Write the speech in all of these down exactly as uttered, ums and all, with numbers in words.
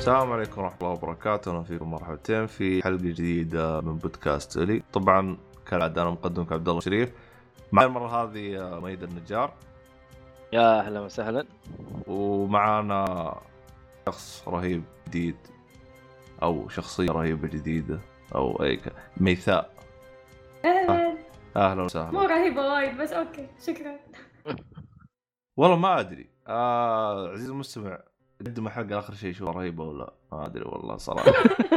السلام عليكم ورحمة الله وبركاته. أنا فيكم مرحبتين في حلقة جديدة من بودكاست لي. طبعا كالعادة أنا مقدمك عبد الله شريف. معي المرة هذه ميد النجار. يا أهلا وسهلا. ومعنا شخص رهيب جديد أو شخصية رهيبة جديدة أو أي ك... ميثاء. أهلا. أهلا وسهلا. مو رهيبة وايد بس أوكي شكرا. والله ما أدري آه عزيز المستمع قدم حلقة آخر شيء شو رهيبة ولا ما أدري والله صراحة.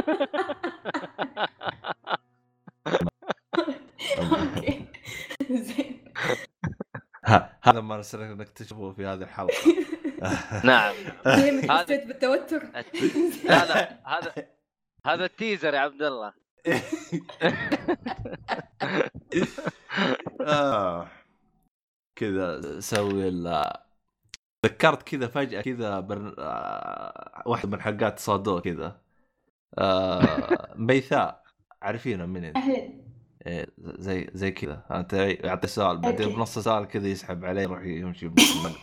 أوكي زين. هذا ما نسألك نكتشفه في هذه الحلقة. نعم. هذا بالتوتر. لا لا هذا هذا التيزر يا عبد الله. آه. كذا سوي ال ذكرت كذا فجأة كذا بر... آه... واحد من حلقات صادو كذا آه... ميثاء عارفينه منين؟ إيه زي زي كذا انت يعطي سؤال بعدين بنص سؤال كذا يسحب عليه يروح يمشي بنص الملعب.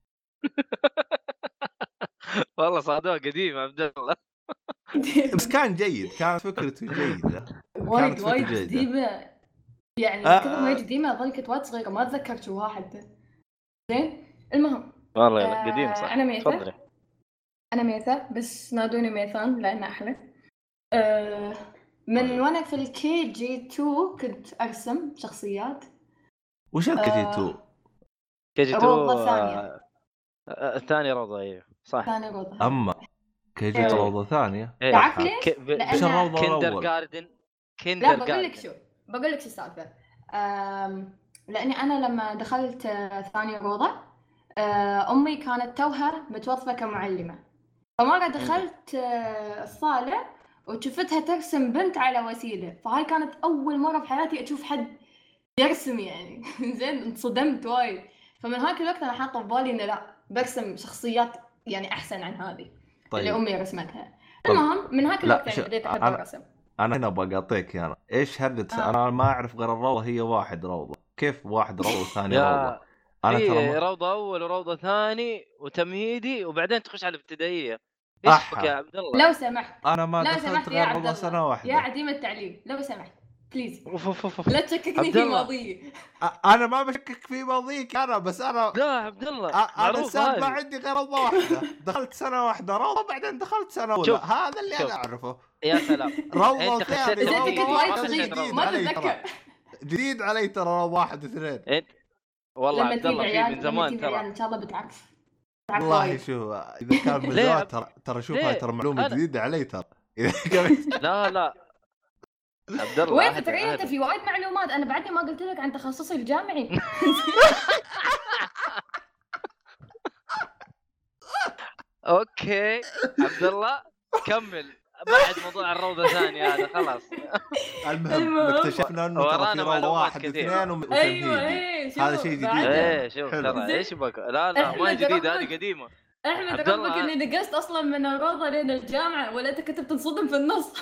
والله صادو قديم عبد الله. بس كان جيد، كانت فكرته جيدة. وايد وايد قديمة يعني آه. كذا ما قديمة أظل كنت وايد صغيرة ما أتذكر شو واحد. زين المهم والله آه قديم صح. أنا ميثاء. أنا ميثاء بس نادوني ميثان لأنه أحلى. آه من وأنا في الكي جي تو كنت أرسم شخصيات. وش الكي جي تو؟ كي جي تو روضة ثانية. الثاني روضة ايوه صح. ثاني روضة. اما كي جي تو روضة ثانية. تعرف ليش؟ ايش الروضة كيندر الاول؟ جاردن. كيندر لا بقول لك شو بقول لك شو السالفة. لأني أنا لما دخلت ثاني روضة أمي كانت توها متوظفة كمعلمة، فمرة دخلت الصالة وشفتها ترسم بنت على وسيلة، فهاي كانت أول مرة في حياتي أشوف حد يرسم يعني. زين انصدمت وايد، فمن هاك الوقت أنا حاطة في بالي إنه لا برسم شخصيات يعني أحسن عن هذه طيب. اللي أمي رسمتها. المهم من هاك الوقت يعني بديت أحب الرسم. أنا هنا بقاطيك أنا إيش هرجت آه. أنا ما أعرف غير الروضة هي واحد روضة. كيف واحد روضة ثاني روضة؟ أنا ترى ما... روضة أول وروضة ثاني وتمهيدي وبدين تخش على الابتدائية. إيش فك يا عبد الله؟ لو سمحت أنا ما لو دخلت غير روضة سنة واحدة يا عديم التعليم لو سمحت بليز أوف أوف أوف. لا تشككني في ماضيي. أنا ما بشكك في ماضيك أنا بس أنا لا عبد الله أنا السبب ما عندي غير روضة واحدة. دخلت سنة واحدة روضة بعدين دخلت سنة أولى. هذا اللي شوف. أنا أعرفه. يا سلام. روضة ثانية ما تتذكر. جديد علي ترى روضة واحد واثنين. انت والله عبد الله في من زمان ترى ان شاء الله بتعرف. والله شوف اذا كان من زمان ترى ترى شوف هاي ترى معلومه جديده علي ترى. لا لا عبد الله وين ترى انت في وايد معلومات انا بعدني ما قلت لك عن تخصصي الجامعي. اوكي عبد الله كمل بعد موضوع الروضه ثاني هذا خلاص. المهم اكتشفنا انه ترى في روضه واحد اثنين وتمهيدي. هذا شيء جديد. ايه شوف ترى ايش بك لا لا ما جديد هذه قديمه. احمد ربك اني نقصت اصلا من الروضه لين الجامعه ولا انت كنت بتنصدم في النص.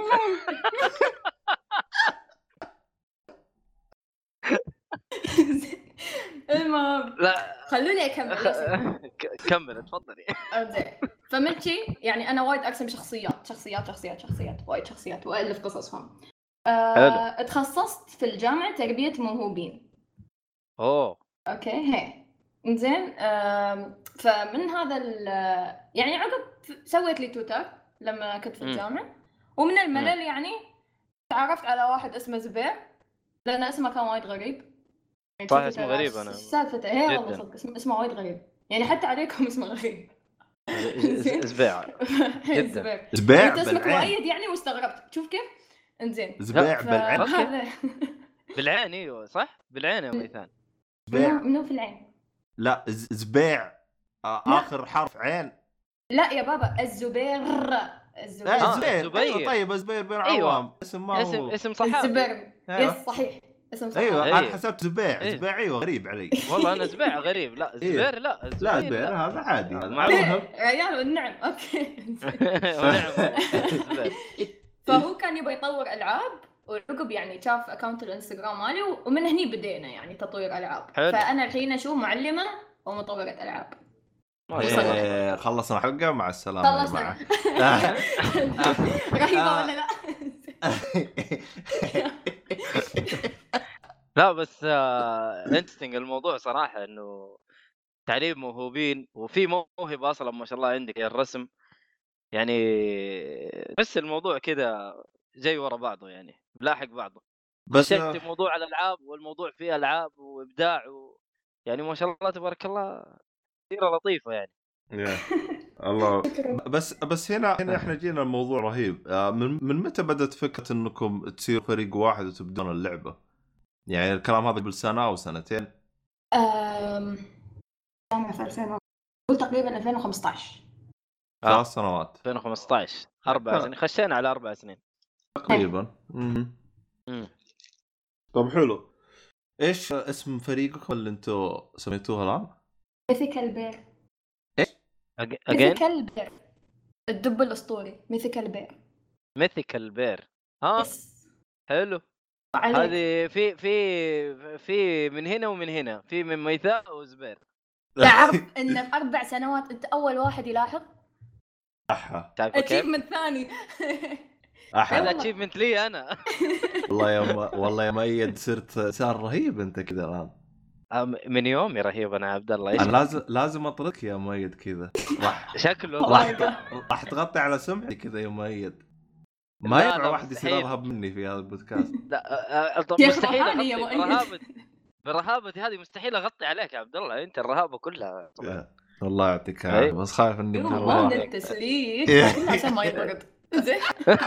المهم لا خلوني اكمل. كمل تفضلي. زين فمن شي يعني انا وايد ارسم شخصيات شخصيات شخصيات شخصيات وايد شخصيات والف قصصهم. أه تخصصت في الجامعه تربيه موهوبين. اوه اوكي هي زين. فمن هذا يعني عقب سويت لي تويتر لما كنت في الجامعه ومن الملل يعني تعرفت على واحد اسمه زبير لأن اسمه كان وايد غريب. صح اسمه غريب أنا. سالفته هي والله صدق اسمه اسمه وايد غريب يعني حتى عليكم اسمه غريب. زبيع. جدا. زبيع اسمك مؤيد يعني واستغربت شوف كيف. إنزين. زبيع بالعين. بالعين ايوه صح بالعين يا ميثان. زبيع. منو في العين؟ لا زبيع آخر حرف عين. لا يا بابا الزبير. الزبير. آه الزبير. أيوة طيب الزبير بن عوام. أيوة. اسم ما هو. اسم اسم صحابي. الزبير. يس صحيح. اسم صحابي. أيوة أنا حسبت زبيع. أيوة. زبيع أيوة غريب علي. والله أنا زبيع غريب لا زبير لا زبير لا زبير هذا عادي. معلومة. ريال نعم أوكي. نعم. فهو كان يبغى يطور ألعاب وعقب يعني شاف أكاونت الإنستغرام مالي ومن هني بدينا يعني تطوير ألعاب. حلو. فأنا الحين أشوف معلمة ومطورة ألعاب. إيه خلصنا الحلقة مع السلامة يا خلصنا. جماعة. رهيبة ولا لا؟ لا بس انترستنج الموضوع صراحة، انه تعليم موهوبين وفي موهبة اصلا ما شاء الله عندك يا الرسم يعني، بس الموضوع كذا جاي ورا بعضه يعني لاحق بعضه. بس خشيت موضوع الالعاب والموضوع فيه العاب وابداع و... يعني ما شاء الله تبارك الله سيرة لطيفة يعني. يا الله. بس بس هنا هنا احنا جينا الموضوع رهيب. من من متى بدأت فكرة انكم تصير فريق واحد وتبدون اللعبة؟ يعني الكلام هذا قبل سنة او سنتين؟ أم... أنا في ألفين قول تقريبا ألفين وخمسة عشر. ثلاث سنوات. ألفين وخمسة عشر أربع سنين، خشينا على أربع سنين تقريبا. امم طب حلو. ايش اسم فريقكم اللي انتم سميتوه الان؟ ميثيكال بير. ايش؟ ميثيكال بير، الدب الاسطوري. ميثيكال بير. ميثيكال بير. ها يس. حلو. هذه في في في من هنا ومن هنا، في من ميثاء وزبير. تعرف ان في اربع سنوات انت اول واحد يلاحظ. احا اتشيفمنت ثاني. احا هذا اتشيفمنت لي انا. والله يا م... والله يا مؤيد صرت صار رهيب انت كذا الان. من يومي رهيب انا عبد الله. ايش انا لازم لازم اطردك يا مؤيد كذا. راح شكله راح راح تغطي على سمعتي كذا يا مؤيد. ما لا ينفع لا واحد يصير ارهب مني في هذا البودكاست. لا طب يا مستحيل روحاني يا اغطي مؤيد. برهابة برهابتي هذه، مستحيل اغطي عليك يا عبد الله، انت الرهابه كلها طبعا. والله يعطيك أي. العافيه بس خايف اني ما بروح. من التسليك لكن عشان ما يطرد. زين.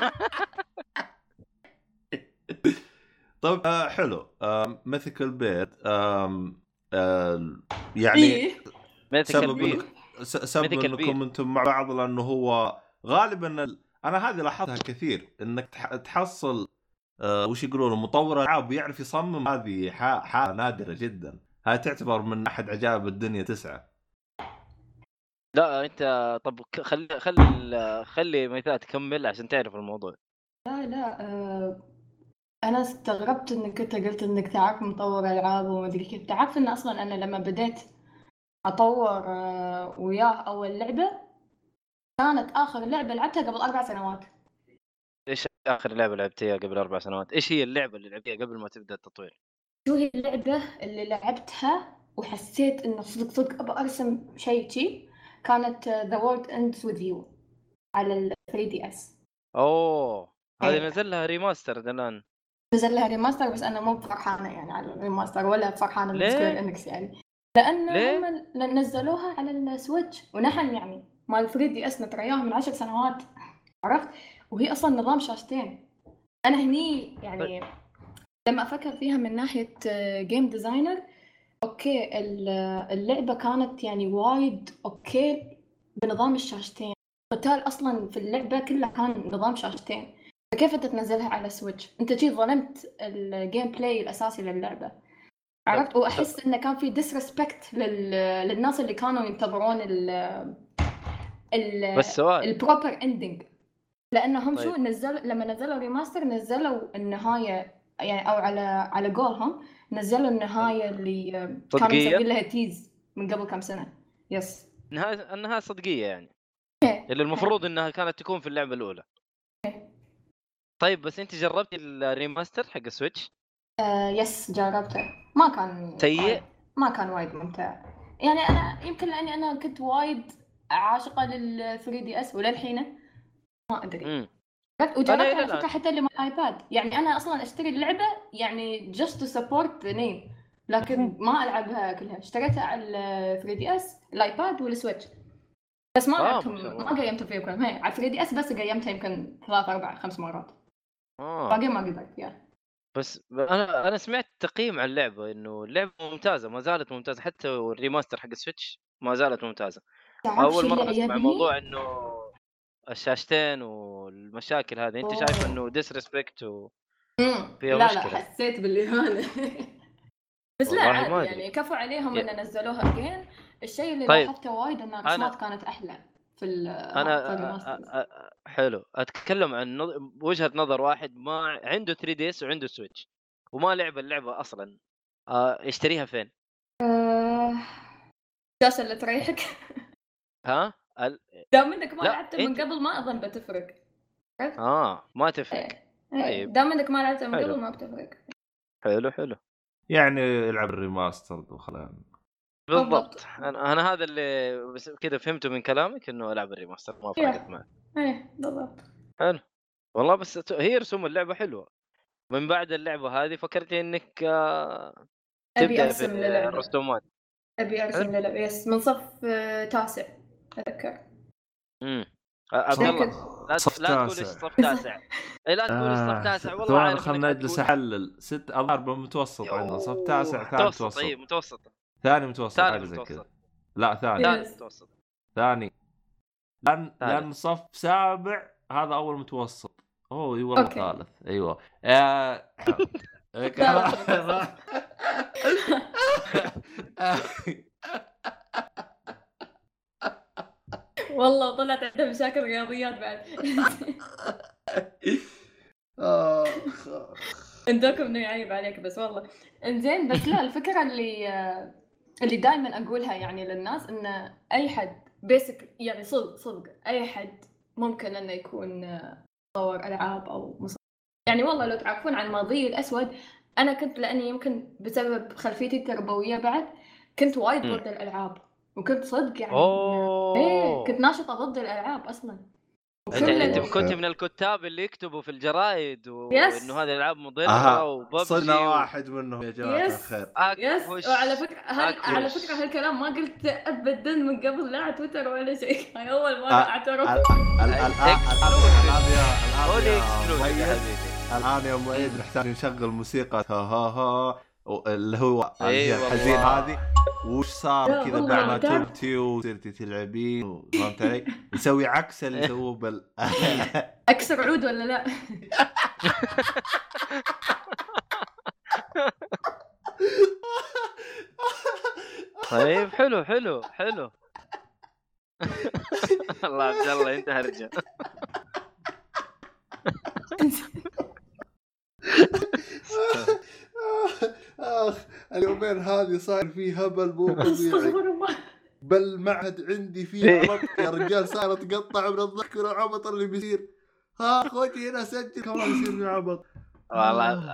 طيب آه حلو. آه ميثيكال بير آه آه يعني إيه. ميثيكال سبب بير إنك سبب ميثيكال انكم بير. انتم مع بعض لانه هو غالبا ال... انا هذه لاحظتها كثير انك تح... تحصل آه وش يقولون مطور العاب يعرف يصمم. هذه ح... حالة نادرة جدا. هاي تعتبر من احد عجائب الدنيا تسعة. لا انت طب خلي خلي خلي ميثاء تكمل عشان تعرف الموضوع. لا لا أه... انا استغربت انك انت قلت انك تعرف مطور العاب وما ادري كيف. تعرف ان اصلا انا لما بديت اطور أه... وياه اول لعبه كانت اخر لعبه لعبتها قبل اربع سنوات. ايش اخر لعبه لعبتيها قبل اربع سنوات؟ ايش هي اللعبه اللي لعبتيها قبل ما تبدا التطوير؟ شو هي اللعبه اللي لعبتها وحسيت انه صدق صدق ابى ارسم شيء شيء؟ كانت The World Ends With You على ال ثري دي إس. اوه هذه إيه. نزل لها ريماستر الان. نزل لها ريماستر بس انا مو فرحانه يعني على الريماستر ولا فرحانه ليه؟ بسكوير انكس يعني، لان ليه؟ هم نزلوها على السويتش ونحن يعني مال ثري دي إس نترياها من عشر سنوات. عرفت؟ وهي اصلا نظام شاشتين. انا هني يعني لما افكر فيها من ناحيه جيم ديزاينر اوكي اللعبه كانت يعني وايد اوكي بنظام الشاشتين. القتال اصلا في اللعبه كلها كان نظام شاشتين، فكيف انت تنزلها على سويتش؟ انت جي ظلمت الجيم بلاي الاساسي للعبه. عرفت؟ واحس انه كان في ديسريسبكت لل... للناس اللي كانوا ينتظرون ال ال بس سؤال البروبر اندنج، لانهم طيب. شو نزلوا لما نزلوا ريماستر نزلوا النهايه يعني او على على جولهم نزلوا النهايه اللي كانوا مسوين لها تيز من قبل كم سنه. يس النهايه النهايه صدقيه يعني اللي المفروض انها كانت تكون في اللعبه الاولى. طيب بس انت جربتي الريماستر حق السويتش؟ آه يس جربته. ما كان سيء؟ وايد. ما كان وايد ممتع يعني. انا يمكن لاني انا كنت وايد عاشقه لل ثري دي إس وللحين ما ادري. امم وجربت على فكره حتى اللي مع الايباد يعني. انا اصلا اشتري اللعبه يعني just to support the name لكن ما العبها كلها. اشتريتها على ثري دي إس الايباد والسويتش بس ما لعبتهم. ما قيمتها فيها كلهم. هي على ثري دي إس بس قيمتها يمكن ثلاث اربع خمس مرات. اه باقي ما قدرت فيها. بس انا انا سمعت تقييم عن اللعبه انه اللعبه ممتازه، ما زالت ممتازه، حتى الريماستر حق السويتش ما زالت ممتازه. اول مره اسمع موضوع انه الشاشتين والمشاكل هذه. انت شايفه انه ديسريسبكت و فيها لا مشكله؟ لا حسيت بالاهانه. بس لا عادي يعني كفوا عليهم ي... ان نزلوها اجين. الشيء اللي طيب. لاحظته وايد ان الرسومات أنا... كانت احلى في انا أ... أ... حلو. اتكلم عن نظ... وجهه نظر واحد ما عنده ثري دي إس وعنده سويتش وما لعب اللعبه اصلا. أه... يشتريها فين؟ الشاشه اللي تريحك. ها ال... دام انك ما لا، لعبته من أنت- قبل ما اظن بتفرق. اه ما تفرق. إيه. إيه. طيب. دام انك ما لعبته من حلو. قبل ما بتفرق. حلو حلو يعني العب الريماستر وخلاص. بالضبط. بالضبط. انا انا هذا اللي بس كذا فهمته من كلامك انه العب الريماستر ما فرقت معي. ايه بالضبط. حلو والله. بس ت- هي رسوم اللعبه حلوه. من بعد اللعبه هذه فكرت انك آه، ابي تبدا في ارسم للعبه. الرسومات. ابي ارسم حلو. للعبه يس من صف آه، تاسع اتذكر. امم عبد الله لا صف لا تقول تاسع. ايش صف تاسع. اي لا تقول ايش صف آه، تاسع والله ثواني عارف خلنا انك نجلس حتقول احلل. ست اضرب متوسط عندنا صف تاسع ثاني متوسط. متوسط طيب متوسط ثاني متوسط ثاني حاجه زي كذا. متوسط لا ثاني ثاني يس. متوسط ثاني لان ثالث. لان صف سابع هذا اول متوسط. اوه اي والله أوكي. ثالث ايوه. آه... والله طلعت عنده مشاكل رياضيات بعد. عندكم انه يعيب عليك بس والله انزين. بس لا الفكره اللي اللي دائما اقولها يعني للناس ان اي حد بيسك يعني صدق صدق اي حد ممكن انه يكون مطور العاب او مصمم. يعني والله لو تعرفون عن ماضي الاسود انا كنت لاني يمكن بسبب خلفيتي التربويه بعد كنت وايد ضد الالعاب وكنت صدق يعني اوه ايه كنت ناشطه ضد الالعاب اصلا. انت وكل- انت كنت من الكتاب اللي يكتبوا في الجرايد يس. وانه هذه الالعاب مضره آه، وببجي صرنا و... واحد منهم يا جماعه يس. الخير. يس. أكوش. وعلى فكره هل... أكوش. على فكره هالكلام ما قلت ابدا من قبل لا على تويتر ولا شيء. هاي اول مره آه، اعترف. ال- ال- ال- الان الان يا قولي الان يا اكسكلوسيف يا مؤيد حبيبي. الان يا مؤيد نحتاج نشغل موسيقى ها ها ها اللي هو اللي هي أيوة الحزين والله. هذه. وش صار يا كذا الله، بعد ما تعرف- تبتي وصرتي تلعبين فهمت علي؟ نسوي عكس اللي سووه بال اكسر عود ولا لا؟ طيب حلو حلو حلو. الله عبد الله انت هرجه. اخ اليومين هذه صار فيه هبل مو طبيعي. استغفر الله. بل معهد عندي فيه عبط يا رجال صار تقطع من الضحك والعبط اللي بيصير. ها خوتي هنا سجل كمان يصير في عبط والله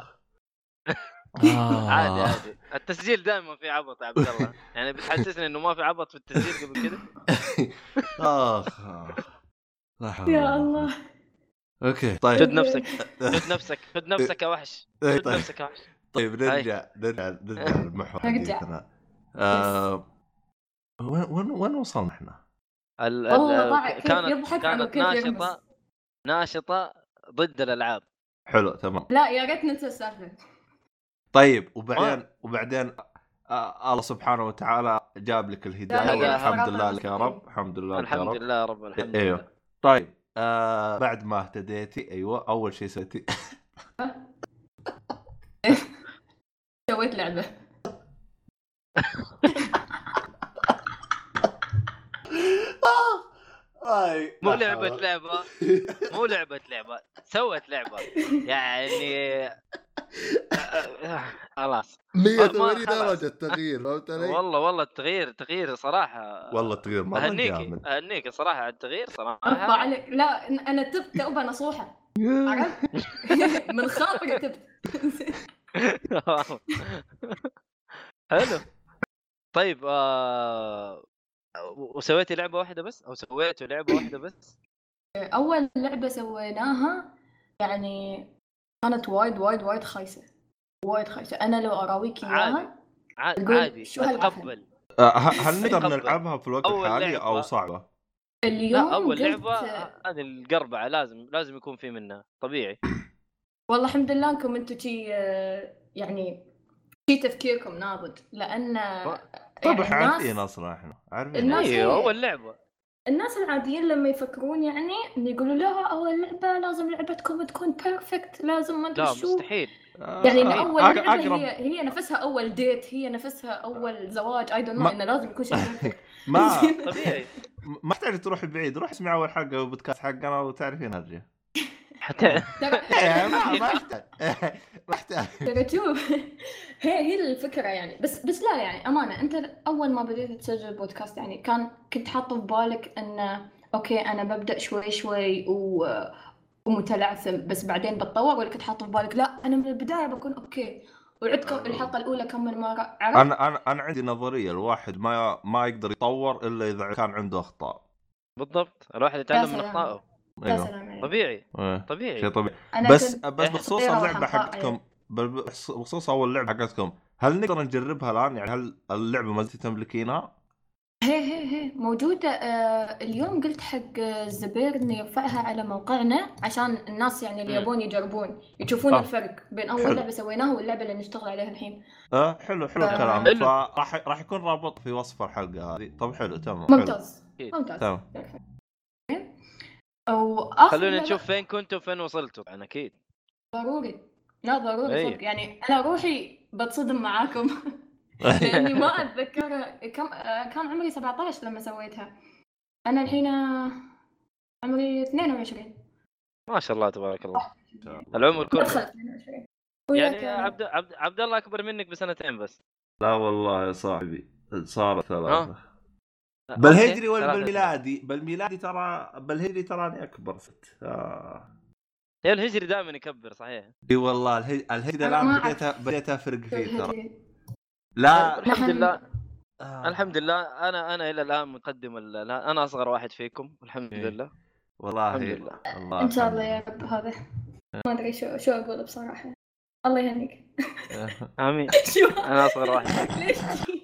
عادي عادي. التسجيل دائما في عبط يا عبد الله. يعني بتحسسني انه ما في عبط في التسجيل قبل كده. اخ لا حول يا ولا قوة. الله. اوكي طيب شد نفسك شد نفسك شد نفسك يا وحش. إيه، شد طيب. نفسك يا وحش. طيب نرجع نرجع نرجع للمحور نرجع. حديثنا. آه، وين وين وين وصلنا احنا؟ ال- والله ال- ضاع كيف كانت يضحك عنه كانت كيف يرمز. ناشطه ناشطه ضد الالعاب. حلو تمام. لا يا ريت ننسى السالفه. طيب وبعدين وبعدين آه الله سبحانه وتعالى جاب لك الهدايه لا، والحمد لا، لله لا. لك يا رب. الحمد لله لك يا الحمد رب. لله رب الحمد ايوه لله. طيب آه بعد ما اهتديتي ايوه اول شيء سويتي سويت لعبه. اي مو لعبه لعبه مو لعبه لعبه سوت لعبه يعني. خلاص مية ما- وثمانين خلاص. درجه تغيير فهمت علي؟ والله والله التغيير تغيير صراحه. والله التغيير مره اهنيك جامد. اهنيك صراحه على التغيير ارفع صراحه. عليك. لا انا تبت توبه نصوحه عرفت. من خاطري تبت. حلو. طيب آه... وسويتي لعبه واحده بس او سويتوا لعبه واحده بس؟ اول لعبه سويناها يعني كانت وايد وايد وايد خايسه وايد خايسه. انا لو اراويك عادي. اياها عادي تقول عادي شو هالعفن؟ اتقبل. آه، هل نقدر تقبل. نلعبها في الوقت أول الحالي او لعبة. صعبه؟ اليوم لا اول قلت لعبه هذه القربعه لازم لازم يكون في منها طبيعي. والله الحمد لله انكم انتم شي يعني شي تفكيركم ناضج لان طب يعني احنا الناس عارفين اصلا احنا عارفين. الناس ايوه هي- اول لعبه. الناس العاديين لما يفكرون يعني يقولوا لا اول لعبه لازم لعبتكم تكون بيرفكت لازم ما لا ادري شو. مستحيل. يعني إن اول أق- لعبه أقرب. هي هي نفسها اول ديت هي نفسها اول زواج اي دونت نو ما- انه لازم يكون شيء perfect. ما طبيعي. ما تحتاج تروح بعيد. روح اسمع اول حلقه بالبودكاست حقنا وتعرفين هالشيء. حتى ما ما احتاج ما احتاج ترى شوف هي هي الفكره يعني. بس بس لا يعني امانه انت اول ما بديت تسجل بودكاست يعني كان كنت حاطه في بالك انه اوكي انا ببدا شوي شوي و ومتلعثم بس بعدين بتطور، ولا كنت حاطه في بالك لا انا من البدايه بكون اوكي وعدت الحلقه الاولى كم مره؟ عرفت؟ انا انا انا عندي نظريه الواحد ما ما يقدر يطور الا اذا كان عنده اخطاء. بالضبط الواحد يتعلم من اخطائه. يا ايوه سلام عليك. طبيعي ايه. طبيعي شيء طبيعي. أنا بس كنت بس بخصوص صغيرة اللعبه وحمقاء حقتكم بخصوص اول لعبه حقتكم هل نقدر نجربها الان؟ يعني هل اللعبه ما زلت تملكينها؟ هي هي هي موجودة. آه اليوم قلت حق الزبير إنه يرفعها على موقعنا عشان الناس يعني اللي مم. يبون يجربون يشوفون آه. الفرق بين أول حلو. لعبة سويناها واللعبة اللي نشتغل عليها الحين. اه حلو حلو ف- الكلام. حلو. فراح راح يكون رابط في وصف الحلقه هذه. طب حلو تمام. ممتاز أكيد. ممتاز. تمام. وآخر خلونا لعبة- نشوف فين كنتوا فين وصلتوا. انا اكيد ضروري لا ضروري أي. صدق يعني أنا روحي بتصدم معاكم لأني ما أتذكر كم. آه كان عمري سبعة عشر لما سويتها. أنا الحين آه، عمري اثنين وعشرين. ما شاء الله تبارك الله العمر كله. أدخل اثنين وعشرين. يعني وياك عبد عبد عبد الله اكبر منك بسنتين بس. لا والله يا صاحبي صارت ثلاثة. آه. بالهجري أوكي. ولا ثلاثة بالميلادي؟ بالميلادي ترى بالهجري تراني اكبر ست. آه. يا الهجري دائما يكبر صحيح. اي والله الهج... الهجري أنا الان ما بديت أعرف. بديت افرق فيه ترى. الهجري. لا الحمد نحن- لله آه. الحمد لله انا انا الى الان متقدم ال- لا، انا اصغر واحد فيكم الحمد إيه. لله. والله الحمد لله. الله إن شاء الحمد الله يا رب. هذا ما أدري شو شو أقول بصراحة. الله يهنيك. لله. امين. شو انا اصغر واحد. ليش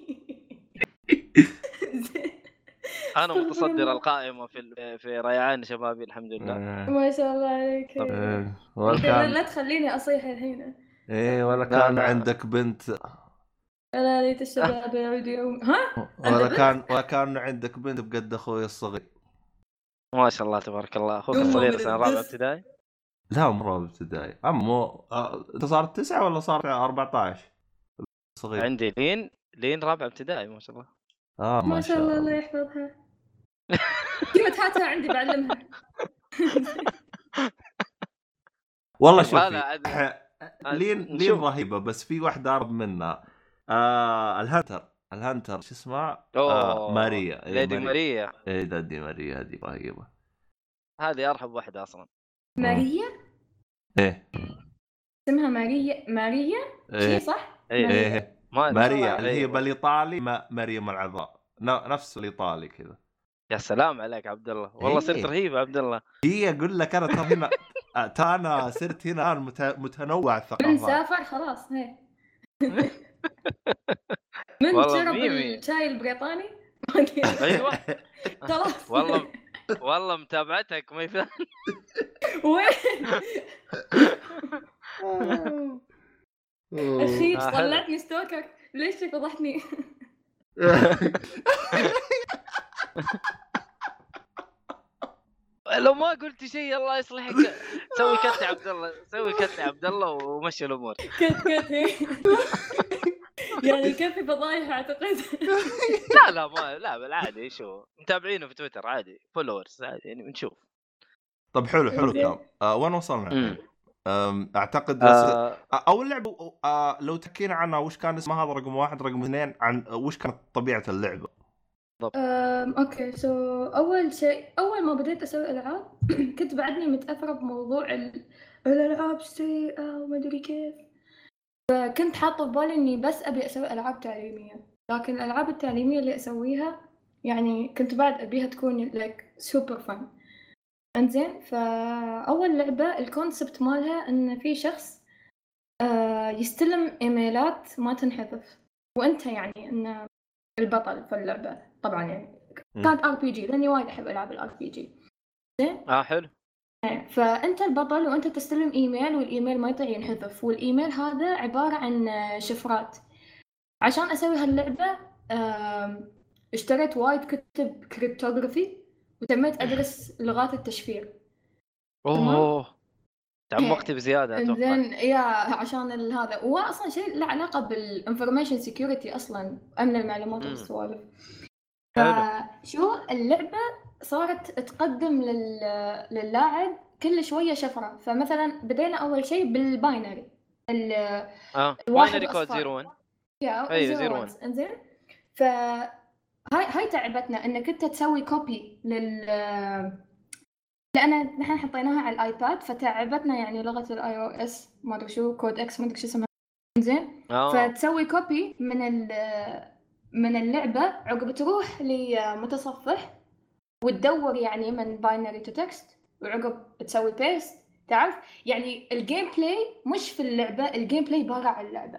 زين. انا استغفر متصدر الله. القائمه في ال- في ريعان شبابي الحمد لله. آه. ما شاء الله عليك. إيه. ولا لا كان لا تخليني أصيح الحين. ايه ولا لا، كان لا. عندك بنت أنا ليت الشباب يعودوا يوم. ها ولا عندك كان ولا كان عندك بنت بقد اخوي الصغير. ما شاء الله تبارك الله. اخوك يوم الصغير من سنه رابعه الدس. ابتدائي. لا مرة ابتدائي. اما انت صارت تسعة ولا صارت أربعة عشر صغير؟ عندي لين لين رابعه ابتدائي ما شاء الله. اه ما شاء الله الله يحفظها. كيف هاتها عندي بعلمها. والله لا، شوفي لا، عاد- ح- لين نشوف. لين رهيبة بس في واحدة أقرب منها. آه الهنتر الهنتر شو اسمها؟ آه أوه، ماريا. إيه ليدي ماريا ايه دادي ماريا هذه رهيبة. هذه ارحب واحده اصلا. ماريا ايه اسمها ماريا. ماريا ايه شي صح؟ إيه. ماريا. ايه ما ماريا اللي هي أيوة. بالايطالي ما مريم العذراء ن- نفس الايطالي كذا. يا سلام عليك عبد الله والله إيه. صرت رهيب عبد الله. هي اقول لك انا ترى هنا ترى انا صرت هنا الآن مت- متنوع من الثقافات. سافر خلاص. هي من والله شرب ميمي. الشاي البريطاني. ايوه خلاص. والله والله متابعتك ما يفهم. وين اخيك آه، حلو. طلعتني ستوكر. ليش فضحتني؟ لو ما قلت شيء الله يصلحك سوي كت يا عبد الله سوي كت يا عبد الله ومشي الامور. كت كت هي. يعني كيف فضايح اعتقد. لا لا ما لا بالعادي شو متابعينه في تويتر عادي فولورز عادي يعني بنشوف. طب حلو حلو أوكي. كلام. آه وين وصلنا الحين؟ أم، اعتقد بس آه اول لعبه آه لو تحكينا عنها وش كان اسمها هذا رقم واحد رقم اثنين عن وش كانت طبيعه اللعبه. أم، اوكي سو اول شيء اول ما بديت اسوي العاب كنت بعدني متاثره بموضوع ال- الالعاب سيئه وما ادري كيف. فكنت حاطه في بالي اني بس ابي اسوي العاب تعليميه، لكن الالعاب التعليميه اللي اسويها يعني كنت بعد ابيها تكون لايك سوبر فن. انزين فاول لعبه الكونسبت مالها ان في شخص آه، يستلم ايميلات ما تنحذف، وانت يعني ان البطل في اللعبه طبعا يعني كانت ار بي جي لاني وايد احب العاب الار بي جي. زين اه حلو. فانت البطل وانت تستلم ايميل والايميل ما يطيق ينحذف، والايميل هذا عباره عن شفرات. عشان اسوي هاللعبه آم، اشتريت وايد كتب كريبتوغرافي وتميت ادرس لغات التشفير. اوه تعمقت بزياده اتوقع. زين يا عشان ال- هذا هو اصلا شيء له علاقه بالانفورميشن سيكيورتي اصلا، امن المعلومات مم. والسوالف. حلو. فشو اللعبه صارت تقدم لل... للاعب كل شويه شفره. فمثلا بدينا اول شيء بالباينري ال اه الواحد باينري كود وأصفار. صفر واحد. يا أيوة، زيرو زيرو وانز. واحد. انزين ف هاي هاي تعبتنا انك انت تسوي كوبي لل لان نحن حطيناها على الايباد، فتعبتنا يعني لغه الاي او اس ما ادري شو كود اكس ما ادري شو اسمها. زين اه فتسوي كوبي من ال من اللعبه، عقب تروح لمتصفح وتدور يعني من باينري تو تكست، وعقب تسوي بيست. تعرف يعني الجيم بلاي مش في اللعبه، الجيم بلاي برا اللعبه.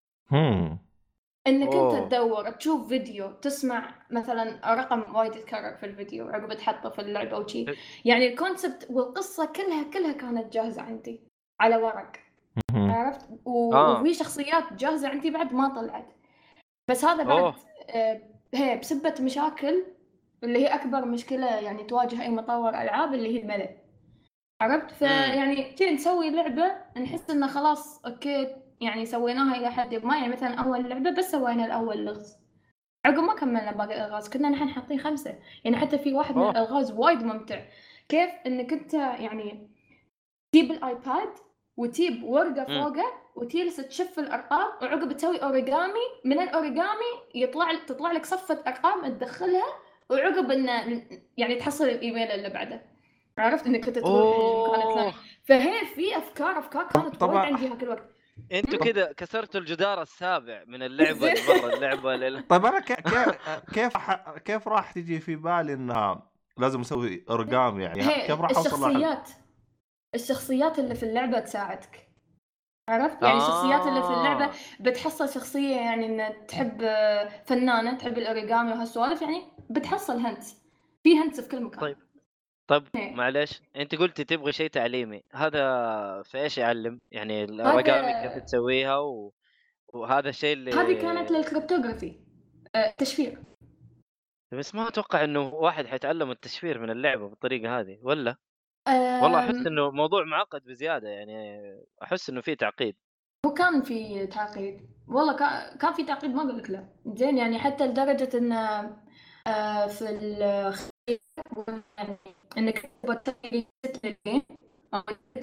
هم انك أوه. انت تدور تشوف فيديو، تسمع مثلا رقم وايد يتكرر في الفيديو، عقب تحطه في اللعبه وشي. يعني الكونسبت والقصه كلها كلها كانت جاهزه عندي على ورق، هم عرفت؟ و... آه. وفي شخصيات جاهزه عندي بعد ما طلعت، بس هذا بعد أوه. آه هي بسبة مشاكل اللي هي اكبر مشكله يعني تواجه اي مطور العاب، اللي هي الملل. عرفت؟ فيعني تي نسوي لعبه نحس انه خلاص اوكي يعني سويناها الى حد ما. يعني مثلا اول لعبه بس سوينا الاول لغز، عقب ما كملنا باقي الالغاز، كنا نحن حاطين خمسه. يعني حتى في واحد من أوه. الالغاز وايد ممتع، كيف انك انت يعني تجيب الايباد وتجيب ورقه مم. فوقه وتجلس تشف الارقام، وعقب تسوي اوريجامي. من الاوريجامي يطلع لك تطلع لك صفه ارقام تدخلها، وعقب انه يعني تحصل الايميل اللي بعده. عرفت انك انت تروح المكان الثاني. أوه. فهي في افكار افكار كانت وايد طبعا عندي هاك الوقت. انتوا كده كسرتوا الجدار السابع من اللعبه اللي برا اللعبه لل... طيب انا ك- كيف كيف ح- كيف راح تجي في بالي انها لازم اسوي اوريجامي؟ يعني هي كيف راح اوصل لها؟ الشخصيات الشخصيات اللي في اللعبة تساعدك، عرفت؟ يعني الشخصيات اللي في اللعبة آه. بتحصل شخصية يعني إن تحب فنانة تحب الأوريجامي وهالسوالف، يعني بتحصل هنتس في هنتس في كل مكان. طيب طيب إيه. معلش، انت قلتي تبغي شيء تعليمي، هذا في ايش يعلم؟ يعني الأوريجامي كيف هذا تسويها و... وهذا الشيء اللي هذه كانت للكريبتوغرافي، آه، تشفير. بس ما اتوقع انه واحد حيتعلم التشفير من اللعبه بالطريقه هذه ولا؟ والله احس آم، انه موضوع معقد بزياده، يعني احس انه فيه تعقيد. هو كان في تعقيد والله، كا- كان في تعقيد ما أقول لك لا. زين يعني حتى لدرجة إن آه، في الخير يعني إنك تبغى تسوي ريست للجيم أو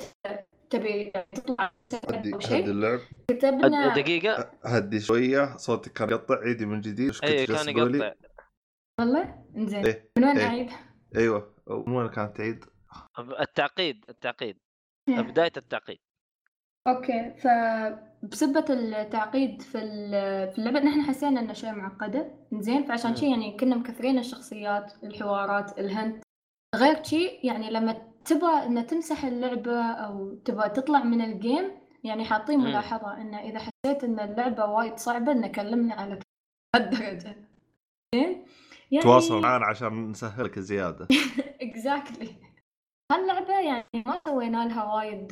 تبي تطلع هدي أو هدي شيء، اللعب أد- كتبنا دقيقه. هدي شوية، صوتك كان يقطع، عيدي من جديد. ايش كنت اي جالس كان تقولي؟ يقطع. والله. إنزين ايه من وين ايه أعيد؟ ايوه، من وين كانت تعيد؟ التعقيد التعقيد بدايه التعقيد. اوكي، فبسبة التعقيد في ال- في اللعبة نحن حسينا انه شيء معقدة. زين فعشان مم. شي يعني كنا مكثرين الشخصيات، الحوارات، الهنت. غير شي يعني لما تبغى ان تمسح اللعبة او تبغى تطلع من الجيم، يعني حاطين مم. ملاحظة انه اذا حسيت ان اللعبة وايد صعبة ان كلمنا على هالدرجة. زين يعني تواصل معنا عشان نسهلك زياده. اكزاكتلي. هاللعبة يعني ما سوينا لها وايد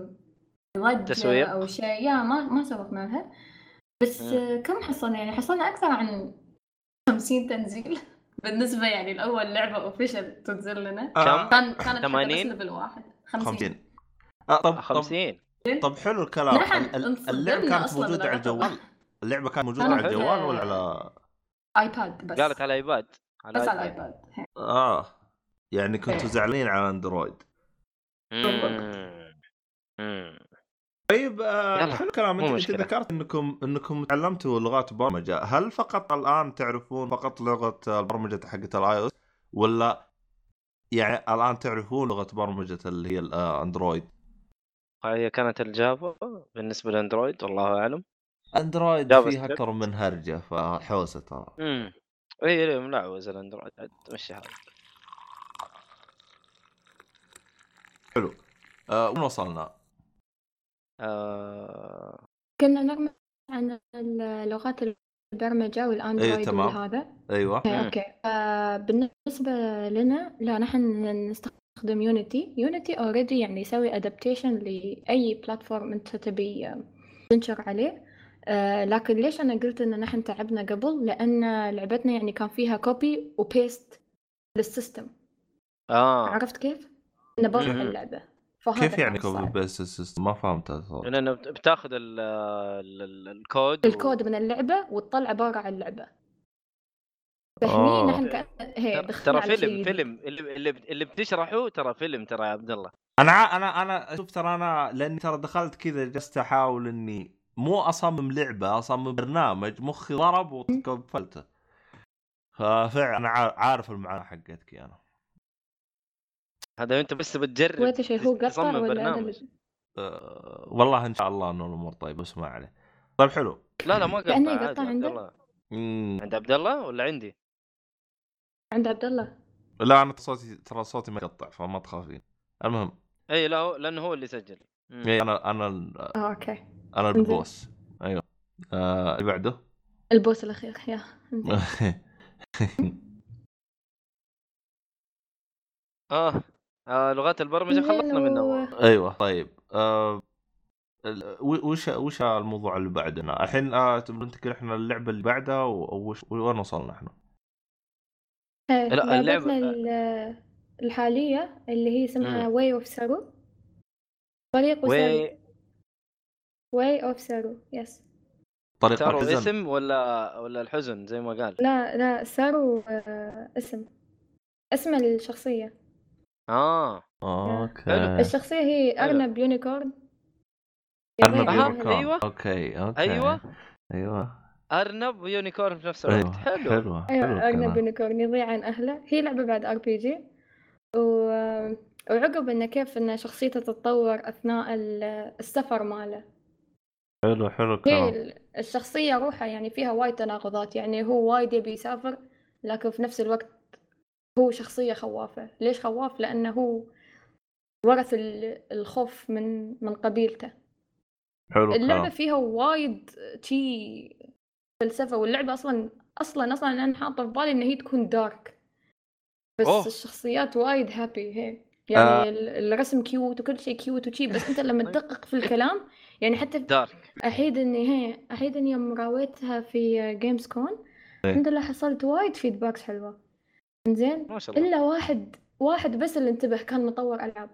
ضجة تسويق. او شيء، يا ما ما سوقنا لها. بس مم. كم حصلنا؟ يعني حصلنا أكثر عن خمسين تنزيل بالنسبة يعني الأول لعبة أوفيشال تنزل لنا. كم؟ كان كانت حتى بس ثمانين؟ ليفل واحد. خمسين. خمسين. آه طب طب خمسين. طب حلو الكلام. نحن ال- ال- انصدمنا اللعبه كانت أصلاً موجوده من على الرقم. الجوال؟ اللعبه كانت موجوده كانت على حلو. الجوال ولا على آيباد بس. قالت على ايباد. على بس على ايباد. الآيباد. اه يعني كنتوا إيه. زعلانين على اندرويد؟ مم. مم. طيب آه يلا حلو الكلام. مو انت انت مشكلة. ذكرت انكم انكم تعلمتوا لغات برمجه، هل فقط الان تعرفون فقط لغه البرمجه حقت الاي او اس، ولا يعني الان تعرفون لغه برمجه اللي هي الاندرويد؟ هي كانت الجافا بالنسبة للاندرويد والله اعلم. اندرويد جافا فيه سكريبت. اكثر من هرجه فحوسه ترى. امم اي اي ملعوز الاندرويد عاد مشي هذا. حلو. آه وين وصلنا؟ آه... كنا نعمل عن لغات البرمجة ايه والأندرويد تمام. والهذا. ايوه. إيه، أوكي. آه بالنسبة لنا لا، نحن نستخدم يونيتي. يونيتي اوريدي يعني يسوي ادابتيشن لأي بلاتفورم أنت تبي تنشر عليه. آه لكن ليش أنا قلت إن نحن تعبنا قبل؟ لأن لعبتنا يعني كان فيها كوبي وبيست للسيستم. اه عرفت كيف؟ إنه برا مم. اللعبة. فهذا كيف كان يعني كوبي الصعب. بيست سيستم؟ ما فهمت هذا. لانه بتاخذ ال ال- ال- الكود و... الكود من اللعبة وتطلع برا اللعبة. فهني اه نحن كأن هي ترى دخلنا ترى على فيلم شيء جديد. فيلم اللي اللي اللي بتشرحه ترى فيلم ترى يا عبد الله. انا انا انا شوف ترى انا لاني ترى دخلت كذا جلست احاول اني مو اصمم لعبه، اصمم برنامج، مخي ضرب وقفلته. ففعلا انا عارف المعاناه حقتك انا. هذا انت بس بتجرب وقت شيء هو قطع تصمم ولا أنا برنامج. اللي... أه والله ان شاء الله انه الامور طيب، بس ما عليه. طيب حلو. لا لا ما قطع كأنه عادي. يقطع عبد عنده؟ الله مم. عند عبد الله ولا عندي؟ عند عبد الله. لا انا صوتي ترى صوتي ما يقطع فما تخافين. المهم اي لا هو لانه هو اللي سجل. مم. إيه انا انا ال- اه اوكي. انا انزين. البوس. ايوه آه، اللي بعده البوس الأخير يا انزين. آه. اه لغات البرمجه زين خلصنا منها و... والله. ايوه طيب آه، ال- و- وش وش الموضوع اللي بعدنا الحين؟ آه ننتقل احنا اللعبه اللي بعدها و- وش وين وصلنا احنا؟ آه، لا اللعبة لعبتنا ال- الحالية اللي هي اسمها مم. Way of Saru. طريق سارو. وي Way of Saru يس. طريق تارو الحزن. اسم ولا ولا الحزن زي ما قال؟ لا لا سارو آه، اسم اسم الشخصية. اه اوكي. الشخصية هي حلو. أرنب يونيكورن. ارنب يضيع أها، يونيكورن. أيوة. اوكي اوكي ايوه ايوه ارنب ويونيكورن في نفس الوقت. ايوه حلو. حلو أيوة حلو أرنب الكلام. يونيكورن يضيع عن أهله. هي لعبة بعد ار بي جي. و... وعقب إنه كيف إن شخصيته تتطور أثناء ال- السفر ماله. حلو حلو هي الكلام. ال- الشخصية روحها يعني فيها وايد تناقضات. يعني هو وايد يبي يسافر لكن في نفس الوقت هو شخصية خوافة. ليش خواف؟ لأنه هو ورث ال- الخوف من من قبيلته. حلو اللعبة الكلام. فيها وايد شي فلسفة. واللعبة أصلا أصلا أصلا أنا حاطة في بالي إن هي تكون دارك. بس أوه. الشخصيات وايد هابي هي. يعني آه. ال- الرسم كيوت وكل شيء كيوت وشي. بس أنت لما تدقق في الكلام يعني حتى دارك. أحيد إني هي أحيد إني يوم راويتها في جيمز كون إيه. الحمد لله حصلت وايد فيدباكس حلوة. إنزين ما شاء الله. إلا واحد واحد بس اللي انتبه كان مطور ألعاب.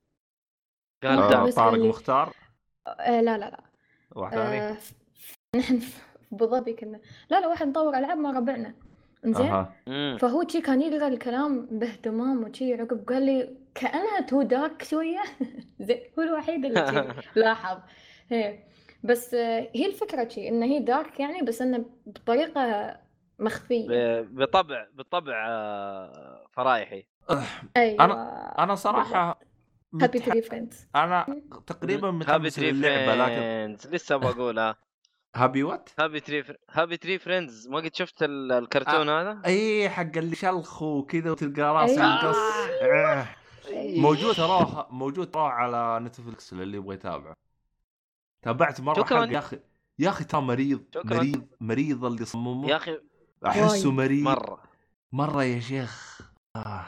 قال واحد آه بس طارق قال لي- مختار. آه لا لا لا واحد ثاني. آه ف- نحن في ابو ظبي كنا. لا لا واحد مطور ألعاب ما ربعنا. إنزين اها امم فهو شي كان يقرا الكلام باهتمام وشي. عقب قال لي كأنها تو دارك شوية. زين هو الوحيد اللي شي لاحظ. هي بس آه، هي الفكرة شي إن هي دارك يعني بس إنه بطريقة مخفية. ب- بطبع بطبع آه، فرايحي. أيوة انا انا صراحه هابي متح... تري فريندز. انا تقريبا هابي متحمس تري للعبه لكن فريندز لسه بقولها. هابي وات. هابي تري فر... هابي تري فريندز. ما قد شفت ال- الكرتون هذا؟ اي حق اللي شلخ وكذا وتلقى راسه أيوة. ينقص. آه. أيوة. موجود تراه موجود تراه على نتفلكس للي يبغى يتابعه. تابعت مره شكراً. حق يا اخي يا اخي ترى مريض شكراً. مريض مريض اللي صممه. يا اخي احسه وايد. مريض مره مره يا شيخ. آه.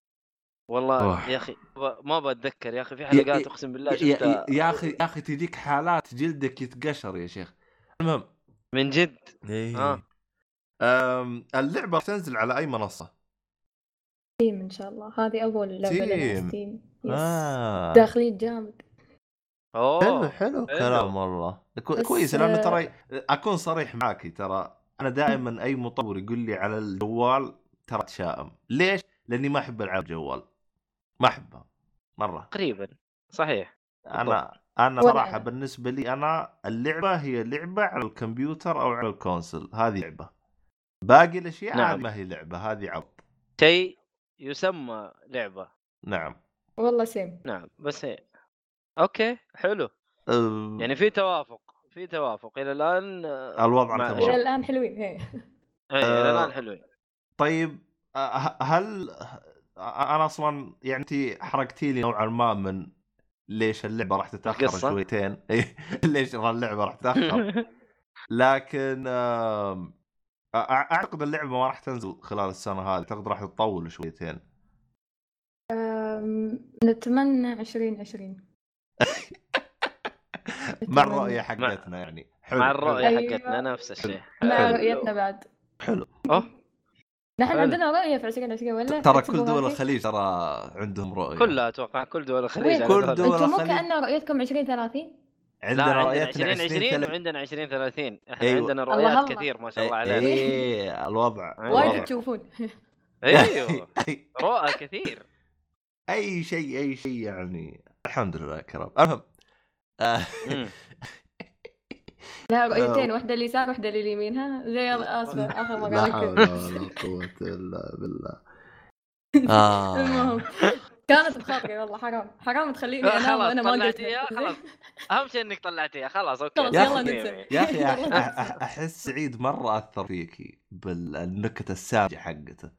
والله أوه. يا اخي ب- ما بتذكر يا اخي في يا- حلقات يا- اقسم بالله يا, شفتها يا, يا اخي يا اخي تجيك حالات جلدك يتقشر يا شيخ. المهم من جد. ايه آه. أم اللعبه راح تنزل على اي منصه؟ ستيم إن شاء الله. هذه أول لعبة لنا ستيم. ستيم. يس. آه. داخلين جامد. حلو اوه حلو حلو. كلام والله كو- بس، كويس. لانه آه، ترى اكون صريح معاكي ترى انا دائما اي مطور يقول لي على الجوال ترى تشائم. ليش؟ لاني ما احب العاب جوال، ما احبها مره. تقريبا صحيح. انا انا ولا صراحه أنا. بالنسبه لي انا اللعبه هي لعبه على الكمبيوتر او على الكونسل، هذه لعبه. باقي الاشياء نعم. ما هي لعبه، هذه عبط. شيء يسمى لعبه. نعم. والله سيم. نعم بس هي اوكي حلو. أه... يعني في توافق في توافق الى الان. آه، الوضع مع- تمام. إلى الآن حلوين هي. اي الى آه، الان حلوين. طيب أه، هل انا اصلا يعني انت حرقتي لي نوعا ما من ليش اللعبه راح تتاخر القصة؟ شويتين. ليش اللعبه راح تتاخر. لكن آم، أ- اعتقد اللعبه ما راح تنزل خلال السنه هذه، اعتقد راح تطول شويتين. أم، نتمنى عشرين عشرين. مع الرؤيه حقتنا يعني. حلو مع الرؤيه أيوة. حقتنا نفس الشيء. مع حلو. رؤيتنا بعد. حلو. اوه نحن حلو. عندنا رؤية في عشرين عشرين ولا؟ ترى اكتبوا كل دول هذه. الخليج ترى عندهم رؤيه. كلها اتوقع كل دول الخليج وين؟ على كل قولتهم. دول انتم مو الخليج. كأن رؤيتكم عشرين ثلاثين؟ لا عندنا عندنا رؤيتنا عشرين عشرين ثلاثين. وعندنا عشرين ثلاثين. احنا أيوة. عندنا الله رؤيات الله. كثير ما شاء الله علينا. ايه الوضع أيوة. وايد الوضع. تشوفون. ايوه رؤى كثير. اي شيء اي شيء يعني الحمد لله يا كرام. المهم آه لا رؤيتين، واحدة اليسار واحدة اليمين. ها زي آسفة آخر ما لا قال حول لك. ولا قوة الا بالله. آه. المهم كانت بخاطري والله، حرام حرام تخليني انام وانا ما قلتها. خلاص اهم شيء انك طلعتيها خلاص اوكي. خلاص يا يلا أخي- ننسى. يا اخي يلا أح- ننسى. أح- احس سعيد مره اثر فيكي بالنكته السامجه حقته.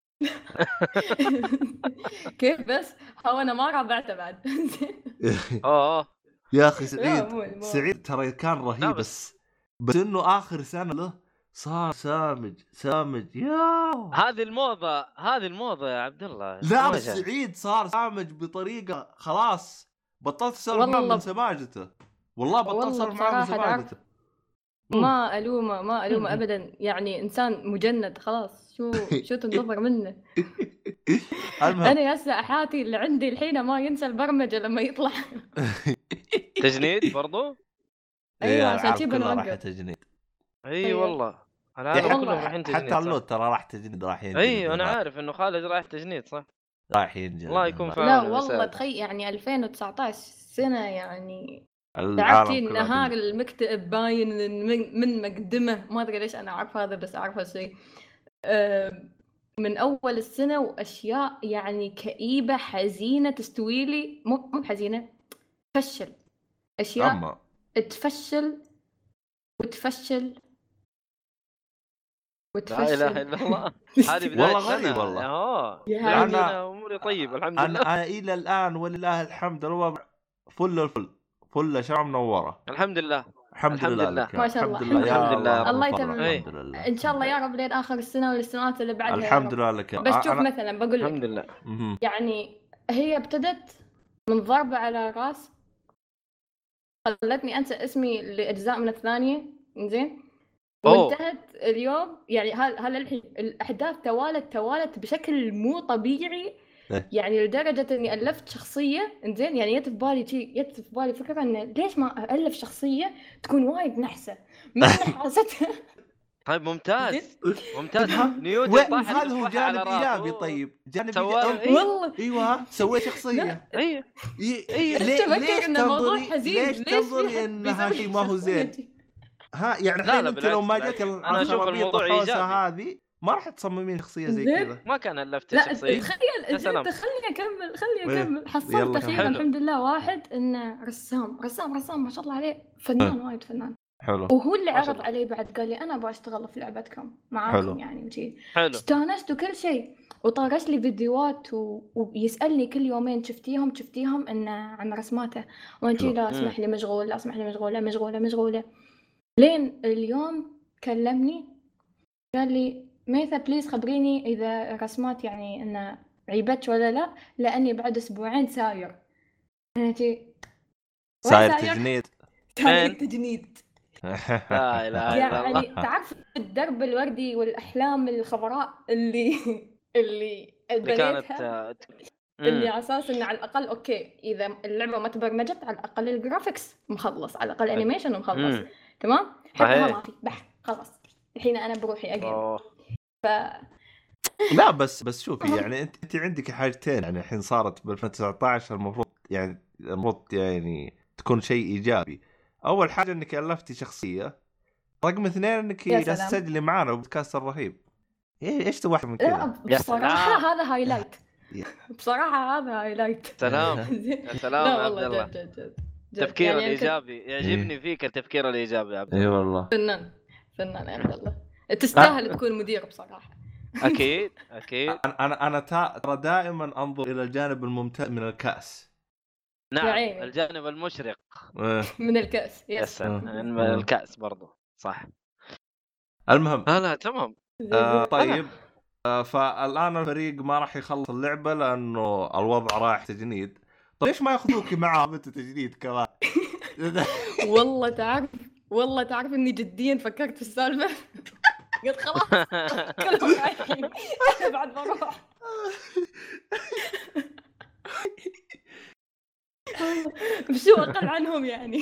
كيف بس هو انا ما رابعته بعد. اوه يا اخي لا، سعيد مو- مو. سعيد ترى كان لا رهيب، بس- بس بس انه اخر سنه له صار سامج سامج يا هذه الموضة هذه الموضة يا عبد الله. لا ما بس جاء. سعيد صار سامج بطريقه خلاص بطلت اسولف والله معه من ب- سماجته. والله بطلت والله اسولف معه من بصراحة تعرف سماجته. ما ألومه ما ألومه أبدا، يعني إنسان مجند خلاص. شو شو تنتظر منه؟ المهم أنا يا ساحاتي اللي عندي الحين ما ينسى البرمجة لما يطلع. تجنيد برضو. أيوة عشان العالم شي كله راح بنوقف. تجنيد. اي أيوة. والله يا العالم حتى- كلهم رايحين تجنيد. حتى اللوت ترى راح تجنيد راح ينجلد. اي انا عارف انه خالد رايح تجنيد صح. راح ينجلد. الله يكون في لا عونه والله ويساعده. تخيل يعني ألفين وتسعة عشر سنة يعني تعبتي العالم كله النهار بينجلد. المكتئب باين من من مقدمه، ما أدري ليش أنا أعرف هذا بس أعرف هالشيء. أه من أول السنة وأشياء يعني كئيبة حزينة تستويلي، مو مو حزينة، تفشل أشياء اما تفشل وتفشل لا وتفشل. اله الا الله. هذه بدايه والله غريب سنة. والله. اه يا بالعكس أنا- انا اموري طيب الحمد لله. انا انا الى الان ولله الحمد الوضع فل الفل فل شمعة منوره. الحمد لله الحمد, الحمد لله لله. لك. ما شاء الله. الحمد لله يا الحمد لله. الله الله بالفضل. يتمم. الحمد لله إن شاء الله يا رب لين آخر السنة والسنوات اللي بعدها يا الحمد رب. لله لك. بس شوف أنا... مثلا بقول لك الحمد لله. مهم. يعني هي ابتدت من ضربة على راس خلتني أنسى اسمي لأجزاء من الثانية، إنزين، أوه. وانتهت اليوم يعني هل هل الحين الأحداث توالت توالت بشكل مو طبيعي، إيه. يعني لدرجة إني ألفت شخصية، إنزين، يعني جت في بالي شيء، جت في بالي فكرة إنه ليش ما ألف شخصية تكون وايد نحسة من نحاستها. طيب ممتاز ممتاز. ها؟ نيوتن وين- طاحت هذا هو تفاحة جانب على راسه. ايجابي. طيب جانب سوى- إيجابي. إيه. والله ايوه سويت شخصيه. اي ي- إيه. ليه- أنت فكر ليش إن الموضوع تنظري حزين، ليش ليش تنظري في حد انها بيسوي شيء ما هو زين؟ شخصية؟ ها يعني لا، الحين لا، انت لو ما بالعكس، جت بالعكس. أنا أشوف الخرابيط الموضوع الحوسه إيجابي. هذه ما راح تصممين شخصيه زي زين. كذا. ما كان الفت لا شخصيه. تخيل يا سلام. انت خليني اكمل خليني إيه. اكمل حصلت يلا اخيرا كمل. الحمد لله واحد انه رسام رسام رسام ما شاء الله عليه، فنان وايد فنان، حلو وهو اللي ما شاء عرض الله. علي بعد، قال لي انا ابغى اشتغل في لعبتكم معاكم حلو. يعني وشي. حلو. استانست وكل شيء، وطرش لي فيديوهات و... ويسالني كل يومين شفتيهم شفتيهم انه عن رسماته، وانتي حلو. لا اسمح لي مشغول، لا اسمح لي مشغوله مشغوله مشغوله لين اليوم كلمني قال لي ميثا بليز خبريني إذا رسمات يعني إنه عيبتش ولا لا، لأني بعد أسبوعين ساير. أنا جي صاير ساير؟ تجنيد. ساير فين؟ تجنيد. لا اله الا يعني الله. تعرف الدرب الوردي والأحلام الخضراء اللي اللي اللي كانت بنيتها، آه، اللي مم. على أساس إنه على الأقل أوكي إذا اللعبة ما تبرمجت على الأقل الجرافيكس مخلص، على الأقل أنيميشن مخلص، مم. تمام؟ حتى صحيح. ما في بح خلاص الحين أنا بروحي أجين. أوه. ف لا بس بس شوفي يعني انت انت عندك حاجتين يعني الحين صارت ب ألفين وتسعة عشر المفروض يعني المفروض يعني تكون شيء ايجابي. اول حاجه انك الفتي شخصيه، رقم اثنين انك يا جالس سلام. تسجلي معنا بودكاست الرهيب. ايه ايش تبغى من لا كذا؟ يا بصراحة سلام. هذا هايلايت، بصراحة هذا هايلايت. سلام يا سلام لا يا عبد والله الله. جد جد جد جد. التفكير يعني أنا كنت الايجابي يعجبني فيك، التفكير الايجابي يا عبد اي الله. والله. فنان فنان يا عبد الله، تستاهل تكون مدير بصراحة. اكيد اكيد. انا انا انا تا- ترى دائما انظر الى الجانب الممتاز من الكاس. يا نعم عيني. الجانب المشرق. إيه. من الكأس يا يس. سلام من الكأس برضو صح. المهم لا لا تمام. آه طيب آه فالان الفريق ما راح يخلص اللعبه لانه الوضع رايح تجنيد. طيب ليش ما ياخذوك معاهم انت تجنيد كمان؟ والله تعرف والله تعرف اني جديا فكرت في السالفة. قلت خلاص كلهم رايحين انا بعد بروح. بشو اقل عنهم يعني.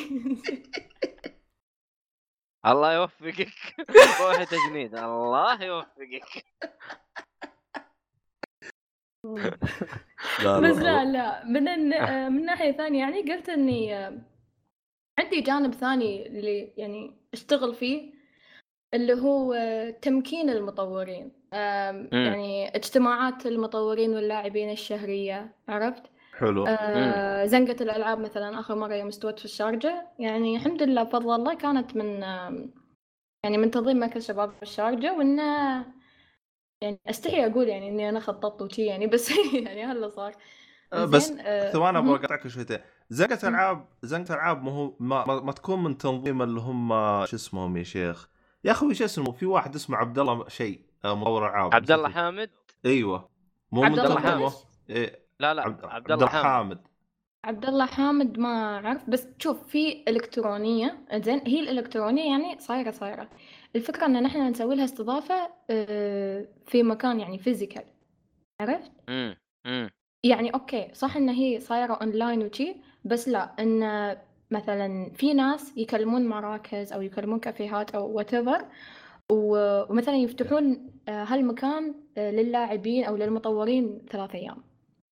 الله يوفقك. روح تجنيد الله يوفقك. لا بس لا لا من من ناحية ثانية يعني قلت إني عندي جانب ثاني اللي يعني اشتغل فيه اللي هو تمكين المطورين، يعني اجتماعات المطورين واللاعبين الشهرية، عرفت؟ حلو. آه زنقة الألعاب مثلا آخر مرة يوم استوت في الشارجة، يعني الحمد لله بفضل الله كانت من يعني من تنظيم مركز شباب الشارجة، وإنه يعني أستحي أقول يعني إني أنا خططت وشي يعني بس يعني هلا صار. بس آه ثواني ابغى اقطعك شويتين. زنقة العاب زنقة العاب ما هو ما, ما, ما تكون من تنظيم اللي هم شو اسمهم يا شيخ يا اخوي، شو اسمه؟ في واحد اسمه عبد الله شيء مطور العاب، عبد الله حامد. ايوه مو عبد من الله تنظيمه. إيه. لا لا عبد, عبد الله حامد. حامد عبد الله حامد ما أعرف، بس شوف في إلكترونية زين، هي الإلكترونية يعني صايرة صايرة الفكرة إن نحن نسوي لها استضافة في مكان يعني فيزيكال، عرفت؟ امم امم يعني أوكي صح إن هي صايرة أونلاين وشي، بس لا إن مثلا في ناس يكلمون مراكز أو يكلمون كافيهات أو whatever، ومثلا يفتحون هالمكان للاعبين أو للمطورين ثلاثة أيام.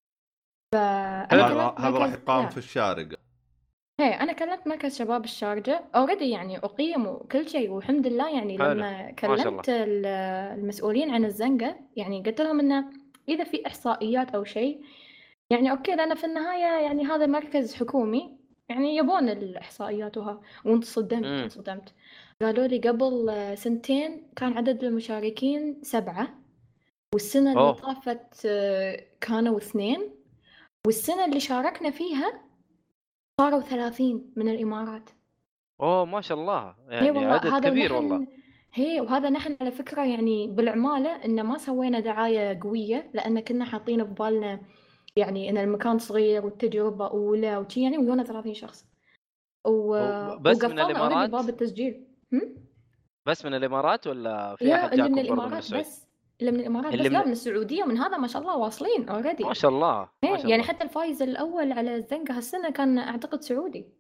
هذا هذا راح يقام في الشارقة. هي أنا كلمت مركز شباب الشارجة أوريدي يعني أقيموا كل شيء والحمد لله. يعني لما كلمت المسؤولين عن الزنقة يعني قلت لهم إنه إذا في إحصائيات أو شيء يعني أوكي، لأن في النهاية يعني هذا مركز حكومي يعني يبون الإحصائيات وها. وانصدمت انصدمت قالوا لي قبل سنتين كان عدد المشاركين سبعة، والسنة اللي طافت كانوا اثنين، والسنة اللي شاركنا فيها صاروا ثلاثين من الإمارات. أوه ما شاء الله، يعني عدد كبير والله. هي وهذا نحن على فكرة يعني بالعمالة إن ما سوينا دعاية قوية، لأن كنا حاطين في بالنا يعني إن المكان صغير والتجربة أولى وشي يعني، ويونا ثلاثين شخص و... بس من الإمارات باب التسجيل. هم؟ بس من الإمارات ولا في أحد جاكم برضو من السعودية؟ بس اللي من الإمارات بس، لا من السعودية ومن هذا ما شاء الله واصلين أوريدي ما شاء الله. ما شاء يعني الله. حتى الفايز الأول على الزنقة هالسنة كان أعتقد سعودي.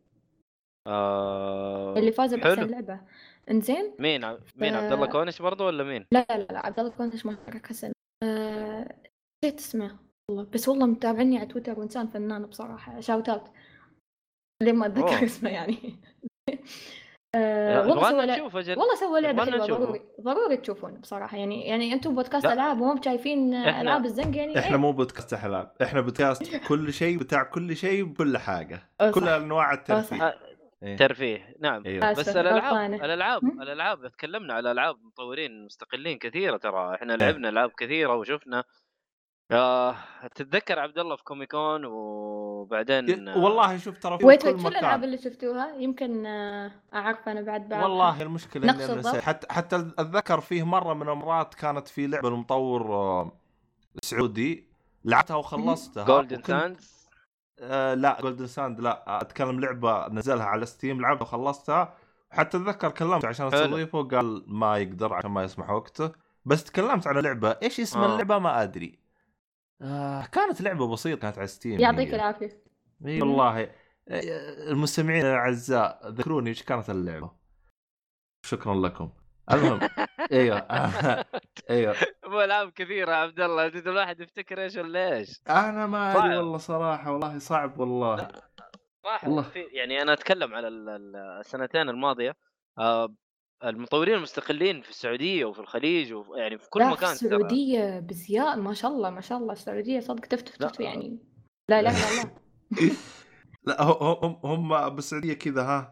آه... اللي فاز بأحسن لعبة. إنزين مين ع... مين ف... عبد الله كونش برضو ولا مين؟ لا لا لا عبد الله كونش ما شارك هالسنة. آه... نسيت اسمه والله، بس والله متابعني على تويتر وإنسان فنان بصراحة، شاوت اوت ليه ما أتذكر اسمه يعني. آه والله سوى لعبة، والله سوى لعبة حلوة، ضروري ضروري تشوفون بصراحة يعني. يعني أنتم بودكاست ألعاب وهم شايفين إحنا... ألعاب الزنق يعني. إحنا ايه؟ مو بودكاست ألعاب، إحنا بودكاست كل شيء بتاع كل شيء بكل حاجة، كل أنواع الترفيه. إيه؟ ترفيه نعم. أيوه. بس الألعاب الألعاب الألعاب تكلمنا على ألعاب مطورين مستقلين كثيرة، ترى إحنا لعبنا ألعاب كثيرة وشفنا. آه تتذكر عبد الله في كوميكون وبعدين آه والله شوف ترى في كل مكان. الألعاب اللي شفتوها يمكن أعرف أنا بعد بعد والله المشكلة إني نسيت. حتى حتى أتذكر فيه مرة من المرات كانت في لعبة المطور سعودي لعبتها وخلصتها. جولدن ساندز. آه لا جولدن ساند لا، أتكلم لعبة نزلها على ستيم لعبتها وخلصتها. حتى أتذكر كلمت عشان أستضيفه قال ما يقدر عشان ما يسمح وقته، بس تكلمت على لعبة إيش اسم آه. اللعبة ما أدري. آه كانت لعبة بسيطة كانت على ستيم. يعطيك العافية. اي والله. المستمعين الاعزاء ذكروني ايش كانت اللعبة. شكرا لكم. المهم ايوه ايوه مو العاب كثيرة عبد الله، انت الواحد يفتكر ايش ولا ايش. انا ما ادري والله صراحة، والله صعب والله صراحة. في يعني انا اتكلم على السنتين الماضية، آه المطورين المستقلين في السعودية وفي الخليج ويعني في كل لا مكان. في السعودية بزيادة ما شاء الله ما شاء الله. السعودية صدق تفتف تفتف يعني. لا لا لا لا لا هم هم بالسعودية كذا ها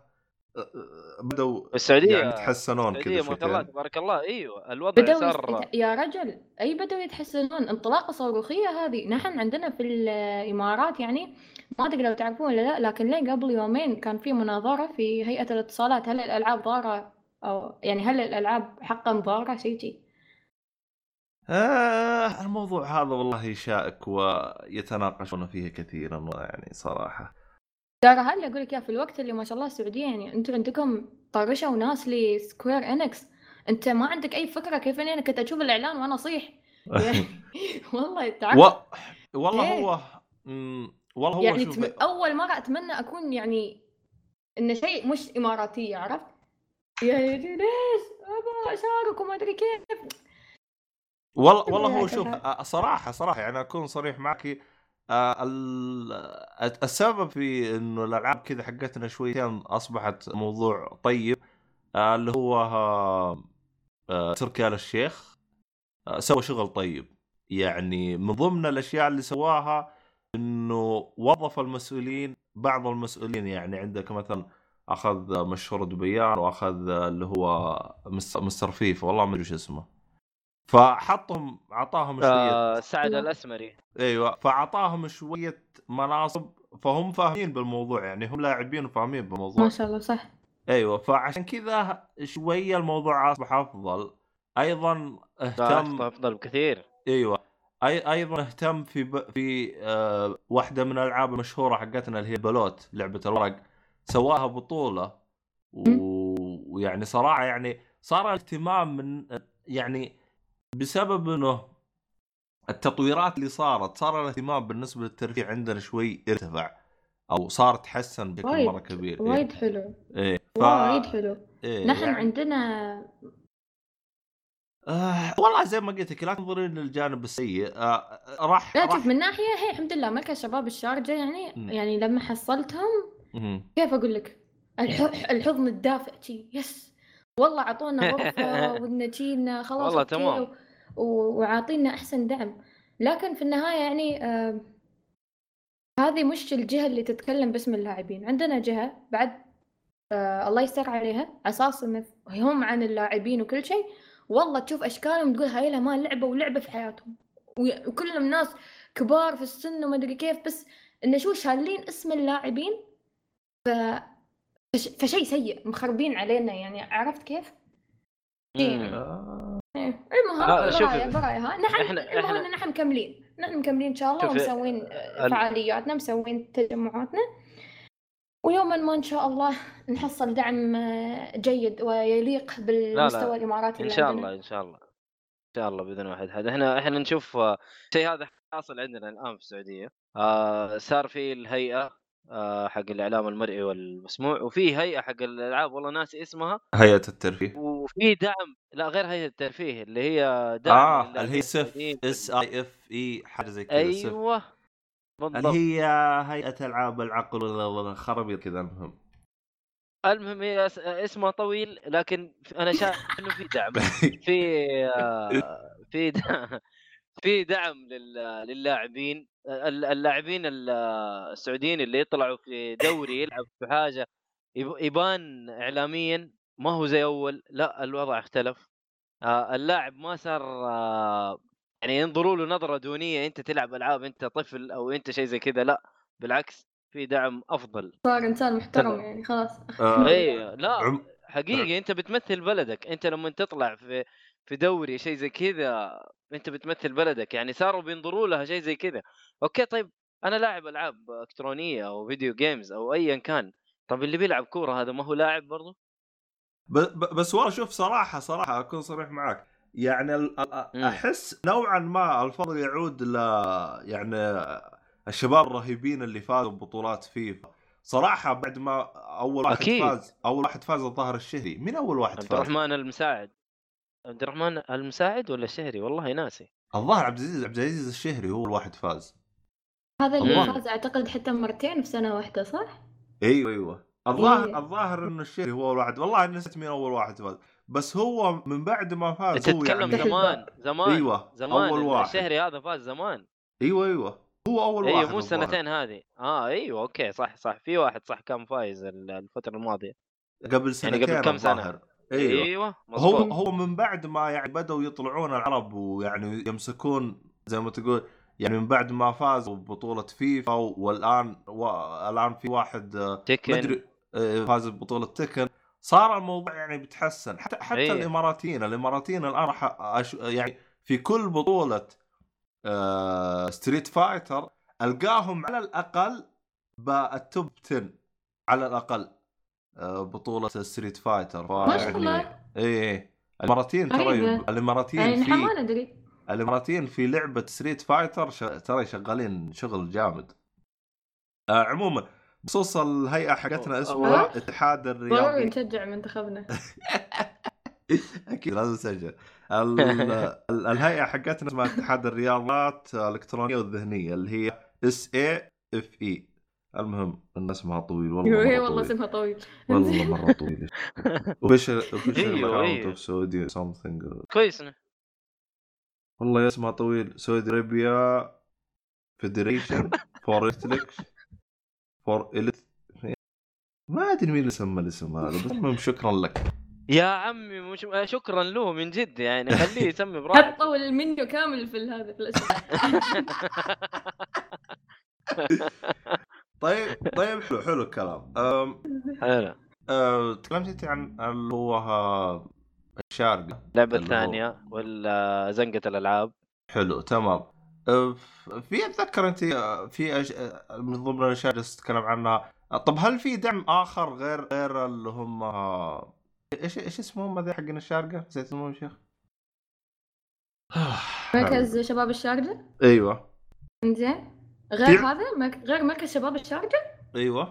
بدوا السعودية يعني يتحسنون كذا ما شاء الله تبارك الله. ايوه الوضع صار يت... يا رجل اي بدوا يتحسنون. انطلاقة صاروخية هذه. نحن عندنا في الامارات يعني ما ادري لو تعرفون ولا لا، لكن لين قبل يومين كان في مناظرة في هيئة الاتصالات، هل الالعاب ضارة او يعني هل الالعاب حقا ضارة شيء شيء. آه الموضوع هذا والله شائك ويتناقشون فيه كثيرا يعني صراحة. ترى هل اقول لك يا في الوقت اللي ما شاء الله السعوديه يعني انتم عندكم طرشوا ناس لسكوير انكس، انت ما عندك اي فكره كيف اني انا كنت اشوف الاعلان وانا اصيح يعني والله تعرف و... والله إيه؟ هو م... والله هو يعني شوف... تم... اول مره اتمنى اكون يعني انه شيء مش اماراتي، عرفت يا ليش ابا اشارك وما ادري كيف. والله والله هو شوف صراحه صراحه يعني اكون صريح معك، السبب في انه الالعاب كذا حقتنا شويتين اصبحت موضوع طيب اللي هو تركي آل الشيخ سوى شغل طيب. يعني من ضمن الاشياء اللي سواها انه وظف المسؤولين، بعض المسؤولين يعني عندك مثلا اخذ مشهور دبيان واخذ اللي هو مستر فيفا والله ما ادري ايش اسمه، فحطهم اعطاهم شويه آه سعد الاسمري. ايوه فاعطاهم شويه مناصب، فهم فاهمين بالموضوع، يعني هم لاعبين وفاهمين بالموضوع ما شاء الله. صح ايوه، فعشان كذا شويه الموضوع اصبح افضل. ايضا اهتم افضل بكثير. ايوه اي ايضا اهتم في ب... في آه واحده من الالعاب المشهوره حقتنا اللي هي بلوت، لعبه الورق، سواها بطوله و- ويعني صراحه يعني صار الاهتمام من يعني بسبب انه التطويرات اللي صارت، صار الاهتمام بالنسبه للترفيه عندنا شوي ارتفع او صار تحسن بشكل وايد مره كبير. وايد حلو. ايه ف... وايد حلو. إيه نحن يعني... عندنا آه والله زي ما قلت لك لا تنظرين للجانب السيء. آه راح لا راح... شوف من ناحية هي الحمد لله مركز شباب الشارجة يعني م. يعني لما حصلتهم م. كيف أقول لك الح... الحضن الدافئ تي يس والله عطونا غرفة ونجينا خلاص والله أوكي تمام. و... و... وعاطينا أحسن دعم. لكن في النهاية يعني آه... هذه مش الجهة اللي تتكلم باسم اللاعبين. عندنا جهة بعد آه... الله يستر عليها أساس إن هم عن اللاعبين وكل شيء. والله تشوف أشكالهم تقول هاي لها ما لعبة ولعبة في حياتهم، وكلهم ناس كبار في السن وما أدري كيف، بس إنه شو شالين اسم اللاعبين ف... فش... فشيء سيء مخربين علينا يعني. عرفت كيف؟ آه. المهم آه شوف برايا برايا ها نحن احنا المهم احنا إن نحن مكملين نحن مكملين إن شاء الله ومسوين ال... فعالياتنا مسوين تجمعاتنا، ويوما ما إن شاء الله نحصل دعم جيد ويليق بالمستوى لا لا. الإماراتي ان اللي شاء عندنا. الله ان شاء الله ان شاء الله باذن واحد. هذا احنا احنا نشوف شيء هذا حاصل عندنا الان في السعوديه. آه صار في الهيئه آه حق الاعلام المرئي والمسموع، وفي هيئه حق الالعاب والله ناسي اسمها، هيئه الترفيه، وفي دعم لا غير هيئه الترفيه اللي هي دعم اه اللي هي سف اس اي اف اي حاجه زي كذا. ايوه بالضبط. اللي هي هيئه العاب العقل ولا خرابيط كذا. المهم المهم هي اسمها طويل، لكن انا شايف انه في دعم في آه في دعم في دعم للاعبين اللاعبين السعوديين اللي يطلعوا في دوري يلعب في حاجه يبان اعلاميا ما هو زي اول. لا الوضع اختلف. اللاعب ما صار يعني ينظروا له نظره دونيه انت تلعب العاب انت طفل او انت شيء زي كذا، لا بالعكس في دعم افضل، صار انسان محترم يعني خلاص. اي لا حقيقي انت بتمثل بلدك. انت لما تطلع في في دوري شيء زي كذا انت بتمثل بلدك، يعني صاروا بينظروا لها شيء زي كذا. اوكي طيب انا لاعب العاب الكترونيه او فيديو جيمز او ايا كان، طب اللي بيلعب كوره هذا ما هو لاعب برضه؟ بس والله شوف صراحه صراحه اكون صريح معك، يعني احس نوعا ما الفضل يعود ل يعني الشباب الرهيبين اللي فازوا ببطولات فيفا صراحه. بعد ما اول واحد أكيد. فاز اول واحد فاز الظاهر الشهري. مين اول واحد عبد فاز؟ عبد الرحمن المساعد. عبد الرحمن المساعد ولا الشهري والله ناسي. الظاهر عبد العزيز عبد العزيز الشهري هو الواحد فاز. هذا اللي مم. فاز اعتقد حتى مرتين في سنه واحده صح؟ ايوه ايوه الظاهر إيه. الظاهر انه الشهري هو الواحد، والله نسيت مين اول واحد فاز، بس هو من بعد ما فاز هو تتكلم يعني زمان زمان ايوه زمان اول واحد. الشهري هذا فاز زمان. ايوه ايوه هو اول أيوة واحد. مو سنتين هذه. اه ايوه اوكي صح صح في واحد صح كان فايز الفتره الماضيه قبل سنتين يعني قبل كم سنه. الظاهر. ايوه, أيوة هو هو من بعد ما يعني بدأوا يطلعون العرب ويعني يمسكون زي ما تقول، يعني من بعد ما فازوا ببطولة فيفا والآن والآن في واحد مدري فاز ببطولة تكن، صار الموضوع يعني بيتحسن. حتى حتى أيه. الإماراتيين الإماراتيين الآن راح أش... يعني في كل بطولة آه... ستريت فايتر ألقاهم على الأقل بالتوب عشرة على الأقل آه... بطولة ستريت فايتر. ما شاء الله. إيه إيه الإماراتيين ترى الإماراتيين يعني في ما ندري الإماراتيين في لعبة ستريت فايتر ش... ترى شغالين شغل جامد. آه عموما بخصوص الهيئة حقتنا اسمها اتحاد الرياضي. نشجع منتخبنا. اكيد لازم اسجل. ال- ال- الهيئه حقتنا اسمها اتحاد الرياضات الالكترونيه والذهنيه اللي هي اس اي اف اي. المهم ان اسمها طويل والله هي مره والله طويل اسمها طويل. والله مره طويل. اوفيشال اوفيشال ايوه اكونت ايوه اوف سعودي something. كويس إنه- والله اسمها طويل. سعودي ارابيا فيدريشن فور الكتريكس فور الكت ما ادري مين اللي سمى الاسم هذا، بس المهم شكرا لك. يا عمي مش شكرا له من جد يعني، خليه يسمي براحته. حطوا المنيو كامل في هذا في الاسم. طيب طيب حلو حلو الكلام. أم حلو. أه تكلمت انت عن اللي هو ها- الشارقة اللعبة اللي هو- الثانية ولا زنقة الألعاب؟ حلو تمام. أه في اتذكر انت في أش... أه، من ضمن الاشياء اللي تتكلم عنها. طب هل في دعم اخر غير غير اللي هم ها- ايش ايش اسمهم هذول حقين الشارقة؟ نسيت اسمهم يا شيخ. مركز شباب الشارقة. ايوه انزين غير في- هذا مرك... غير مركز شباب الشارقة. ايوه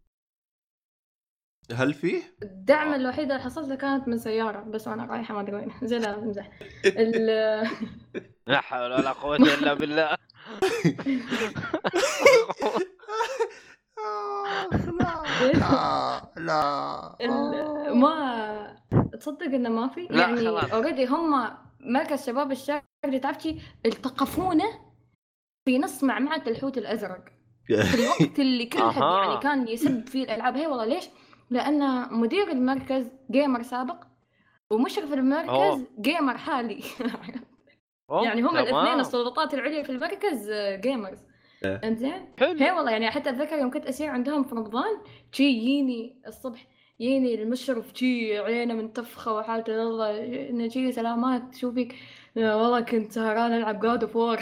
هل فيه؟ الدعم الوحيد اللي حصلته كانت من سيارة بس وانا رايحة ما ادري وين. زين لا امزح. ال- لا حول ولا قوة إلا بالله. لا لا ال- ما تصدق انه ما في لا، يعني خلاص. اوريدي هم مركز شباب الشارقة تعرفي التقفونه في نص معمعة الحوت الازرق في الوقت اللي كل حد أها. يعني كان يسب فيه الالعاب. هي والله ليش؟ لان مدير المركز جيمر سابق ومشرف المركز أوه. جيمر حالي. أوه، يعني هم تمام. الاثنين السلطات العليا في المركز جيمرز. إيه. انزين حلو. هي والله يعني حتى اتذكر يوم كنت اسير عندهم في رمضان شي يجيني الصبح يجيني المشرف شي عينه منتفخه وحالته والله انه شي سلامات شوفك والله كنت سهران العب جاد اوف وور.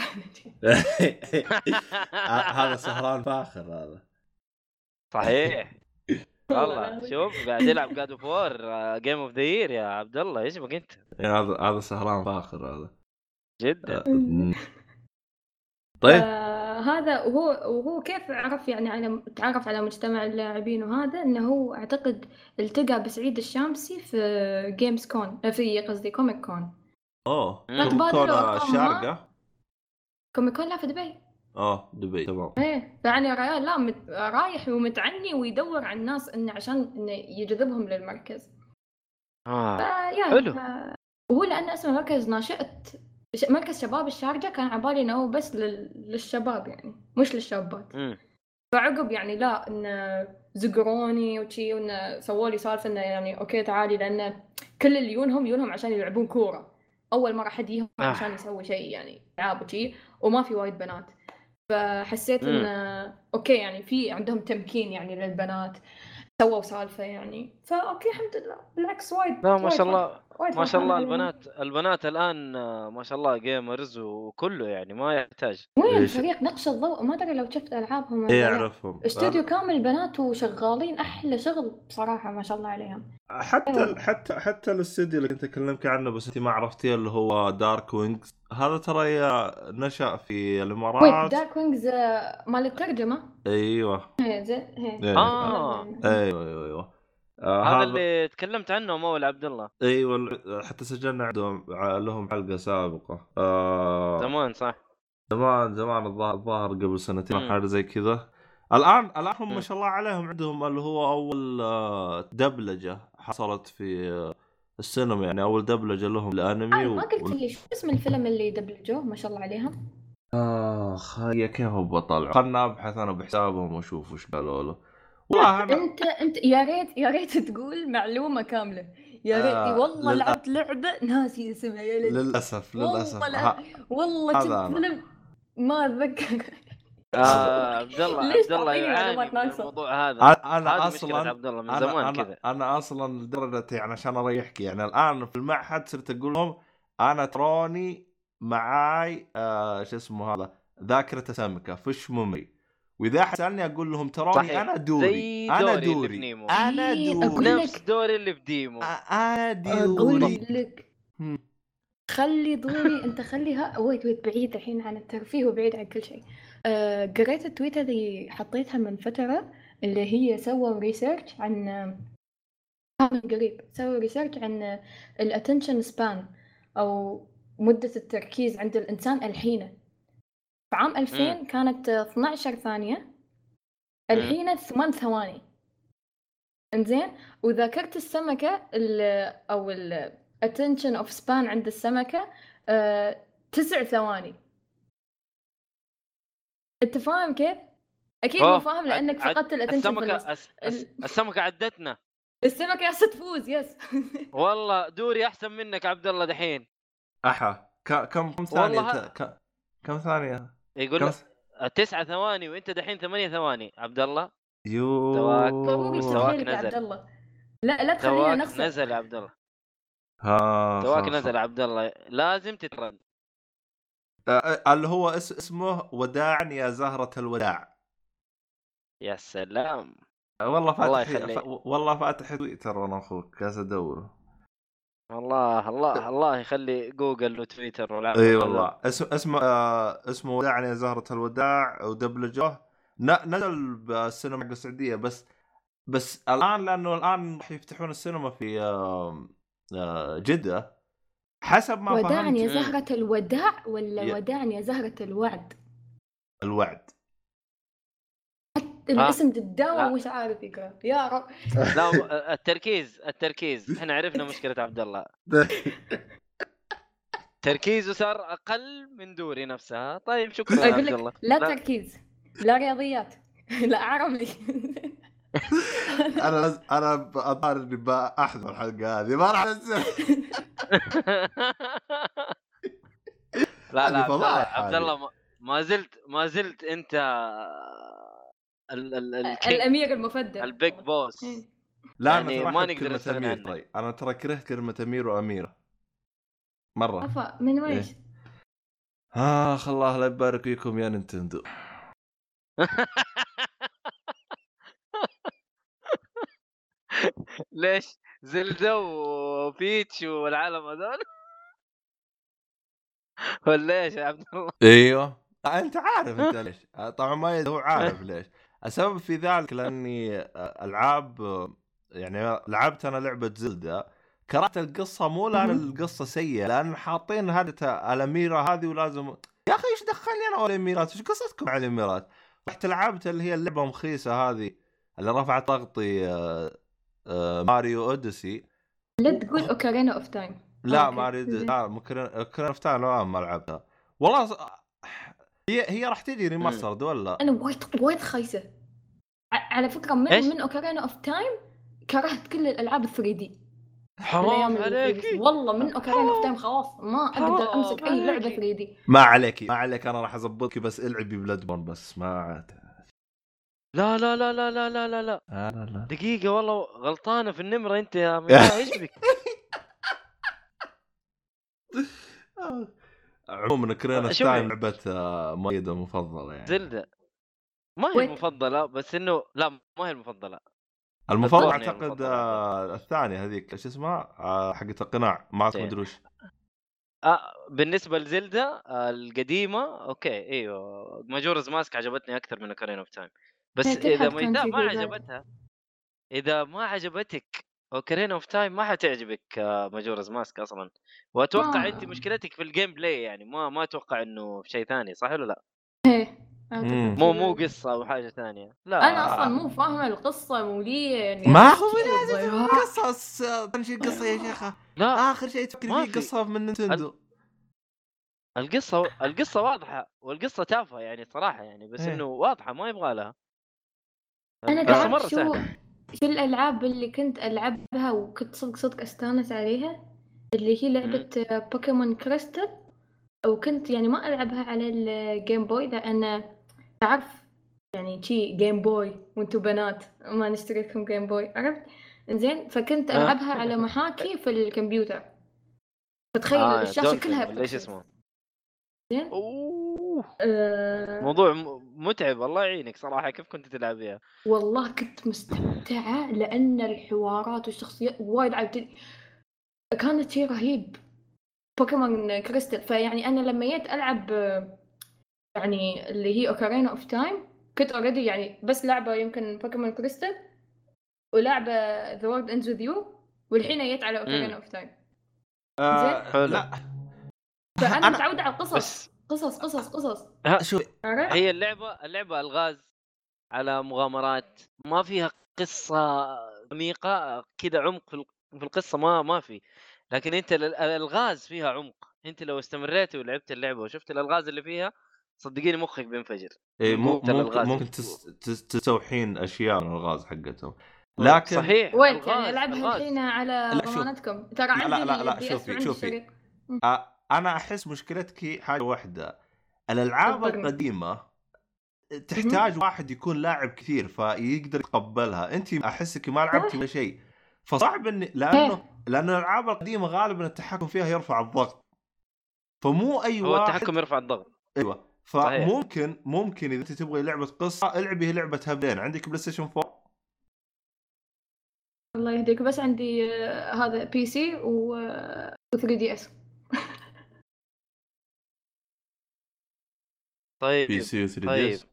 هذا سهران فاخر هذا. صحيح والله. والله. شوف قاعد يلعب جاد اوف وور جيم اوف ذا يير يا عبد الله. ايش بك انت؟ هذا هذا سهران فاخر هذا جدا. طيب آه هذا وهو وهو كيف عرف يعني على تعرف على مجتمع اللاعبين وهذا انه هو اعتقد التقى بسعيد الشامسي في جيمز كون في قصدي كوميك كون. اوه مم. كون تبادلوا أرقام الشارقة. كوميك كون لا في دبي. اه دبي تمام. ايه يعني ريال لا مت... رايح ومتعني ويدور على الناس انه عشان انه يجذبهم للمركز. آه. فيا حلو. ف... وهو لأن اسمه مركز ناشئة ش- مركز شباب الشارقة كان عبالي انه هو بس لل... للشباب يعني مش للشابات. مم. فعقب يعني لا انه زقروني وشي وانه سووا لي سالفه انه يعني اوكي تعالي لان كل اللي يونهم يونهم عشان يلعبون كوره. اول مره حد يهم آه. عشان يسوي شيء يعني العاب وشي وما في وايد بنات. فحسيت مم. انه اوكي يعني في عندهم تمكين يعني للبنات سووا سالفه يعني فاوكي الحمد لله بالعكس وايد. لا ما وايد شاء الله وايد ما شاء الله. فرحانة عليهم. البنات البنات الآن آه، ما شاء الله جيمرز وكله يعني ما يحتاج. وين إيش؟ فريق نقش الضوء ما ادري لو شفت العابهم ولا ايه لا. اعرفهم. استوديو كامل بنات وشغالين احلى شغل بصراحه ما شاء الله عليهم. حتى حتى حتى الاستديو اللي كنت اكلمك عنه بس انت ما عرفتيه اللي هو دارك وينجز هذا ترى نشأ في ويت الامارات. دارك وينجز مال الترجمه. ايوه هي زين هي إيه. آه. ايوه ايوه ايوه آه هذا اللي تكلمت عنه مول عبد الله ايوه حتى سجلنا عندهم لهم حلقه سابقه آه زمان صح. زمان زمان الظاهر الظاهر قبل سنتين مم. حاجه زي كذا. الان الان هم مم. ما شاء الله عليهم عندهم اللي هو اول آه، دبلجه حصلت في آه، السينما يعني اول دبلجه لهم الانمي آه ما و... قلت لي شو اسم الفيلم اللي دبلجوه ما شاء الله عليهم. اخ هي كيف بطلع خلنا ابحث انا بحسابهم واشوف وش قالوا له. والله انا انت انت يا ريت يا ريت تقول معلومه كامله يا ريت. آه، والله للأ- لعبت لعبه ناسي اسمها يا ليل. للاسف للاسف والله لا. ه... والله هذا شفت أنا. فيلم ما اتذكر. آه عبد الله ليش عبد الله تعطيني يعاني معلومات من ناقصة؟ الموضوع هذا. انا أنا هذه مشكلة اصلا عبد الله من أنا زمان أنا كذا. انا اصلا لدرجه يعني عشان اريحك يعني الان في المعهد صرت اقول لهم انا تروني معاي آه شو اسمه هذا ذاكره سمكه فش ممري. واذا احد سالني اقول لهم تروني صحيح. انا دوري زي انا دوري اللي في دوري نيمو. انا إيه، دوري أقول نفس لك. دوري اللي في ديمو. أ- انا اقول دوري لك هم. خلي دوري انت خليها ويت ويت بعيد الحين عن الترفيه وبعيد عن كل شيء. آه قريت التويتر اللي حطيتها من فترة اللي هي سووا ريسيرش عن من قريب سووا ريسيرش عن الاتنشن سبان او مدة التركيز عند الانسان الحين. في عام ألفين م. كانت اثنا عشر ثانية، الحين ثمان ثواني. انزين، وذاكرة السمكة ال او ال attention of span عند السمكة آه، تسع ثواني. انت فاهم كيف؟ اكيد مو فاهم لانك فقدت الاتنشن. السمكة أس... أس... السمكة عدتنا. السمكة يا تفوز. يس والله دوري احسن منك عبد الله دحين. احا ك... كم كم ثانية والله... ت... ك... كم ثانية يقول كم... تسعة ثواني وانت دحين ثمانية ثواني عبد الله. يو تواك تواك نزل عبد الله. لا لا تخلينا نخسر. نزل يا عبد الله. ها تواك نزل عبد الله، لازم تترن. اللي هو اس... اسمه وداعا يا زهرة الوداع. يا سلام والله فاتح الله يخليك. ف... والله فاتح تويتر انا اخوك كاس ادوره. الله الله الله يخلي جوجل وتويتر والعاب. اي والله اسم اسمه آه... اسمه وداعا يا زهرة الوداع ودبلجه ن... نزل بالسينما السعودية بس بس الان لانه الان راح يفتحون السينما في آه... آه... جدة حسب ما فهمت. وداعا يا زهرة الوداع ولا ي... وداعا يا زهرة الوعد؟ الوعد. الاسم تداوم مش عارف يقرا يا رب. لا التركيز التركيز احنا عرفنا مشكلة عبد الله. تركيزه صار اقل من دوري نفسها. طيب شكرا يا عبد الله. لا, لا تركيز، لا رياضيات، لا عربي. انا لز... انا اظهر اني بأحذر الحلقه هذه ما راح انزل. لا لا عبد الله عبد الله ما زلت ما زلت انت ال ال الامير المفضل البيج بوس. لا يعني أنا ما نقدر نستغنى عنه. طيب انا ترى كرهت كلمه امير واميره مره. افا من ويش؟ إيه؟ اخ الله لا يبارك فيكم يا نينتندو. ليش زلدة وبيتش والعالم هذول ولا ايش يا عبد الله؟ ايوه انت عارف انت ليش. طبعا ما هو عارف ليش. السبب في ذلك لاني العاب يعني لعبت انا لعبه زلدة كرهت القصه مو لان القصه سيئه لان حاطين هذه الاميره هذه ولازم يا اخي ايش دخلني انا والاميرات ايش قصتكم على الاميرات. رحت لعبت اللي هي اللعبه مخيسه هذه اللي رفعت ضغطي ماريو اوديسي. لا تقول اوكارينا اوف تايم. لا ماريو لا اوكارينا اوف تايم لا ما لعبتها والله. هي هي راح تجي ريماسترد ولا انا وايد وايد خايسه على فكره من إيش؟ من اوكارينا اوف تايم كرهت كل الالعاب ثري دي. حرام عليك والله من اوكارينا اوف تايم خلاص ما اقدر امسك اي لعبه ثري دي. ما عليك ما عليك انا راح اضبطك بس العبي بلادبورن بس ما عاد. لا لا لا لا لا لا لا لا آه لا لا دقيقة والله غلطانة في النمرة انت يا مياه. ايش بك؟ عموما كرينا ستايم لعبة مؤيدة مفضلة يعني. زلدة ما هي المفضلة بس انه لا ما هي المفضلة. المفضلة اعتقد آه الثانية هذيك ايش اسمها آه حقت القناع ما ادري وش. آه بالنسبة لزلدة آه القديمة اوكي ايوه ماجورز ماسك عجبتني اكثر من اوكارينا اوف تايم. بس اذا ما, ما عجبتها اذا ما عجبتك اوكارينا اوف تايم ما حتعجبك آه ماجورز ماسك اصلا. واتوقع آه. انت مشكلتك في الجيم بلاي يعني ما ما اتوقع انه في شيء ثاني صح ولا لا؟ ايه مو مو قصة او حاجة ثانية. لا انا اصلا مو فاهمة القصة مولية يعني ما هو لازم قصص تمشي قصة يا شيخة. لا اخر شيء تفكر فيه قصة من نينتندو. القصة القصة واضحة والقصة تافهة يعني صراحة يعني بس انه واضحة ما يبغى لها. انا تعرف شو شو الالعاب اللي كنت العبها وكنت صدق صدق استانس عليها اللي هي لعبة بوكيمون كريستال. وكنت يعني ما العبها على الجيم بوي لان تعرف يعني شي جيم بوي وانتو بنات ما نشتري لكم جيم بوي عرفت زين. فكنت العبها على محاكي في الكمبيوتر. فتخيل آه الشاشة كلها ليش اسمه زين. أه... موضوع متعب الله يعينك صراحة. كيف كنت تلعبيها؟ والله كنت مستمتعة لأن الحوارات والشخصيات وايد عجبتني كانت شيء رهيب بوكيمون كريستال. فيعني أنا لما جيت ألعب يعني اللي هي أوكارينا أوف تايم كنت أوريدي يعني بس لعبة يمكن بوكيمون كريستال ولعبه ذا وورلد اندز وذ يو والحين جت على اوكارينا اوف تايم. آه لا فانا متعوده على القصص بس... قصص قصص قصص شوف هي اللعبه اللعبه الغاز على مغامرات، ما فيها قصه عميقه كذا، عمق في القصه ما ما في. لكن انت الالغاز فيها عمق، انت لو استمريت ولعبت اللعبه وشفت الالغاز اللي فيها صدقيني مخك بينفجر. إيه ممكن ممكن تستوحين اشياء من الغاز حقتهم، لكن صحيح وين يعني العبها الحين على ضمانتكم؟ ترى عندي لا لا لا شوفي شوفي أ... انا احس مشكلتك حاجه واحده، الالعاب القديمه تحتاج واحد يكون لاعب كثير فيقدر يتقبلها. انت احسك ما لعبتي ولا شيء، فصعب اني لانه لانه الالعاب القديمه غالبا التحكم فيها يرفع الضغط، فمو اي هو واحد التحكم يرفع الضغط. ايوه فممكن صحيح. ممكن اذا انت تبغي لعبه قصه العبي لعبه هبلين. عندك بلاي ستيشن فور؟ الله يهديك، بس عندي هذا بي سي و ثري دي اس. طيب بي سي و ثري دي اس.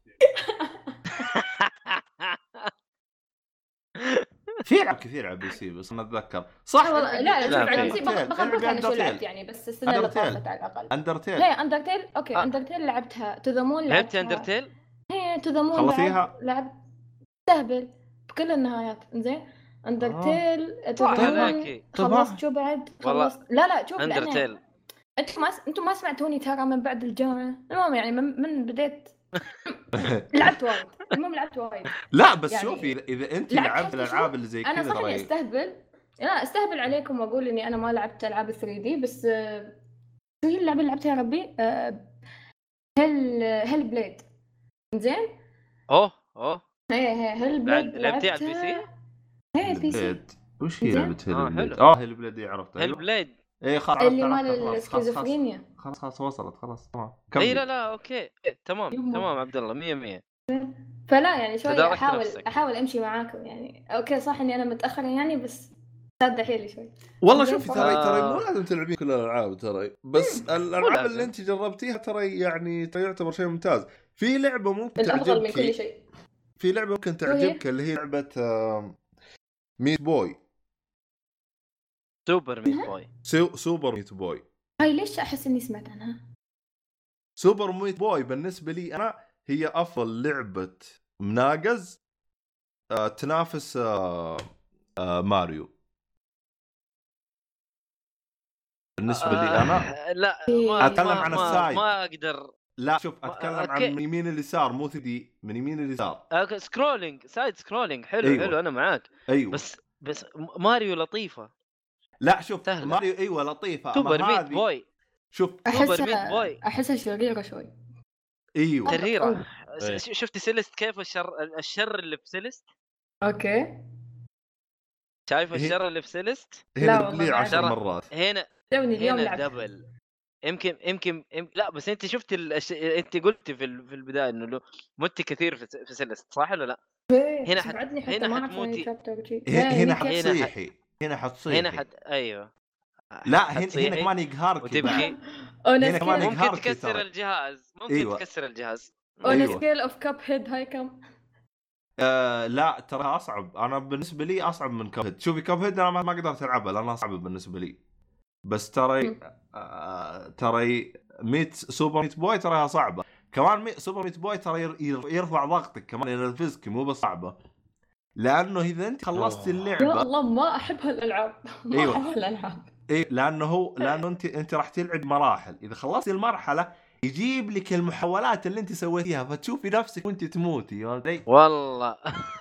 في العاب كثير على بي سي بس انا اتذكر صح. لا لا على بي سي بخبرك انا شو لعبت يعني، بس السنه اللي طافت على الاقل. اندرتيل هي اندرتيل اوكي. آه. اندرتيل لعبتها. تو ذا مون لعبت اندرتيل. هي تو ذا مون خلصيها. لعبت تهبل بكل النهايات. زين اندرتيل تو ذا مون خلصت. شو بعد خلصت؟ لا لا شوف اندرتيل انتم ما انتم ما سمعتوني ترى من بعد الجامعه. المهم يعني من, من بديت لعبت وايد. المهم لعبت وايد. لا بس يعني شوفي اذا انت لعبت الالعاب اللي زي كذا انا صحيح استهبل. لا استهبل عليكم واقول اني انا ما لعبت العاب ثري دي، بس شو هي اللعبه اللي لعبتها يا ربي؟ هل هل بليد. زين اوه اوه هي هي هل بليد لعبتها على البي سي. هي البي سي وش هي لعبه هل بليد؟ اه هل بليد عرفتها. هل بليد ايه خلاص اللي مال السكيزوفرينيا. خلاص خلاص وصلت خلاص تمام. اي لا لا اوكي تمام تمام عبد الله مية مية. فلا يعني شوي احاول نفسك. احاول امشي معاكم يعني. اوكي صح اني انا متاخره يعني، بس صدق حيلي شوي والله. شوفي ترى ترى مو لازم تلعبين كل الالعاب ترى، بس الالعاب اللي انت جربتيها ترى يعني ترى يعتبر شيء ممتاز. في لعبه ممكن تعجبك من كل شيء. في لعبه ممكن تعجبك اللي هي لعبه ميت بوي. سوبر ميت بوي. سو سوبر ميت بوي. هاي ليش احس اني سمعت عنها؟ سوبر ميت بوي بالنسبه لي انا هي افضل لعبه مناقز آه تنافس آه آه ماريو بالنسبه آه لي انا. لا ما اتكلم ما عن ما السايد. ما اقدر. لا شوف اتكلم عن من يمين اليسار مو ثدي من يمين اليسار. آه سكرولينج سايد سكرولينج حلو. أيوة. حلو انا معاك. أيوة. بس بس ماريو لطيفه. لا شوف تهلا. ماريو ايوه لطيفه. سوبر ميت بوي. شوف سوبر ميت بوي احسها شريره شوي. ايوه شريره. شفت سيلست كيف الشر الشر اللي في سيلست؟ اوكي شايف الشر اللي في سيلست؟ لا والله عشر مرات. هنا توني اليوم هنا دبل. يمكن يمكن لا بس انت شفت الأش... انت قلت في ال... في البدايه انه له مت كثير في, في سيلست صح ولا لا؟ هنا حت... هنا حتموتي. هنا حتصيحي. هنا حتصيحي. هنا حت... ايوه لا هنا هنا كمان يقهرك وتبكي. هنا كمان يقهرك. ممكن تكسر الجهاز. ممكن أيوة. تكسر الجهاز. اون سكيل اوف كاب هيد هاي كم؟ آه لا ترى اصعب. انا بالنسبه لي اصعب من كاب هيد. شوفي كاب هيد انا ما اقدر العبها لانها صعبه بالنسبه لي، بس ترى آه ترى ميت سوبر ميت بوي تراها صعبه كمان. مي سوبر ميت بوي ترى يرفع ضغطك كمان، ينرفزك مو بس صعبه، لانه اذا انت خلصت اللعبه يا الله ما احب هالالعاب. ما أيوة. احب الالعاب. اي لانه هو لانه انت انت راح تلعب مراحل. اذا خلصتي المرحله يجيب لك المحاولات اللي انت سويتيها فتشوفي نفسك وانت تموتي والله.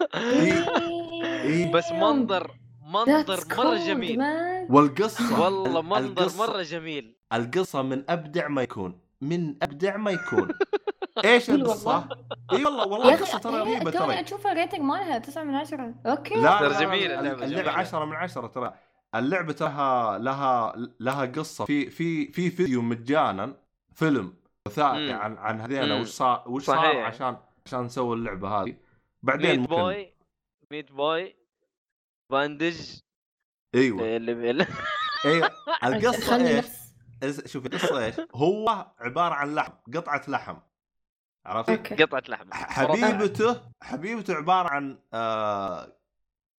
إيه؟ بس منظر منظر مره جميل. والقصه والله منظر مره جميل. القصه من ابدع ما يكون من ابدع ما يكون. ايش القصه؟ اي والله والله القصه ترى رهيبه. ترى اشوف الريتنج مالها تسعة من عشرة. اوكي لا جميله اللعبه. اللعبه عشرة من عشرة. ترى اللعبه لها لها لها قصه. في في في فيديو مجانا فيلم وثائقي عن عن هذين وش صار وش صار عشان عشان نسوي اللعبه هذه بعدين. ميت بوي ميت بوي باندج. ايوه اللي ايوه القصه ايش؟ شوف القصه ايش. هو عباره عن لحم قطعه لحم عرفتي؟ قطعه لحم. حبيبته حبيبته عباره عن آه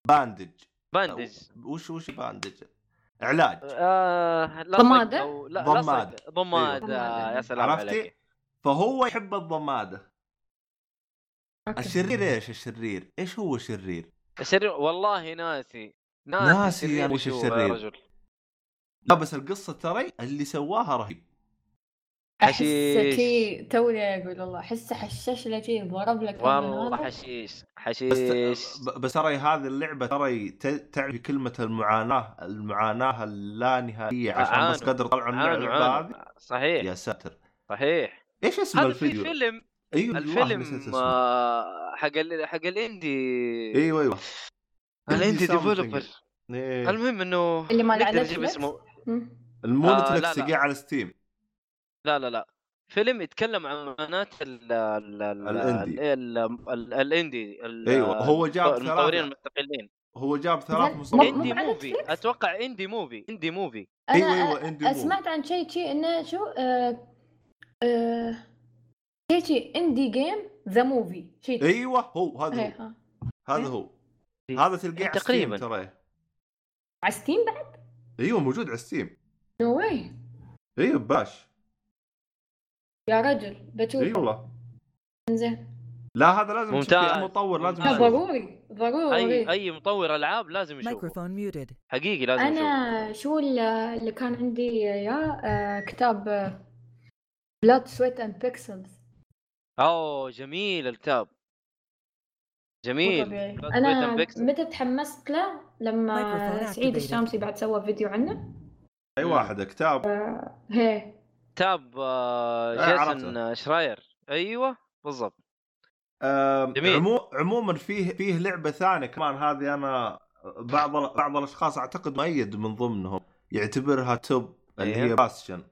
باندج باندج وش وش باندج علاج آه لا ضمادة؟ أو لا ضماد. لا ضماد أيوة. آه يا سلام عرفتي عليك. فهو يحب الضماده. أوكي. الشرير ايش الشرير ايش هو الشرير الشرير والله ناسي ناسي, ناسي الشرير يعني وش هو يا الشرير؟ رجل. لا بس القصه ترى اللي سواها رهيب. احسه حشيش. تي توني اقول والله احسه حشش له شيء ضرب لك والله حشيش بس حشيش بس ترى هذه اللعبه ترى ت- تعرف كلمه المعاناه المعاناه اللانهائيه عشان بس عانوا قدر طلعوا من عانوا اللعبه عانوا هذه. صحيح يا ساتر صحيح. ايش اسم هذا في الفيديو؟ فيلم ايوه والله نسيت الفيلم اسمه. آه، حق ال- حق الاندي ايوه ايوه الاندي Indie ديفلوبر. something. إيه. المهم انه اللي مال نقدر على نجيب نتفلكس؟ اسمه مم. المو آه، نتفلكس لا، لا. جاء على ستيم. لا لا لا فيلم يتكلم عن معاناة ال ال ال الاندي. ال- ال- الاندي ال- ايوه هو جاب المطورين ثلاثة المستقلين. هو جاب ثلاث زين، مصورين. مو اندي على موفي نتفلكس؟ اتوقع اندي موفي اندي موفي انا ايوه ايوه أ- اندي موفي. سمعت عن شيء شيء انه شو آه آه شيء شيء اندي جيم ذا موفي شيء. ايوه هو هذا إيه، هو ها. هذا هو هذا تلقاه على ستيم تقريبا. ترى. على ستيم بعد؟ ايوه موجود على ستيم. نو واي ايوه باش. يا رجل بشوف. اي والله. زين. لا هذا لازم تشوفيه ممتاز. المطور لازم ممتاز. تشوفه. ضروري ضروري. اي اي مطور العاب لازم يشوفه Microphone muted. حقيقي لازم يشوفه. انا شو اللي اللي كان عندي يا آه كتاب بلاد سويت اند بيكسلز. اوه جميل الكتاب جميل. طبيعي. Blood, Sweat انا and Pixels. متى تحمست له لما Microphone سعيد activated. الشامسي بعد سوى فيديو عنه. اي واحد كتاب. هي كتاب آه، آه، جيسون عرفته. شراير. ايوه بالضبط. آم، جميل. عمو... عموما فيه فيه لعبه ثانيه كمان هذه انا بعض بعض الاشخاص اعتقد مؤيد من ضمنهم يعتبرها توب اللي أيوه. هي باستشن.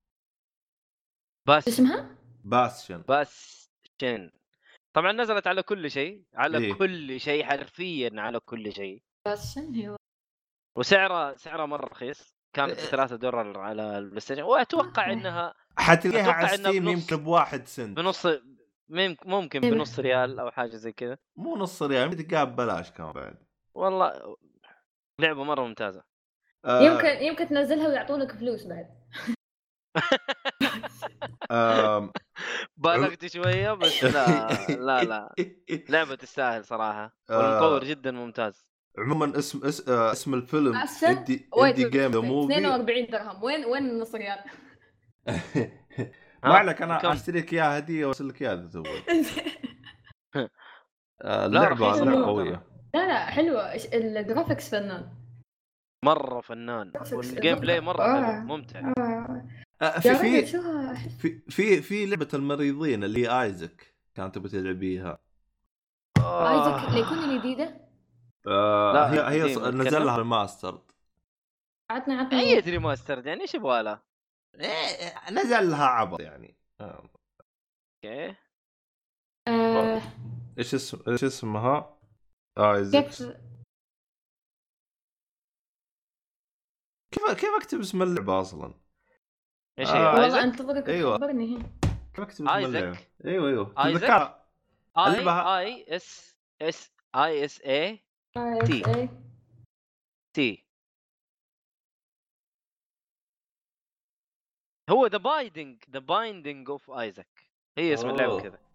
بس اسمها باستشن بس شن طبعا نزلت على كل شيء على إيه. كل شيء حرفيا على كل شيء. بس هي وسعرها سعرها مره رخيص كانت ثلاثة دولار على البلاي ستيشن واتوقع انها حتلاقيها أتوقع على إنها ستيم بنص- يمكن بواحد سنت بنص مم- ممكن إيه. بنص ريال او حاجه زي كذا. مو نص ريال تلقاها ببلاش كمان بعد. والله لعبه مره ممتازه. آه، يمكن يمكن تنزلها ويعطونك فلوس بعد. آم، بالغت شويه بس لا لا لا لعبه تستاهل صراحه آه. والمطور جدا ممتاز. عموما اسم اس... آه، اسم الفيلم أحسن؟ اندي ويت اندي جيم ذا موفي. اثنين وأربعين درهم. وين وين النص ريال؟ ما عليك انا كم؟ اشتري لك اياها هديه وارسل لك اياها تو. لا، اللعبه رخيصة لعبه مرة. قويه. لا لا حلوة. إيش- الجرافيكس فنان. مره فنان والجيم بلاي مره آه. حلو ممتع. آه. آه، يا في رجل في شو في في في لعبه المريضين اللي هي ايزك كانت تبي تلعبيها. ايزك اللي يكون الجديدة. آه لا، هي هي قديمة، ص- نزل نتكلم. لها الماسترد. عطنا عطنا اي ريماستر يعني ايش يبغى لها؟ إيه نزل لها عبط يعني. آه. اوكي آه. ايش اسم ايش اسمها؟ ايزك. كيف كيف كيف اكتب اسم اللعبه اصلا؟ ايش آه. هي والله ايزك انتظرك أيوة. تخبرني. هي كيف اكتب اسم آيزك؟ اللعبه؟ ايوه ايوه آيزك؟ تذكرها. اي اللعبة- اي اس اس اي اس اي تي. إيه. تي هو ذا بايندينج ذا بايندينج اوف ايزك هي اسم اللعبه أوه. كذا.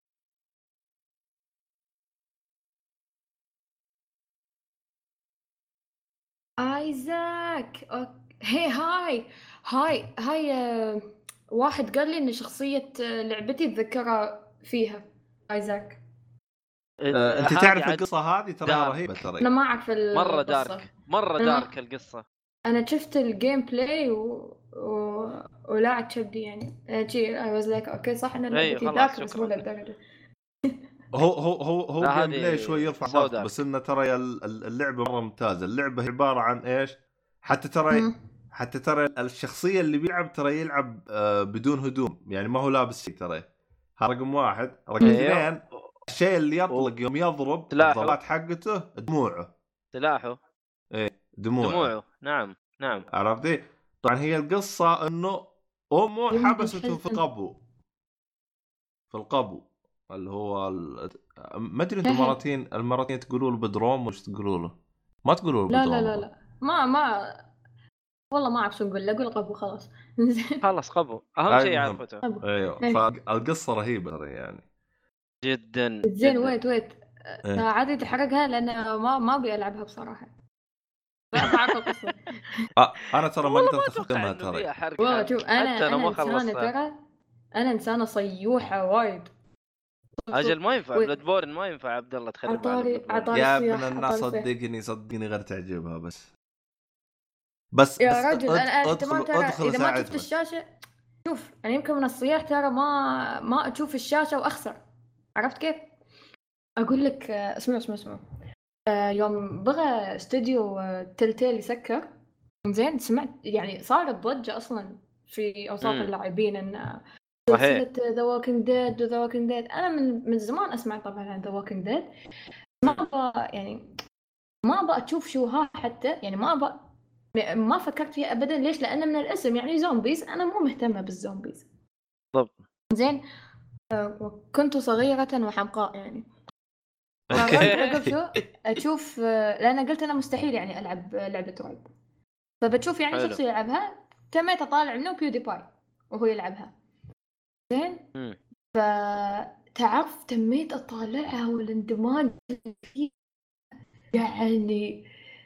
ايزاك أوك- هي هاي هاي هاي آه، واحد قال لي ان شخصية آه، لعبتي اتذكرها فيها ايزاك. آه، انت هذه تعرف عاد القصه هذه ترى دارك. رهيبه ترى. انا ما اعرف القصة. مره دارك مره أنا- دارك القصه. انا شفت الجيم بلاي و... و... ولا كبدي يعني جي اي واز لايك اوكي صح انا أيوة، لعبتي خلاص، ذاك بس شكراً. مو للدرجة. هو هو هو هو لا، جيم هذه بلاي شوي يرفع سوداء. ضغط بس انه ترى ال- ال- اللعبه مره ممتازه. اللعبه هي عباره عن ايش؟ حتى ترى مم. حتى ترى الشخصيه اللي بيلعب ترى يلعب آه، بدون هدوم يعني ما هو لابس شيء ترى. هذا رقم واحد. رقم أيوة. اثنين الشيء اللي يطلق يوم يضرب سلاحه. الضربات حقته دموعه سلاحه دموعه, دموعه نعم نعم. عرفتي؟ طبعا هي القصه انه امه يمكن حبسته في حزن. قبو في القبو اللي هو ال... ما ادري انتم إيه. مرتين المرتين تقولوا له بدروم وش تقولوا له؟ ما تقولوا له لا بدروم. لا لا لا ما ما والله ما اعرف شو نقول له، اقول قبو خلاص. خلص قبو اهم شيء المهم. يعرفته قبو. ايوه إيه. فالقصه رهيبه ترى يعني جدا زين جداً. ويت ويت إيه. عادي تحرقها لان ما ما ابي العبها بصراحه. لا بعرف القصه. آه انا ترى ما والله قدرت اتوقع اختمها انه ترى. فيها حرق والله حرق. شوف انا حتى انا انا ما انسانه خلصتها. ترى، انا انسانه صيوحه وايد. اجل ما ينفع ويت. بلاد بورن، ما ينفع عبد الله تخرب على عطاري بلاد بورن. عطاري يا ابن الصياح الناس عطاري الصياح. صدقني صدقني غير تعجبها بس بس يا بس رجل أد- انا ادخل احتمال ترى ادخل اذا ما شفت ساعدها. الشاشه، شوف يعني يمكن من الصياح ترى ما ما اشوف الشاشه واخسر. عرفت كيف؟ اقول لك آه، اسمع اسمع اسمع آه، يوم بغى استوديو آه، تلتيل يسكر، زين سمعت يعني صارت ضجه اصلا في اوساط مم. اللاعبين ان صحيح. سلسله ذا ووكينج ديد وذا ووكينج ديد. انا من من زمان اسمع طبعا عن ذا ووكينج ديد، ما ابغى يعني ما ابغى اشوف شو ها حتى يعني ما ابغى ما فكرت فيها ابدا. ليش؟ لان من الاسم يعني زومبيز، انا مو مهتمه بالزومبيز. بالضبط. زين آه، كنت صغيره وحمقاء يعني. فقلت عقب شو اشوف آه، لان قلت انا مستحيل يعني العب لعبه رعب، فبتشوف يعني حلو. شخص يلعبها. تميت اطالع انه بيودي باي وهو يلعبها. زين مم. فتعرف تميت اطالعها والاندماج فيها يعني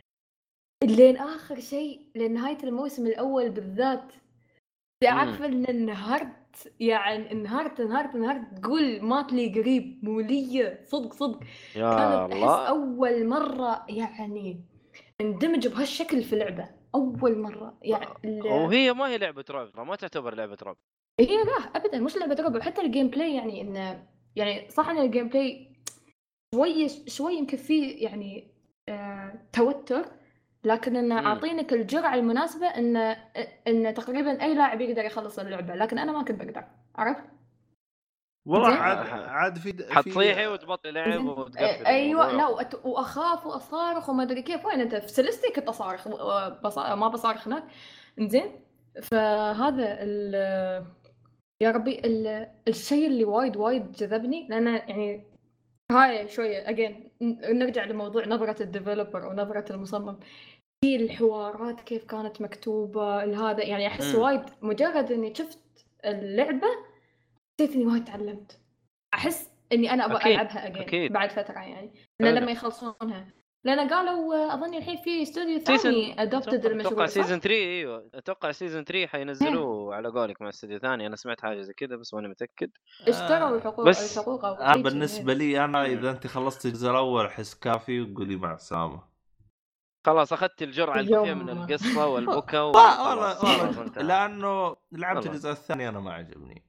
لين اخر شيء، لين نهايه الموسم الاول بالذات. تعرف ان انهارت يعني انهارت انهارت انهارت تقول مات لي قريب موليه صدق صدق. يا كانت احس الله. اول مره يعني اندمج بهالشكل في لعبه اول مره يعني ال- وهي ما هي لعبه رعب ترى، ما تعتبر لعبه رعب. هي لا ابدا مش لعبه رعب. حتى الجيم بلاي يعني انه يعني صح ان الجيم بلاي شوي شوي يمكن فيه يعني آه توتر، لكن انه مم. عاطينك الجرعه المناسبه ان ان تقريبا اي لاعب يقدر يخلص اللعبه، لكن انا ما كنت بقدر. عرفت؟ والله زين. عاد عاد في في حتصيحي وتبطل لعب زين. وتقفل آه، ايوه الموضوع. لا وأت- واخاف واصارخ وما ادري كيف. وين انت في سلستي كنت اصارخ و- بص... ما بصارخ هناك. زين فهذا ال يا ربي ال... الشيء اللي وايد وايد جذبني، لانه يعني هاي شويه اجين نرجع لموضوع نظره الديفلوبر ونظره المصمم في الحوارات كيف كانت مكتوبه هذا. يعني احس مم. وايد مجرد اني شفت اللعبه حسيت اني وايد تعلمت. احس اني انا ابغى أكيد، العبها اجين أكيد. بعد فتره يعني لان حلو. لما يخلصونها. لان قالوا اظن الحين في استوديو سيزن ثاني ادوبتد اتوقع المشروع سيزن صح؟ ثلاثة. ايوه اتوقع سيزن ثلاثة حينزلوه على قولك مع استوديو ثاني. انا سمعت حاجه زي كذا بس ماني متاكد. اشتروا آه الحقوق بس الحقوق او آه شيء بالنسبه كذي. لي انا مم. اذا انت خلصت الجزء الاول احس كافي وقولي مع السلامه. خلاص اخذت الجرعه الكافيه من يوم. القصه والبكا والله وخلاص والله خلاص انتهى. لانه لعبت والله. الجزء الثاني انا ما عجبني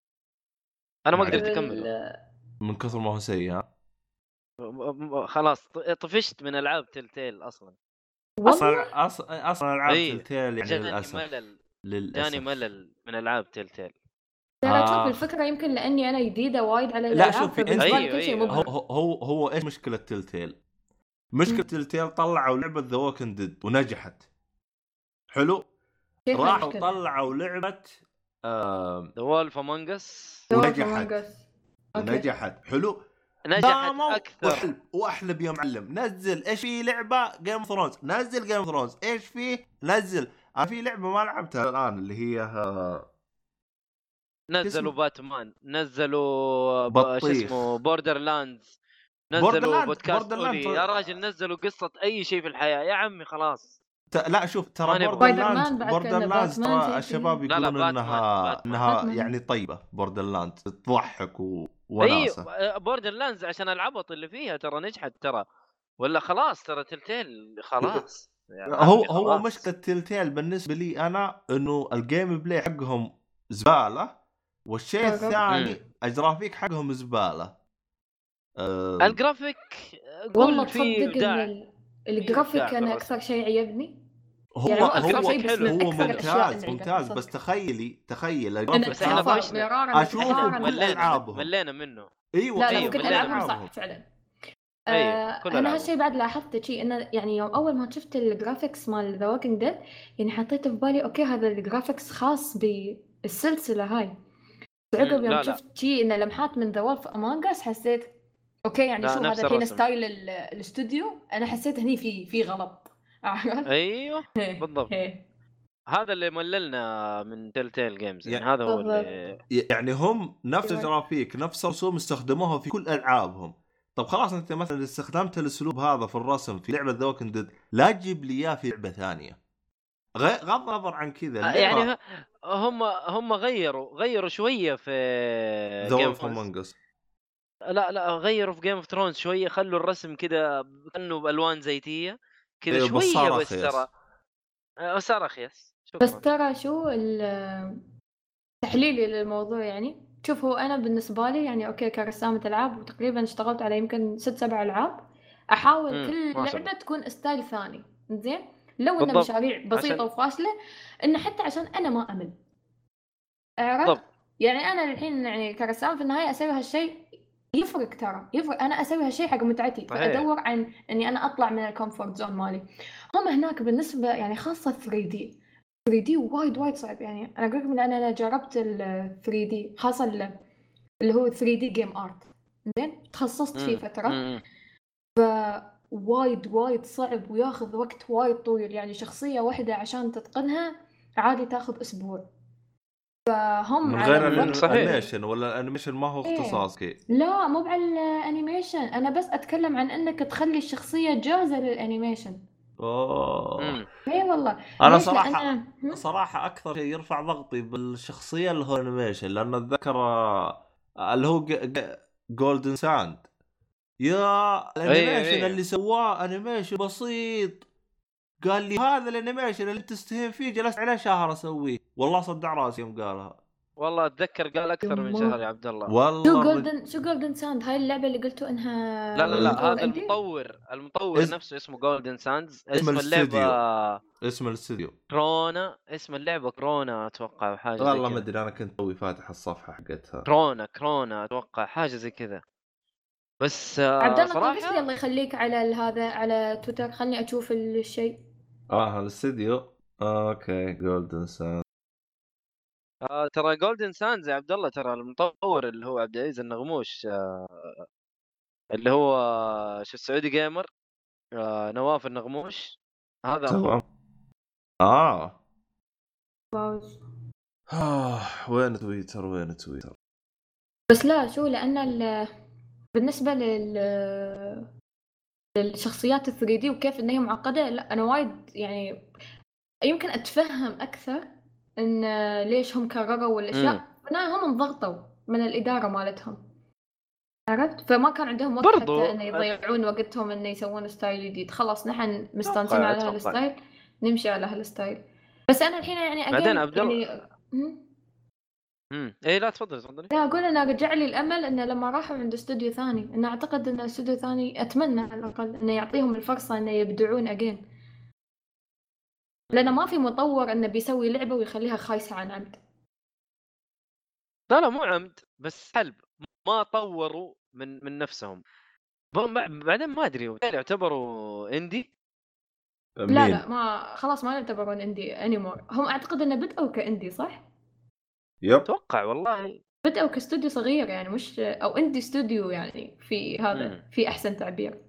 انا ما ما قدرت عجبني. اكمله. ال- من كثر ما هو سيء. ها خلاص طفشت من العاب تلتيل اصلا. والله اصلا اصلا اصلا العاب اي تلتيل يعني جاني للاسف ملل. للاسف جاني ملل من العاب تلتيل. ترى شوف آه. الفكره يمكن لاني انا جديده وايد على لا الالعاب شوفي فبالنسبه لي أيوة، كل شيء أيوة. هو مبهم. هو هو ايش مشكله تلتيل؟ مشكله مم. تلتيل طلعوا لعبه ذا ووكينج ديد ونجحت حلو. كيف راحوا المشكلة؟ طلعوا لعبه آه ذا وولف امونج اس ونجحت Among Us. أوكي. ونجحت حلو. نجحت داموا اكثر. واحلب واحلب يا معلم. نزل ايش في لعبه جيم ثرونز، نزل جيم ثرونز. ايش فيه نزل. انا في لعبه ما لعبتها الان اللي هي آه، نزلوا اسمه؟ باتمان، نزلوا ب- بطيخ. شو اسمه بوردر لاندز، نزلوا بوردرلاند- بودكاست بوردرلاند اولي. ترى- يا راجل نزلوا قصه اي شيء في الحياه يا عمي خلاص. ت... لا شوف ترى ماني بوردر بغير. لاند سبايدر مان بعد بوردر كأنه لاند باتمان ترى شيء الشباب كذي. لا لا يقولون باتمان انها باتمان انها باتمان. يعني طيبه. بوردر لاند تضحك و... اي وناسه. بوردر لاندز عشان العبط اللي فيها ترى نجحت ترى، ولا خلاص ترى تلتيل خلاص يا هو عمي هو خلاص. مشكله تلتيل بالنسبه لي انا انه الجيم بلاي حقهم زباله، والشيء أوكي. الثاني الجرافيك حقهم زباله. أه... الجرافيك والله قول فيه تصدق ابداع. ان الجرافيك إبداع انا بالرسم. اكثر شيء عيبني. هو يعني مو هو اكثر شيء بس حلو. من هو اكثر الاشياء ممتاز اللي ممتاز عجبتني بس صدق. تخيلي تخيل انا الجرافيك بس إحنا صار فشنا. مرارا اشوفه مرارا كل ملينا العابهم. ملينا منه. ايوه لا لا أيوة، ممكن ملينا العابهم منه. صح فعلا. أيوة، آه كل انا ألعابهم. هالشيء بعد لاحظته شيء انه يعني يوم اول ما شفت الجرافيكس مال ذا ووكينج ديد يعني حطيته في بالي اوكي هذا الجرافيكس خاص بالسلسله هاي. عقب يوم شفت شيء إنه لمحات من ذا وولف أمونج أس حسيت أوكي يعني شو هذا الحين ستايل الاستوديو، أنا حسيت هني في في غلط. أيوه بالضبط. هذا اللي مللنا من تيل جيمز يعني, يعني هذا هو اللي يعني هم نفس الجرافيك نفس الرسوم استخدموها في كل ألعابهم. طب خلاص أنت مثلا استخدمت الأسلوب هذا في الرسم في لعبة ذا ووكينج ديد، لا تجيب لي إياه في لعبة ثانية. غض النظر عن كذا يعني هم هم غيروا غيروا شوية في ذا وولف أمونج أس. لا لا غيروا في جيم اوف ثرونز شويه، خلوا الرسم كده كانه بالوان زيتيه كذا إيه شويه بس ترى صار رخيص. بس ترى شو تحليلي للموضوع يعني، شوف هو انا بالنسبه لي يعني اوكي كرسامه العاب وتقريبا اشتغلت على يمكن ست سبع العاب، احاول مم. كل لعبه تكون ستايل ثاني زين، لو انه مشاريع بسيطه عشان... وفاشله انه حتى عشان انا ما امل. عرفت يعني انا الحين يعني كرسام في النهايه اسوي هالشيء يفرق، ترى يفرق انا اسوي هالشيء حق متعتي، فادور عن اني انا اطلع من الكومفورت زون مالي. هم هناك بالنسبه يعني خاصه ثري دي ثري دي وايد وايد صعب يعني. انا اقول لكم لان انا جربت ال ثري دي خاصه اللي هو ثري دي جيم ارت زين، تخصصت فيه فتره، ف وايد وايد صعب وياخذ وقت وايد طويل يعني. شخصيه واحده عشان تتقنها عادي تاخذ اسبوع. فهم من غير الانيميشن ولا الانيميشن ما هو اختصاصك؟ إيه؟ لا مو على الانيميشن، انا بس اتكلم عن انك تخلي الشخصيه جاهزه للانيميشن. اوه اي والله انا صراحه أنا... صراحه اكثر شيء يرفع ضغطي بالشخصيه اللي هو الانيميشن، لانه اتذكر اللي هو جولدن ساند يا الانيميشن أي أي. اللي سواه انيميشن بسيط، قال لي هذا الانيميشن اللي تستهين فيه جلست عليه شهر اسويه، والله صدع راسي يوم قالها. والله اتذكر قال اكثر من شهر يا عبد الله. والله شو جولدن شو جولدن ساند هاي اللعبه اللي قلتوا انها لا لا لا هذا المطور المطور اس... نفسه اسمه جولدن ساندز. اسم اللعبه اسم الاستوديو كرونا، اسم اللعبه كرونا اتوقع حاجه زي كذا. والله ما ادري انا كنت توي فاتح الصفحه حقتها. كرونا كرونا اتوقع حاجه زي كذا. بس عبد الله صراحه طيب الله يخليك على هذا على تويتر خلني اشوف الشيء. اه الاستوديو اوكي جولدن ساند. آه ترى جولدن ساندز يا عبد الله ترى المطور اللي هو عبد العزيز النغموش، آه اللي هو شو السعودي جيمر، آه نواف النغموش هذا تمام. اه باوز آه وين تويتر وين تويتر بس لا شو لأن بالنسبة لل للشخصيات الثري دي وكيف إنها معقدة، لا أنا وايد يعني يمكن أتفهم أكثر إن ليش هم كرروا الأشياء، أنا هم انضغطوا من الإدارة مالتهم عرفت، فما كان عندهم وقت حتى إنه يضيعون وقتهم إنه يسوون ستايل جديد. خلاص نحن مستانسين على هالستايل نمشي على هالستايل. بس أنا الحين يعني بعدين عبد الله يعني امم ايه لا تفضل تفضلي. لا اقول انا رجع لي الامل انه لما راحوا عند استوديو ثاني، انا اعتقد ان استوديو ثاني اتمنى على الاقل انه يعطيهم الفرصه انه يبدعون اجين، لانه ما في مطور انه بيسوي لعبه ويخليها خايسه عن عمد. لا لا مو عمد بس حلب ما طوروا من من نفسهم. بعدين ما ادري يعتبروا اندي. لا لا ما خلاص ما يعتبرون اندي انيمور. هم اعتقد انه بدأوا كاندي صح؟ يب اتوقع والله بدأوا كاستوديو صغير يعني مش او اندي استوديو يعني في هذا م. في احسن تعبير.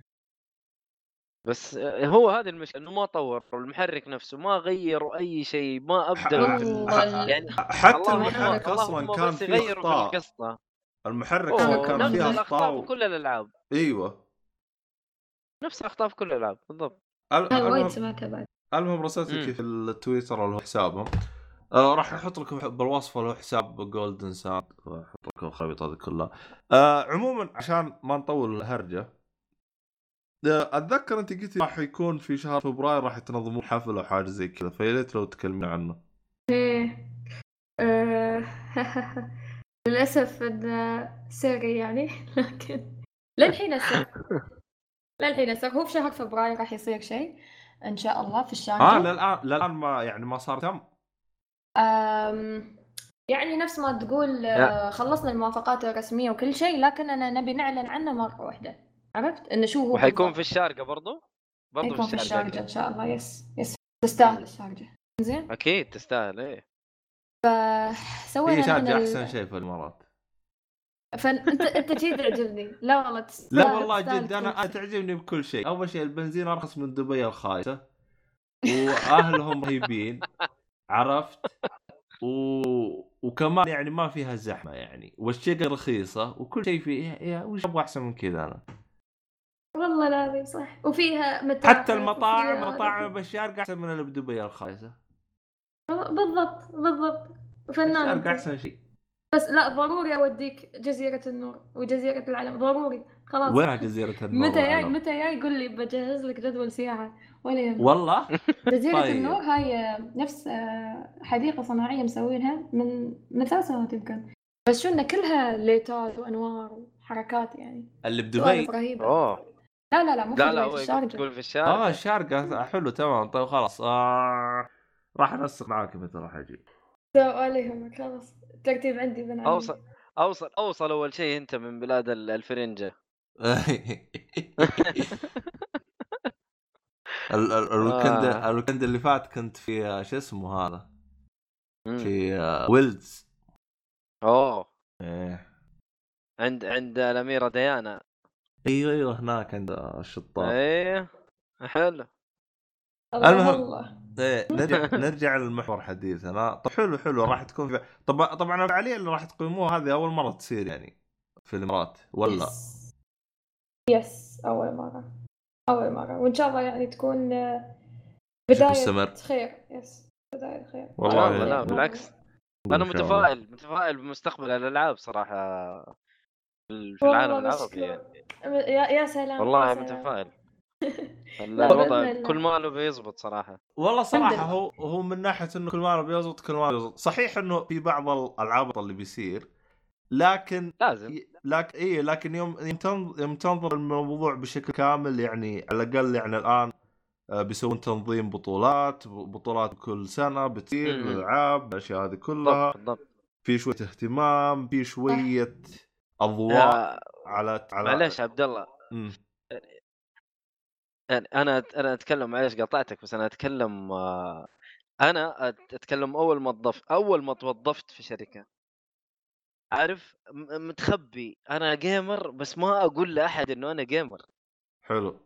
بس هو هذا المشكله انه ما طور المحرك نفسه، ما غيروا اي شيء، ما ابدعوا يعني حتى المحرك اصلا كان فيه اخطاء. المحرك كان فيه اخطاء في كل الالعاب. ايوه نفس الاخطاء في كل الالعاب بالضبط. وايد سمعتها بعد. المهم رسلت لك في التويتر ولا حسابهم، آه راح نحط لكم بالوصف له حساب جولدن ساند واحط لكم الخريطه هذه كلها. آه عموما عشان ما نطول الهرجه، اتذكر انت قلتي راح يكون في شهر فبراير راح يتنظمون حفله او حاجه زي كذا، فيا ليت لو تكلمنا عنه. ايه أه... للاسف انه سري يعني، لكن للحين السر للحين السر هو في شهر فبراير راح يصير شيء ان شاء الله في الشارجه. اه للان للان ما يعني ما صار تم. أم... يعني نفس ما تقول آه خلصنا الموافقات الرسميه وكل شيء، لكن انا نبي نعلن عنه مره واحده. عرفت انه شو هو وحيكون في الشارقه برضو برضو يكون في الشارقه ان شاء الله. يس يس تستاهل الشارقه. زين اكيد تستاهل. ايه فسوينا هي شارجة ال... احسن شيء في الامارات. فانت انت تجي تعجبني. لا والله تستاهل. لا والله تستاهل جد انا تكون- أنا تعجبني بكل شيء. اول شيء البنزين ارخص من دبي الخايسه واهلهم رهيبين عرفت و... وكمان يعني ما فيها زحمه يعني والشقق رخيصه وكل شيء فيها يا وش ابغى احسن من كذا انا. والله لازم صح. وفيها متاحف حتى المطاعم وفيها- مطاعم بالشارقة احسن من اللي بدبي الخايسه. بالضبط بالضبط. فنان الشارقة أنت. احسن شيء. بس لا ضروري اوديك جزيرة النور وجزيرة العلم ضروري خلاص. وينها جزيره النور متى جاي والعلم؟ متى جاي قول لي بجهز لك جدول سياحة ولا يهمك. والله جزيرة طيب. النور هاي نفس آه، حديقة صناعية مسوينها من من ثلاث سنوات يمكن. بس شو إنه كلها ليتات وأنوار وحركات يعني. اللي بدبي سوالف رهيبة. اوه لا لا لا مو في لا لا البيت، هو الشارقة. يقول في الشارع. اه الشارقة حلو تمام. طيب خلاص آه... راح انسق معاك متى راح اجي. لا ولا يهمك خلاص. الترتيب عندي بن عمي. اوصل اوصل اوصل اول شيء انت من بلاد ال- الفرنجة. ال- ال- الويكند آه. الويكند اللي فات كنت في آه، شو اسمه هذا مم. في آه، ويلز. اوه ايه عند عند الأميرة ديانا. ايوه ايوه هناك عند الشطار. ايه حلو. الله المهم الله. ايه نرجع نرجع للمحور حديثنا. طب حلو حلو راح تكون في... طب طبعا الفعاليه اللي راح تقيموها هذه اول مره تصير يعني في الامارات ولا؟ يس. يس أول مرة. أول مرة وإن شاء الله يعني تكون آه، بداية مستمر. خير. يس بداية خير. والله لا لا خير. بالعكس انا متفائل متفائل بمستقبل الالعاب صراحه في العالم والله العربي مشكلة. يعني. يا يا سلام. والله يا سلام. متفائل. لا، الوضع بإذن الله. كل ما له بيزبط صراحه. والله الحمد صراحه لله. هو هو من ناحيه انه كل ما بيزبط كل ما بيزبط. صحيح انه في بعض الالعاب اللي بيصير لكن لازم ي- لكن ايه لكن يوم يوم تنظ- يوم تنظر الموضوع بشكل كامل يعني على الاقل يعني الان آه، بيسوون تنظيم بطولات بطولات كل سنه بتصير م- م. الالعاب الاشياء هذه كلها بالضبط بالضبط. في شويه اهتمام في شويه اضواء يا على على معلش عبد الله مم. يعني انا انا اتكلم معلش قطعتك بس انا اتكلم آه، انا أت- اتكلم اول ما توظفت اول ما توظفت في شركه عارف م- متخبي انا جيمر بس ما اقول لاحد انه انا جيمر. حلو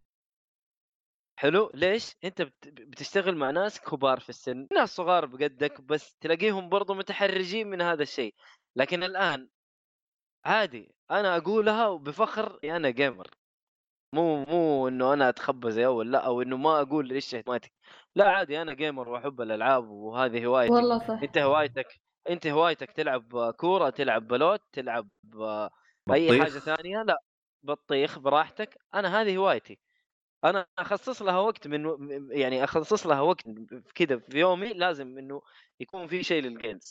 حلو ليش انت بت- بتشتغل مع ناس كبار في السن ناس صغار بقدك بس تلاقيهم برضو متحرجين من هذا الشيء. لكن الان عادي انا اقولها وبفخر يا انا جيمر. مو مو انه انا اتخبى زي اول لا او انه ما اقول ايش اهتماماتي. لا عادي انا جيمر واحب الالعاب وهذه هوايتي. والله صح. انت هوايتك انت هوايتك تلعب كوره تلعب بلوت تلعب آه، اي بطيخ. حاجه ثانيه. لا بطيخ براحتك انا هذه هوايتي. انا اخصص لها وقت من يعني اخصص لها وقت كذا في يومي لازم انه يكون في شيء للجيمز.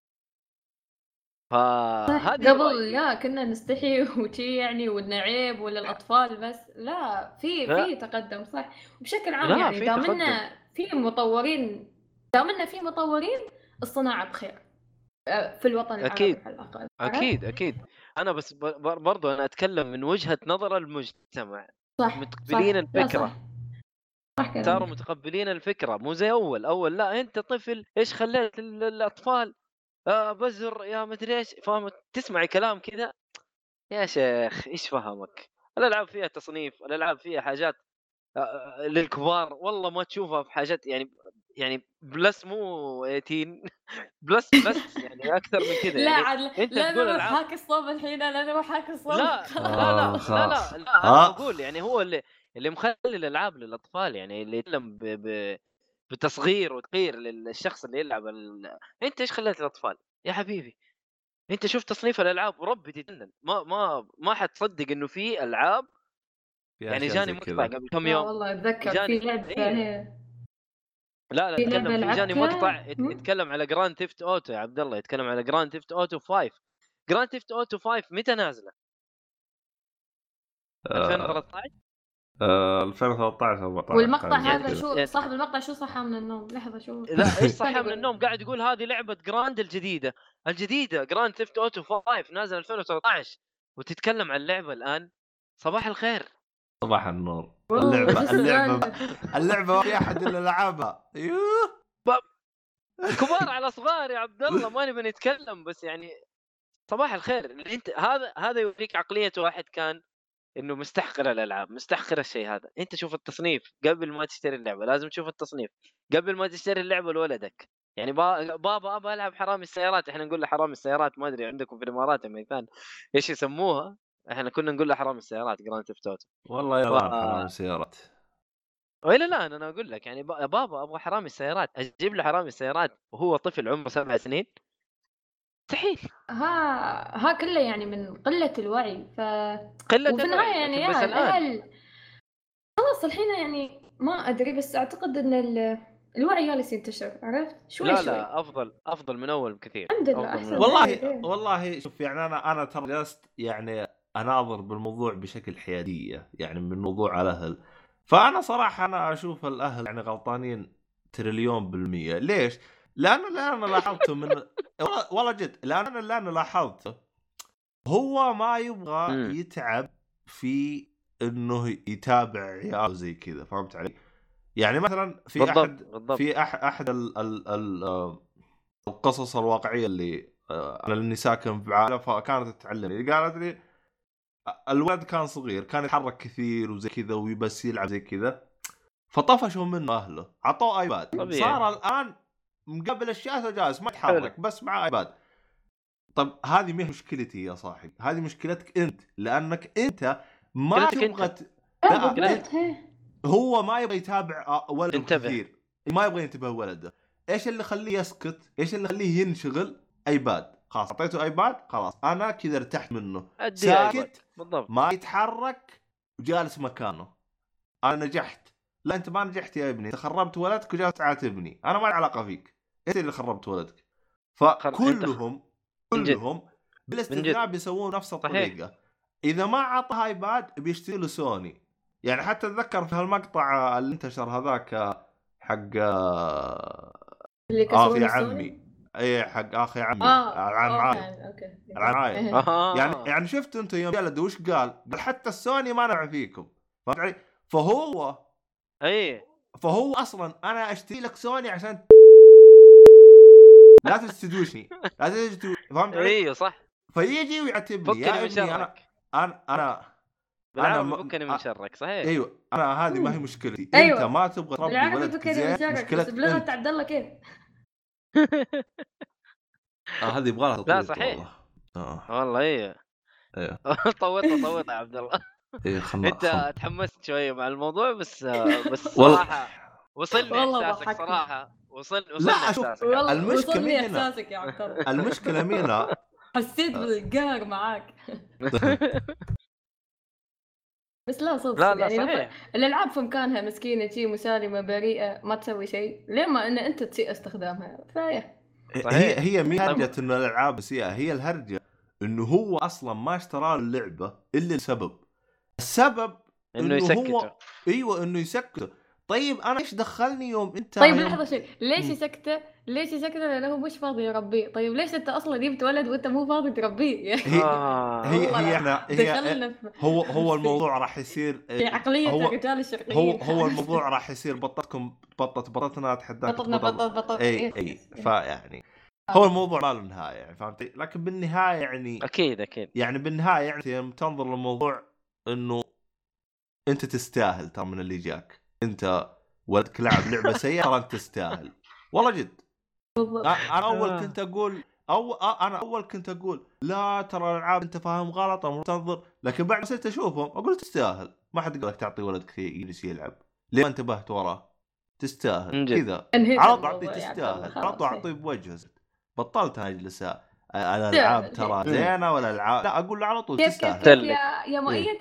فهذه قبل هوايتي. لا كنا نستحي وشي يعني وإنه عيب ولا الأطفال بس لا في لا. في تقدم صح بشكل عام لا، يعني في دامنا في مطورين دامنا في مطورين الصناعة بخير آه، في الوطن أكيد. العربي على الأقل. اكيد اكيد انا بس ب- ب- برضو انا اتكلم من وجهة نظر المجتمع. صح متقبلين صح. لا، الفكرة. صح. صح كلامك. صاروا متقبلين الفكرة مو زي اول اول لا انت طفل ايش خليت ال- الاطفال آه بزر يا مدري ايش فاهم تسمعي كلام كذا يا شيخ ايش فهمك. الالعاب فيها تصنيف الالعاب فيها حاجات آه، للكبار والله ما تشوفها في حاجات يعني يعني بلس مو ثمانية عشر بلس بلس يعني اكثر من كذا لا يعني عاد انت لا تقول نروح العاب حاك الصوب الحين لا نروح حاك الصوب. لا لا آه، لا لا خلاص. لا, لا آه. انا بقول يعني هو اللي اللي مخلي الالعاب للاطفال يعني اللي يتكلم ب... ب... بتصغير وتقير للشخص اللي يلعب ال... انت ايش خليت الاطفال يا حبيبي. انت شوف تصنيف الالعاب وربي تتجنن ما ما ما حتصدق انه في العاب في يعني أشياء جاني زي مقطع كذا. قبل كم لا يوم والله اتذكر في جاني لعبة إيه. هي لا لا في اتكلم لعبة في جاني لعبتها. مقطع يت- مم. يتكلم على جراند ثيفت اوتو يا عبد الله يتكلم على جراند ثيفت اوتو خمسة. جراند ثيفت اوتو خمسة متى نازله؟ ألفين وثلاثة عشر. آه، ألفين وثلاثة عشر أربعة عشر والمقطع حاجة زي هذا كذا. شو يعني- صاحب المقطع شو صحى من النوم لحظة شو لا ايش صحى خليني من أقول. النوم قاعد يقول هذه لعبه جراند الجديده الجديده جراند ثيفت اوتو خمسة نازل ألفين وثلاثة عشر وتتكلم عن اللعبه الان. صباح الخير. صباح النور. والله اللعبة شو اللعبة السالفة؟ اللعبة ما في أحد إلا لعبها. أيوه كبار على صغار يا عبد الله، ما نبي نتكلم بس يعني صباح الخير. اللي انت هذا هذا يوريك عقليه واحد كان انه مستحقر الالعاب، مستحقر الشيء هذا. انت شوف التصنيف قبل ما تشتري اللعبه، لازم تشوف التصنيف قبل ما تشتري اللعبه لولدك. يعني با... بابا ابغى العب حرامي السيارات، احنا نقول له حرامي السيارات، ما ادري عندكم في الامارات امريكان ايش يسموها، احنا كنا نقول له حرامي السيارات جراند ثيفت اوتو. والله يا ف... الان حرام السيارات. ولا لا انا اقول لك يعني با... بابا ابغى حرامي السيارات، اجيب له حرامي السيارات وهو طفل عمره سبع سنين؟ مستحيل. ها ها كله يعني من قلة الوعي. ف قله وفي الوعي. النهاية يعني لكن بس يا الان الأهل خلاص الحين يعني ما أدري، بس أعتقد إن ال... الوعي جالس ينتشر، عرفت شوي لا شوي. لا افضل افضل من اول بكثير. الحمد لله افضل من أحسن. أول. إيه، والله إيه. والله شوف يعني انا انا ترى جلست يعني اناظر بالموضوع بشكل حياديه، يعني من موضوع الاهل. فانا صراحه انا اشوف الاهل يعني غلطانين تريليون بالمية. ليش؟ لان اللي انا لاحظته من والله- والله جد، لان انا اللي انا لاحظته هو ما يبغى مم. يتعب في انه يتابع عياله زي كذا، فهمت علي؟ يعني مثلا في بالضبط احد بالضبط. في أح احد ال ال ال آه، القصص الواقعيه اللي آه، انا لاني ساكن في عائله فكانت تعلمني، قالت لي الولد كان صغير كان يتحرك كثير وزي كذا ويبس يلعب زي كذا، فطفشوا منه اهله عطوه ايباد. طبيعي. صار الان مقبل الشاشه جالس ما حلو. يتحرك بس مع ايباد. طب هذه مش مشكلتي يا صاحبي، هذه مشكلتك انت، لانك انت ما مشكلتك أنت. تبغى ت... لا لا بالضبط. هي. هو ما يبغى يتابع ولده انتبه. كثير، ما يبغى ينتبه ولده. ايش اللي يخليه يسكت؟ ايش اللي يخليه ينشغل؟ ايباد. خلاص اعطيته ايباد، خلاص انا كذا ارتحت منه، ادي ايباد. ساكت بالضبط. ما يتحرك وجالس مكانه. انا نجحت. لا انت ما نجحت يا ابني، انت خربت ولدك وجالس تعاتبني، انا ما لي علاقه فيك، انت اللي خربت ولدك. فكلهم من جد. كلهم من بالاستثناء جد. بيسوون نفس صحيح. الطريقه. اذا ما عطى ايباد بيشتري له سوني. يعني حتى اتذكر في هالمقطع اللي انتشر هذاك حق اللي اخي كسرون عمي، اي حق اخي عمي اه العن أوكي. معاي اوكي العن معاي. إيه. آه. يعني يعني شفت انت يوم جلد وش قال؟ قال حتى السوني ما نفع فيكم، فهمت علي؟ فهو اي فهو اصلا انا اشتري لك سوني عشان لا تستدوشني، لا تستدوشني، فهمت علي؟ ايوه صح. فيجي ويعتبني فكني يا من ابني انا شرك. انا انا بالعربي م... فكني من شرك. صحيح. ايوه انا هذه ما هي مم. مشكلتي. أيوة. انت ما تبغى تربي بالعربي ولدك فكرني زين، من شرك، بس مشكلتك بلغة انت. عبد الله كيف؟ آه هذه يبغى لها لا تطوير صحيح. والله. اه والله ايه. ايوه طوطها طوطها يا عبد الله. ايه خلنا انت خلنا تحمست شويه مع الموضوع بس بس والله صراحه وصلني والله احساسك ضحكني. صراحه. وصل لا، وصلني شوف، احساسك. عبد الله. والله المشكلة وصلني مين هنا؟ احساسك يا عبد الله. المشكله مين هنا؟ حسيت بالقهر معاك. بس لا صدق لا لا يعني لو صحيح. ف... الالعاب في مكانها مسكينه شي مسالمه بريئه ما تسوي شيء، ليه ما ان انت تسيء استخدامها كفايه. هي هي مي طيب. هرجة انه الالعاب سيئه، هي الهرجه انه هو اصلا ما اشترى اللعبه الا لسبب. السبب انه انه هو يسكته. ايوه انه يسكته. طيب انا ايش دخلني يوم انت طيب يوم... لحظه شيء، ليش مم. يسكته؟ ليش يسكته لانه هو مش فاضي يربيه؟ طيب ليش انت اصلا جبت ولد وانت مو فاضي تربيه؟ يعني هي آه. هي والله هي لا. احنا هي دخلنا في هو هو في- الموضوع راح يصير في عقليه هو الرجال هو الشرقيين. هو الموضوع راح يصير بطتكم بطت بطتنا اتحداك بططنا بطط بطط اي إيه. اي فيعني هو الموضوع ما له نهايه، يعني فهمتي؟ لكن بالنهايه يعني اكيد اكيد. يعني بالنهايه يعني يوم تنظر للموضوع انه انت تستاهل ترى من اللي جاك. انت ولدك لعب لعبه سيئه ترى انت تستاهل والله جد. بالضبط. انا اول كنت اقول او انا اول كنت اقول لا ترى الالعاب انت فاهم غلط او تنظر، لكن بعد ما صرت اشوفهم اقول تستاهل. ما حد قال لك تعطي ولدك يجلس يلعب، ليه ما انتبهت وراه؟ تستاهل من جد. كذا انهيت على طول الموضوع اعطيه يا عبد الله، تستاهل، خلاص. على طول اعطيه بوجهه. بطلت اجلس الالعاب تستاهل. ترى مم. زينه ولا العاب، لا اقول له على طول كيف كيف تستاهل. كيف تلك. يا يا مؤيد؟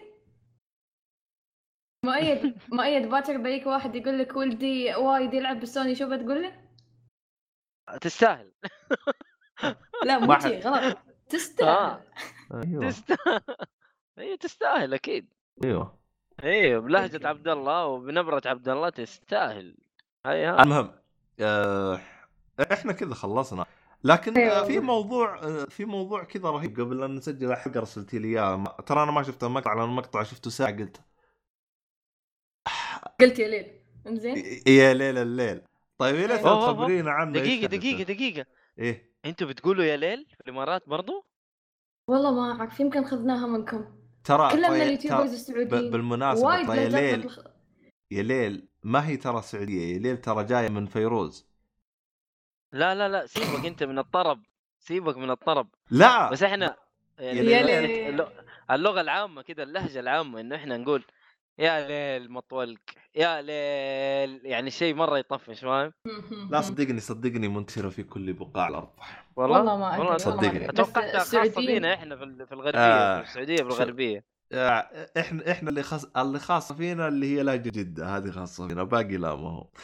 مؤيد مؤيد باكر بيك واحد يقول لك ولدي وايد يلعب بالسوني، شو بتقول له؟ تستاهل. لا مو واحد. شيء غلط، تستاهل. ايوه تستاهل. هي تستاهل اكيد. ايوه ايه بلهجة عبد الله وبنبرة عبد الله تستاهل. هاي ها. المهم آه احنا كذا خلصنا، لكن أيوة. آه في موضوع آه في موضوع كذا رهيب قبل ان نسجل الحلقه رسلت لي اياه. ما- ترى انا ما شفت المقطع لان المقطع شفته ساعه قلت قلت يا ليل انزين. يا ليل الليل. طيب ليش أوه، أوه، تخبرينا عنه؟ دقيقة إيش دقيقة حدثه؟ دقيقة ايه انتوا بتقولوا يا ليل في الامارات برضو؟ والله ما اعرف، يمكن خذناها منكم ترى كلها من طي... اليوتيوبرز ترى ب... السعوديين. بالمناسبة وايد ترى يا لهجاتنا ليل بالخ... يا ليل ما هي ترى سعودية، يا ليل ترى جاية من فيروز. لا لا لا سيبك انت من الطرب، سيبك من الطرب. لا بس احنا يعني يا يا مسألة ليل. اللغة, اللغة العامة كده، اللهجة العامة انه احنا نقول يا ليل مطولك يا ليل، يعني شيء مرة يطفش، فاهم؟ لا صدقني صدقني منتشرة في كل بقاع الأرض. والله والله ما والله ادري، والله ما ادري، صدقني. بس اتوقعتها خاصة السعوديين فينا احنا في ال- في الغربية، في آه السعودية في شو الغربية. آه احنا احنا اللي خاص اللي خاصة فينا اللي هي لهجة جدة، هذه خاصة فينا، باقي لا ما هو.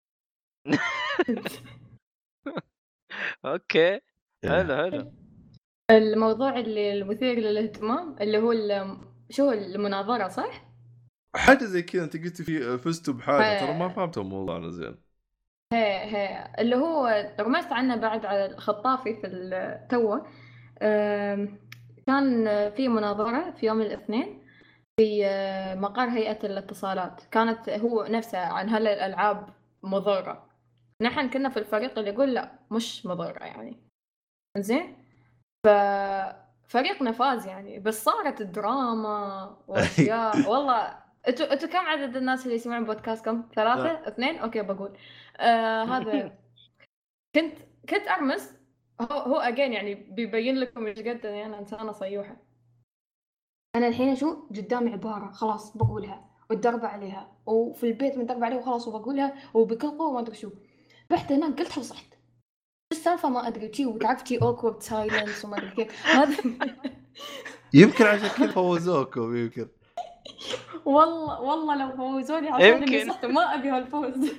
اوكي حلو إيه. حلو. الموضوع اللي المثير للاهتمام اللي هو ال- شو المناظرة صح؟ حاجة زي كذا انت قلتي في فزتوا بحاجة، ترى ما ها- فهمت الموضوع انا زين. ها اللي هو رمزت عنه بعد على الخطافي في التوه. آم، كان في مناظرة في يوم الاثنين في آه، مقر هيئة الاتصالات، كانت هو نفسه عن هل الألعاب مضرة. نحن كنا في الفريق اللي يقول لا مش مضرة يعني، زين. ففريقنا فاز يعني، بس صارت دراما واشياء. والله انتوا انتوا كم عدد الناس اللي يسمعون بودكاستكم؟ ثلاثة؟ اثنين؟ اوكي بقول آه هذا. كنت كنت ارمز. هو هو اجين يعني بيبين لكم ايش قد اني انا انسانه صيوحه. انا الحين شو قدامي عباره خلاص بقولها والدرب عليها، وفي البيت مندرب عليه وخلاص وبقولها وبكل قوه وما ادري شو. رحت هناك قلتها وصحت السالفه ما ادري شي، وتعرف شي اوكورد سايلنس وما ادري كيف هذا. يمكن عشان كذا فوزوكم يمكن. والله والله لو فوزوني عشان اني يمكن. صحت ما ابي هالفوز.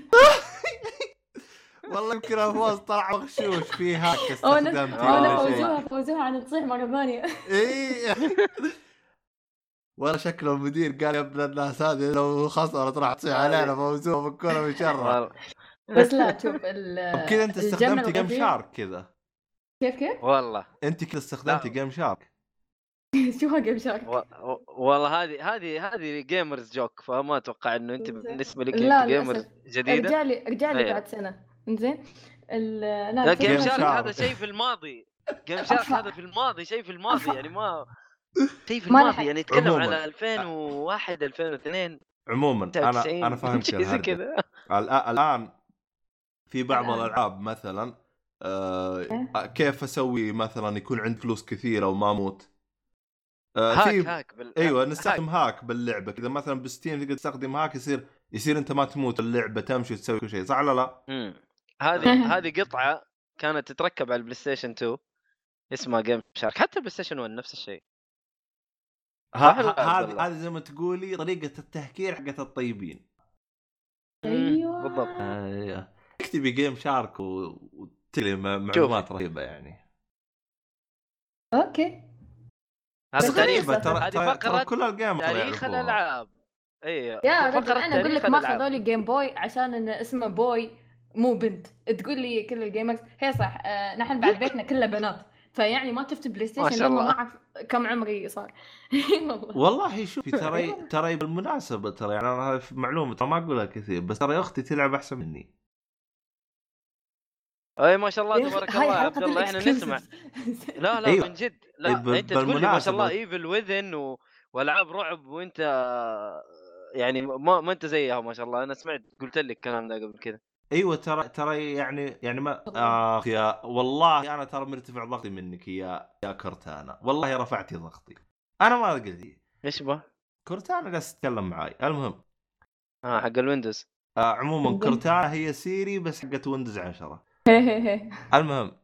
والله يمكن الفوز طلع مغشوش في هاك او انا استخدمتي او انا ولا فوزوها شيء. فوزوها عن تصيح مره ثانيه. ايه ولا شكل المدير قال يا ابن الناس هذه لو خسرت راح تصيح علينا فوزوها بكره من شرها. والله بس لا شوف ال كذا انت الجمع استخدمتي جيم الغفير. شارك كذا. كيف كيف؟ والله انت كذا استخدمتي لا. جيم شارك. شو هو جيم شارك؟ و- و- والله هذه هذه هذه جيمرز جوك، فما اتوقع انه انت بالنسبه لك لا انت جيمرز للاسف جديده. ارجع لي ارجع لي أيوة. بعد سنه انزين. ال- لا لا جيم الفكرة شارك شو- هذا شيء في الماضي، جيم شارك أفا. هذا في الماضي، شيء في الماضي أفا. يعني ما شيء في ما الماضي لحق. يعني يتكلم عموماً. على ألفين وواحد ألفين واثنين عموما تسعة انا وتسعين انا فهمت شيء زي الهرجه. كذا. الآ- الان في بعض الآن. الالعاب مثلا آه إيه؟ كيف اسوي مثلا يكون عندي فلوس كثيره وما اموت. آه هاك في هاك بال... ايوه هاك. نستخدم هاك باللعبه كذا، مثلا بستيم تقدر تستخدم هاك يصير يصير انت ما تموت، اللعبه تمشي وتسوي كل شيء، صح ولا لا؟ مم. هذه هذه قطعه كانت تتركب على البلاي ستيشن اثنين اسمها جيم شارك، حتى البلاي ستيشن واحد نفس الشيء. صح ولا لا يا عبد هذه الله؟ هذه زي ما تقولي طريقه التهكير حقت الطيبين. مم، ايوه بالضبط. ايوه اكتبي جيم شارك و- وتلي معلومات شوفي. رهيبه يعني. اوكي. هذا بس تاريخ، غريبة. ترى هذه ترى ترى فقره كل الجيم تاريخ الالعاب. ايوه يا رجل فقره انا اقول تاريخ لك ماخذ الالعاب. ذولي جيم بوي عشان ان اسمه بوي مو بنت، تقول لي كل الجيمرز هي صح. آه نحن بعد بيتنا كله بنات، فيعني ما شفت بلاي ما ستيشن شاء لما الله. ما اعرف كم عمري صار. والله والله شوفي ترى ترى بالمناسبه ترى يعني انا هذه معلومه ترى ما اقولها كثير، بس ترى اختي تلعب احسن مني. اي ما شاء الله يا أخي، تبارك هاي الله يا حلقة عبد الله، احنا نسمع. الإكسكلوسيف. لا لا أيوة. من جد لا إيه، ب- انت تقول لي ما شاء الله بالمناسبة- ايفل وذن و... والعاب رعب وانت يعني ما ما انت زيها ما شاء الله. انا سمعت قلت لك الكلام ده قبل كذا. ايوه ترى ترى يعني يعني ما اخ يا والله انا ترى مرتفع ضغطي منك يا يا كورتانا، والله رفعتي ضغطي. انا ما قلت ايش بقى؟ كورتانا قاعد تتكلم معاي. المهم اه حق الويندوز. آه عموما كورتانا هي سيري بس حقت ويندوز عشرة. هي المهم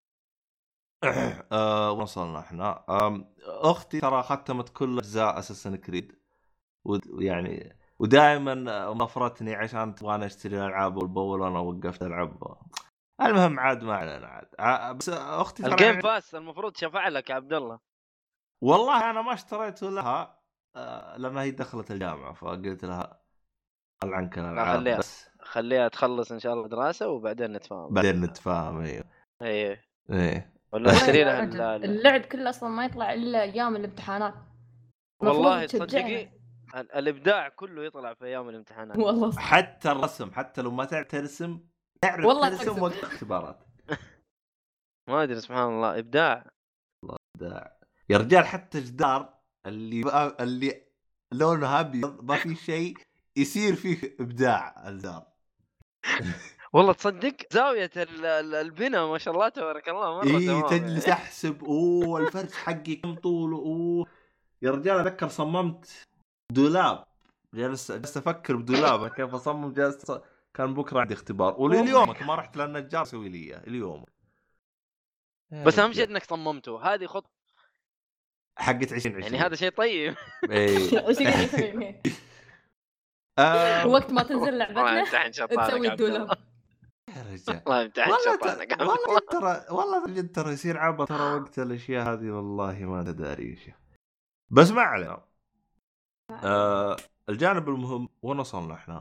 آه وصلنا احنا. آه اختي ترى ختمت كل اجزاء اساسن كريد، ويعني ودائما مفرتني عشان تبغاني اشتري الالعاب والبول انا وقفت العب. المهم عاد ما علينا عاد. ع- بس اختي ترى الجيم يعني باس المفروض شفع لك يا عبد الله. والله انا ما اشتريته لها آه، لانها هي دخلت الجامعه، فقلت لها خل عنك لا الالعاب خليها بس خليها تخلص ان شاء الله دراسه وبعدين نتفاهم. بعدين نتفاهم. ايوه ايه ايه ولا اشتري لها ال- ال- اللعب كله اصلا ما يطلع الا ايام الامتحانات. المفروض والله تشجعنا. تصدقي ال- الابداع كله يطلع في ايام الامتحانات. والله صح. حتى الرسم، حتى لو ما تعرف ترسم تعرف والله ترسم تقصد. وقت اختبارات. ما ادري سبحان الله ابداع. ابداع يا رجال. حتى جدار اللي بقى اللي لونه ابيض ما في شيء يصير فيه ابداع الجدار. والله تصدق زاويه ال- ال- البناء ما شاء الله تبارك الله مره اي تمام تجلس يعني. احسب اوه الفرش حقي كم طوله. اوه يا رجال اتذكر صممت دولاب، جالس جالس افكر بدولاب كيف اصمم. جالس كان بكره عندي اختبار ولليومك ما رحت للنجار سوي لي اياه اليوم. بس اهم شيء انك صممته، هذه خط حقت عشرين عشرين يعني هذا شيء طيب. اي عشرين عشرين آه، وقت ما تنزل الله لعبتنا يمتحن شطارك تسوي عبد الله. الدولاب. يا رجال الله يمتحن والله شطارك ت... عبد والله الله. ترى والله جد ترى يصير عبط ترى وقت الاشياء هذه والله ما تداري يا شيخ. بس ما علينا. آه الجانب المهم وين وصلنا احنا؟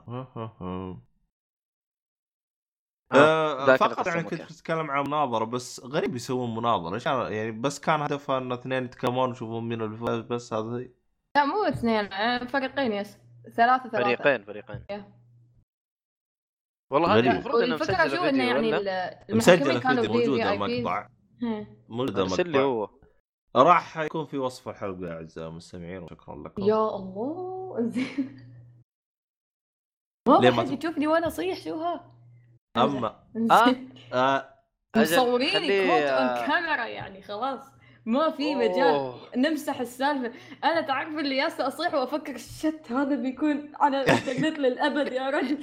آه ذاك فقط يعني القسم كنت بتكلم عن مناظرة، بس غريب يسوون مناظرة ايش يعني؟ بس كان هدفها ان اثنين يتكلمون ويشوفون مين اللي فاز بس هذا هي. لا مو اثنين، آه، فريقين يس، ثلاثة ثلاثة. فريقين فريقين يا. والله هذه غريب. المفروض انها والفكرة مسجله شو انه فيديو يعني ولا ال- مسجلة المحكمين كانوا فيديو بي موجودة في اي بي. المقطع موجودة ارسل لي المقطع هو. راح يكون في وصف الحلقة يا أعزائي المستمعين وشكرا لكم. يا الله زين. ما ليه ما حد تب- يشوفني وانا اصيح شو ها. أما اه آه أجل، مصوريني خليه، كوت اون آه، كاميرا يعني خلاص ما في أوه. مجال نمسح السالفة. انا تعرف اللي ياسا اصيح وافكر شت هذا بيكون على الانترنت للابد يا رجل.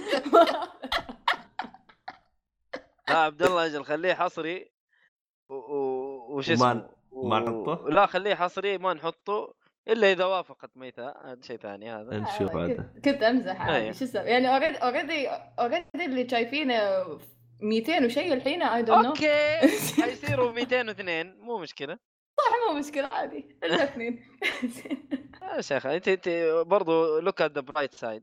لا عبد الله اجل خليه حصري و- و- وش وما- اسمه ما نحطه؟ لا خليه حصري ما نحطه الا اذا وافقت ميتة، هذا شيء ثاني هذا. نشوف هذا. كنت كنت امزح أيوة. عادي شو اسوي يعني. اوريدي اوريدي اوريدي اللي شايفينه مئتين وشيء الحين اي دونت نو. اوكي حيصيروا مئتين واثنين مو مشكله. مو مشكلة عادي الا اثنين. يا شيخ انت انت برضو لوك ات ذا برايت سايد،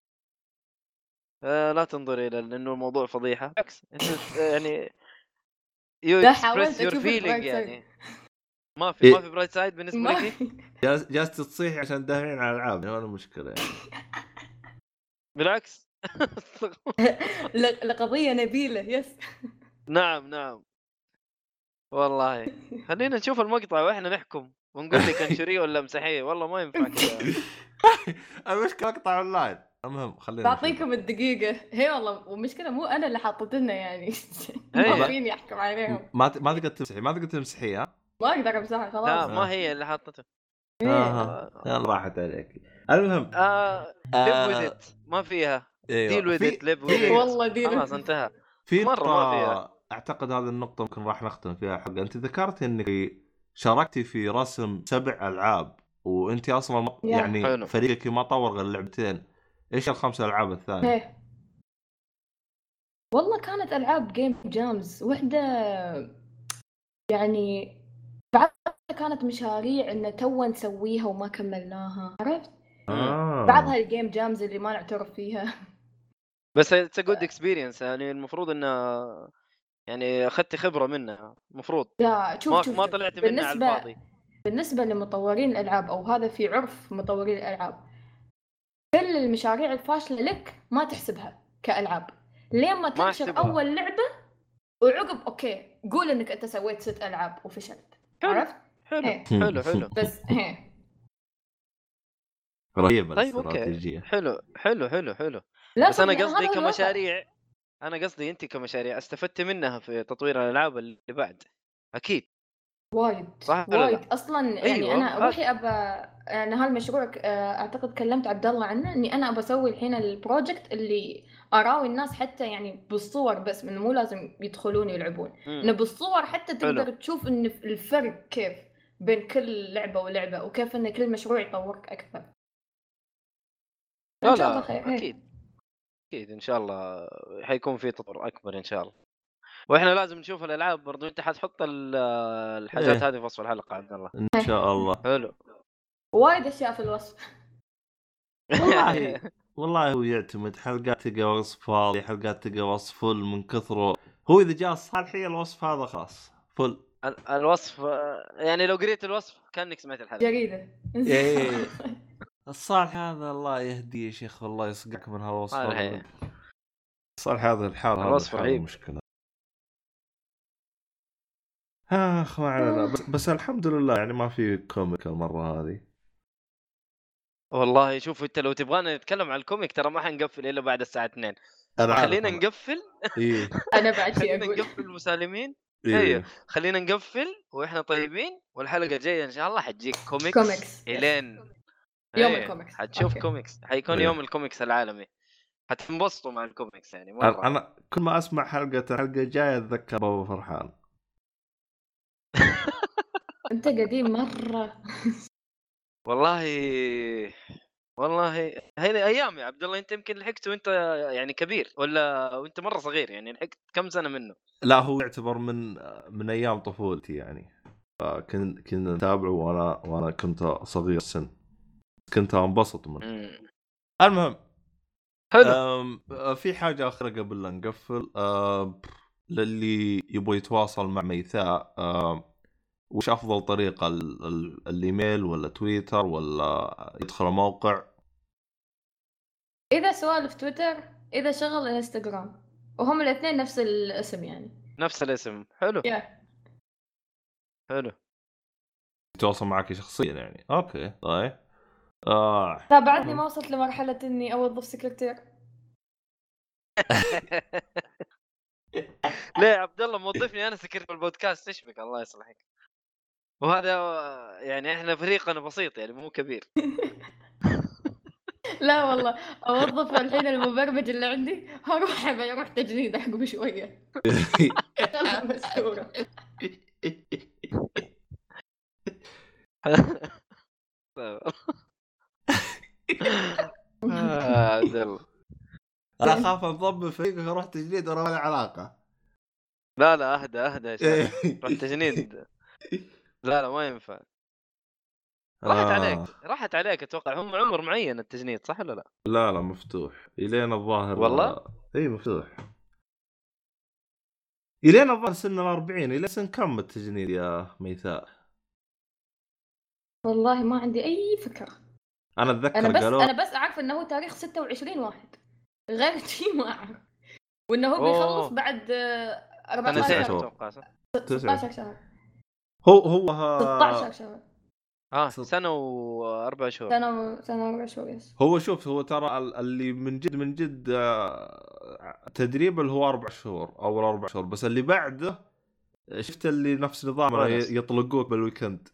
لا تنظر الى انه الموضوع فضيحه، بالعكس انت يعني يو لا حاولت اكسبريس يور اشوف فيلينج البرايت سايد. يعني. ما في إيه. ما في برايت سايد بالنسبه ما لك. جالس جالس تصيح عشان دافعين على الألعاب هذا المشكلة يعني. بالعكس. ل- لقضية نبيلة يس. نعم نعم والله. خلينا نشوف المقطع واحنا نحكم ونقول لك انشريه ولا امسحيه. والله ما ينفع كذا. المشكلة مقطع أونلاين. المهم خلينا نشوف. بعطيكم الدقيقة هي والله. والمشكلة مو أنا اللي حطت لنا يعني. أيه. ما فيني أحكم عليهم. ما ت- ما تقدر تمسحي ما تقدر تمسحي ها. ما أقدر أمسحها خلاص. لا ما هي اللي حطته. آه. يلا راحت عليك. المهم آه live with it ما فيها. أيوة. deal with في- it live with it. والله دي خلاص انتهى. في مرة ما نقطة فيها. أعتقد هذه النقطة ممكن راح نختم فيها الحلقة. أنت ذكرت إنك شاركتي في رسم سبع ألعاب وأنت أصلا ما- يا. يعني حلو. فريقك ما طور غير لعبتين. إيش الخمس ألعاب الثانية؟ إيه. والله كانت ألعاب جيم جامز وحدة يعني بعضها كانت مشاريع إن تو نسويها وما كملناها عرفت. آه. بعضها الجيم جامز اللي ما نعترف فيها. بس it's a good experience يعني المفروض انه يعني اخذت خبرة منها المفروض. لا شوف ما شوف ما شوف. طلعت منها على بالنسبة الفاضي. بالنسبة لمطورين الألعاب أو هذا في عرف مطورين الألعاب، كل المشاريع الفاشلة لك ما تحسبها كألعاب لين ما تنشر أحسبها. أول لعبة وعقب أوكي قول إنك أنت سويت ست ألعاب وفشلت. حلو. عرفت؟ حلو إيه. حلو حلو. بس هي رهيبة طيب اوكي الاستراتيجية. حلو حلو حلو حلو. لا بس انا صدق، قصدي هذا هو الواقع. كمشاريع، انا قصدي انت كمشاريع استفدت منها في تطوير الالعاب اللي بعد اكيد. وايد صح ولا وايد لا؟ اصلا يعني أيوة، انا هذا. روحي ابى يعني هالمشروع آه، اعتقد كلمت عبد الله عنه اني انا ابى اسوي الحين البروجكت اللي اراوي الناس حتى يعني بالصور بس من مو لازم يدخلون يلعبون مم. انه بالصور حتى تقدر حلو. تشوف ان الفرق كيف بين كل لعبة ولعبة وكيف ان كل مشروع يطورك اكثر. لا ان شاء الله لا خير. اكيد اكيد ان شاء الله حيكون في تطور اكبر ان شاء الله. واحنا لازم نشوف الالعاب برضو. انت حتحط ال- الحاجات إيه. هذه في وصف الحلقه عبد الله. إن شاء الله. حلو. وايد اشياء في الوصف. والله والله هو يعتمد. حلقات تلقى وصف فاضي، حلقات تلقى وصف فل من كثره. هو إذا جاء صالحي الوصف هذا خلاص فل. ال- الوصف يعني لو قريت الوصف كانك سمعت الحلقه. جريدة. إيه. الصالح هذا الله يهديه يا شيخ والله يصقعك من هالوصف صالح هذا. إيه. صار هذا الحال الوصف هذا رهيب. مشكلة. اخ ما علينا، بس, بس الحمد لله يعني ما في كوميك المرة هذه. والله شوف انت لو تبغانا نتكلم عن الكوميك ترى ما حنقفل الا بعد الساعه اثنين. خلينا نقفل. ايه انا بعد شيء خلينا اقول نقفل مسالمين. ايه ايوه خلينا نقفل واحنا طيبين، والحلقه الجايه ان شاء الله حتجيك كوميكس, كوميكس الين يوم أيه. الكوميكس حتشوف أوكي. كوميكس، حيكون إيه. يوم الكوميكس العالمي، حتنبسطوا مع الكوميكس يعني انا مره. أنا كل ما اسمع حلقة الحلقة الجاية اتذكر بابا فرحان. انت قديم مره. والله والله هذه ايام يا عبد الله. انت يمكن لحقت وانت يعني كبير، ولا وانت مره صغير يعني؟ لحقت كم سنه منه؟ لا هو يعتبر من من ايام طفولتي يعني. كنت كنا نتابعه وانا وانا كنت صغير السن، كنت انبسط منه. مم. المهم حلو. أم في حاجة أخرى قبل لا نقفل. أم للي يبغى يتواصل مع ميثاء، أم وش أفضل طريقة؟ ال- ال- الإيميل ولا تويتر ولا يدخل موقع؟ اذا سوالف تويتر، اذا شغل انستغرام، وهم الاثنين نفس الاسم يعني. نفس الاسم. حلو yeah. حلو. يتواصل معك شخصيا يعني. أوكي طيب. آه. لا بعدني ما وصلت لمرحله اني اوظف سكرتير. ليه يا عبد الله موظفني انا سكرت البودكاست؟ ايش بك؟ الله يصلحك. وهذا يعني احنا فريقنا بسيط يعني مو كبير. لا والله اوظف الحين المبرمج اللي عندي، هروح ابي اروح تجنيد احقه شويه. انا مستوره. آه عبد الله أنا أخاف أنضم فريقك أروح تجديد ولا ولا علاقة. لا لا اهدى اهدى يا شباب. روح تجنيد. لا لا ما ينفع. راحت آه. عليك راحت عليك اتوقع. هم عمر معين التجنيد صح ولا لا؟ لا لا مفتوح إلين الظاهر. والله إيه مفتوح إلين الظاهر سن الأربعين. إلى سن كم التجنيد يا ميثاء؟ والله ما عندي اي فكره. أنا أتذكر انا بس قالوا انا بس اعرف انه تاريخ ستة وعشرين واحد، غير شيء ما اعرف. وانه هو أوه. بيخلص بعد أربعة سنتين عشر شهر. اتوقع صح؟ ستة عشر شهر. هو هو ستة عشر شهر. اه ست- سنه واربع شهور. سنه سنه واربع شهور يس. هو شوف هو ترى ال- اللي من جد من جد آه، تدريب اللي هو أربع شهور أول أربع شهور، بس اللي بعده شفت اللي نفس نظامنا ونس. يطلقوك بالويكند.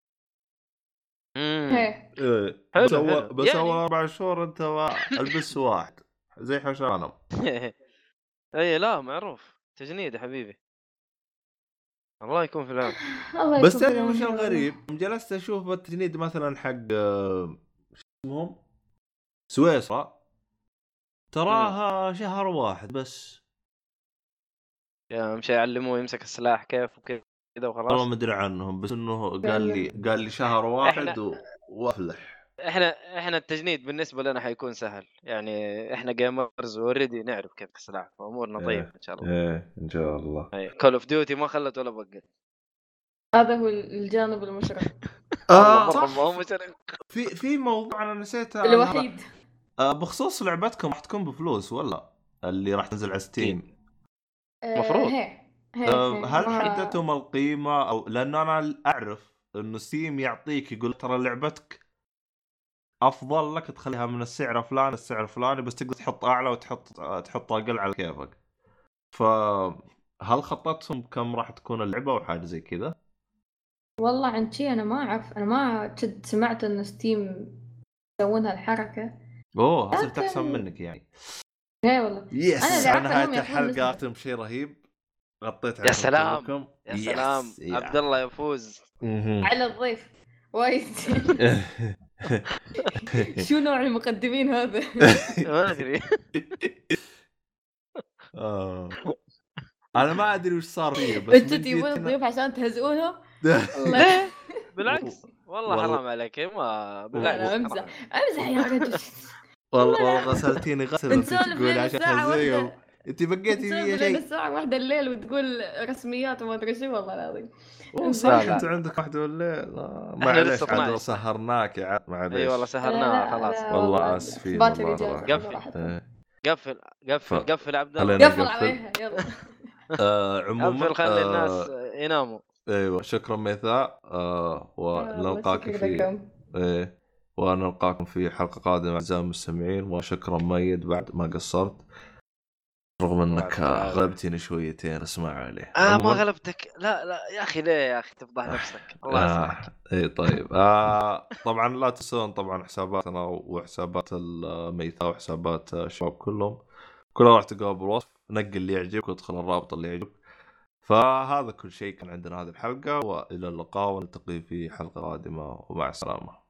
امم ايه إيه. حلو، بس أول حلو. بس يعني- أول أربع شهور أنت البس واحد زي حشانم. اي لا معروف تجنيد يا حبيبي. الله يكون في العون. الله بس يكون تدري في وش العون. الغريب؟ جلست أشوف التجنيد مثلا حق آه، شو اسمهم سويسرا، تراها شهر واحد بس. يا مشي يعلموه يمسك السلاح كيف وكذا والله وخلاص. ما ادري عنهم، بس انه قال لي قال لي شهر واحد إحنا- و... وافلح. احنا احنا التجنيد بالنسبه لنا حيكون سهل يعني. احنا جيمرز اوريدي نعرف كيف السلاح، فامورنا طيبه ان شاء الله. ايه ان شاء الله. كول اوف ديوتي ما خلت ولا بقت. هذا هو الجانب المشرق والله آه مره صح. ما هو مشرق. في في موضوع انا نسيته الوحيد. آه بخصوص لعبتكم راح تكون بفلوس ولا اللي راح تنزل على ستيم؟ مفروض. آه، هي هي آه هي. هل ما- حددتم القيمه؟ او لانه انا اعرف انه ستيم يعطيك يقول ترى لعبتك افضل لك تخليها من السعر الفلاني السعر الفلاني، بس تقدر تحط اعلى وتحط تحط اقل على كيفك. فهل خططتم كم راح تكون اللعبه او حاجه زي كذا؟ والله عن شيء انا ما اعرف. انا ما كنت سمعت ان ستيم يسوون هالحركه. اوه حسبت لكن- احسن منك يعني. ايه والله. يس أنا اللي على عارفة إنهم نهايه ياخذون الحلقه نسبة. اختم شيء رهيب غطيت يا عليكم سلام. كلكم. يا سلام يس. يا. يعني. عبد الله يفوز. مهم. على الضيف وايد. شو نوع المقدمين هذا؟ ما ادري. آه. انا ما ادري وش صار فيه بس انتوا من تجيبون جيت هنا- الضيوف عشان تهزئونهم؟ الله. ليه؟ بالعكس والله والله- حرام عليك. ما لا بالعكس لا حرام. امزح امزح يا رجل. والله والله غسلتيني غسل انت نسولف تقول لين عشان الساعة تهزيه واحدة. انت بقيتي نسولف فيها لين شيء. الساعة واحدة الليل وتقول رسميات وما ادري شو. والله العظيم. والله صح لا، لا. انت عندك واحده ولا لا؟ إحنا معليش لسه عاد اثناشر. سهرناك يا عاد معليش. اي والله لا، سهرناها لا، خلاص. لا، والله آسفين باكر والله إجازة، راح. خذوا قفل. راحتكم. إيه. قفل قفل ف... قفل عبد الله قفل عليها يلا. آه عموما قفل خلي آه الناس يناموا. ايوه شكرا ميثاء آه ونلقاك في ايه ونلقاكم في حلقه قادمه اعزائي المستمعين. وشكرا ميد بعد ما قصرت رغم انك غلبتني شويتين اسمع عليه. اه ما غلبتك لا لا يا اخي ليه يا اخي تفضح نفسك الله يسامحك. آه اي طيب آه طبعا لا تنسون طبعا حساباتنا وحسابات الميثاء وحسابات الشباب كلهم كلها راح تلقاها بالوصف. نقل اللي يعجبك وادخل الرابط اللي يعجبك. فهذا كل شيء كان عندنا هذه الحلقة، وإلى اللقاء ونلتقي في حلقة قادمة ومع السلامة.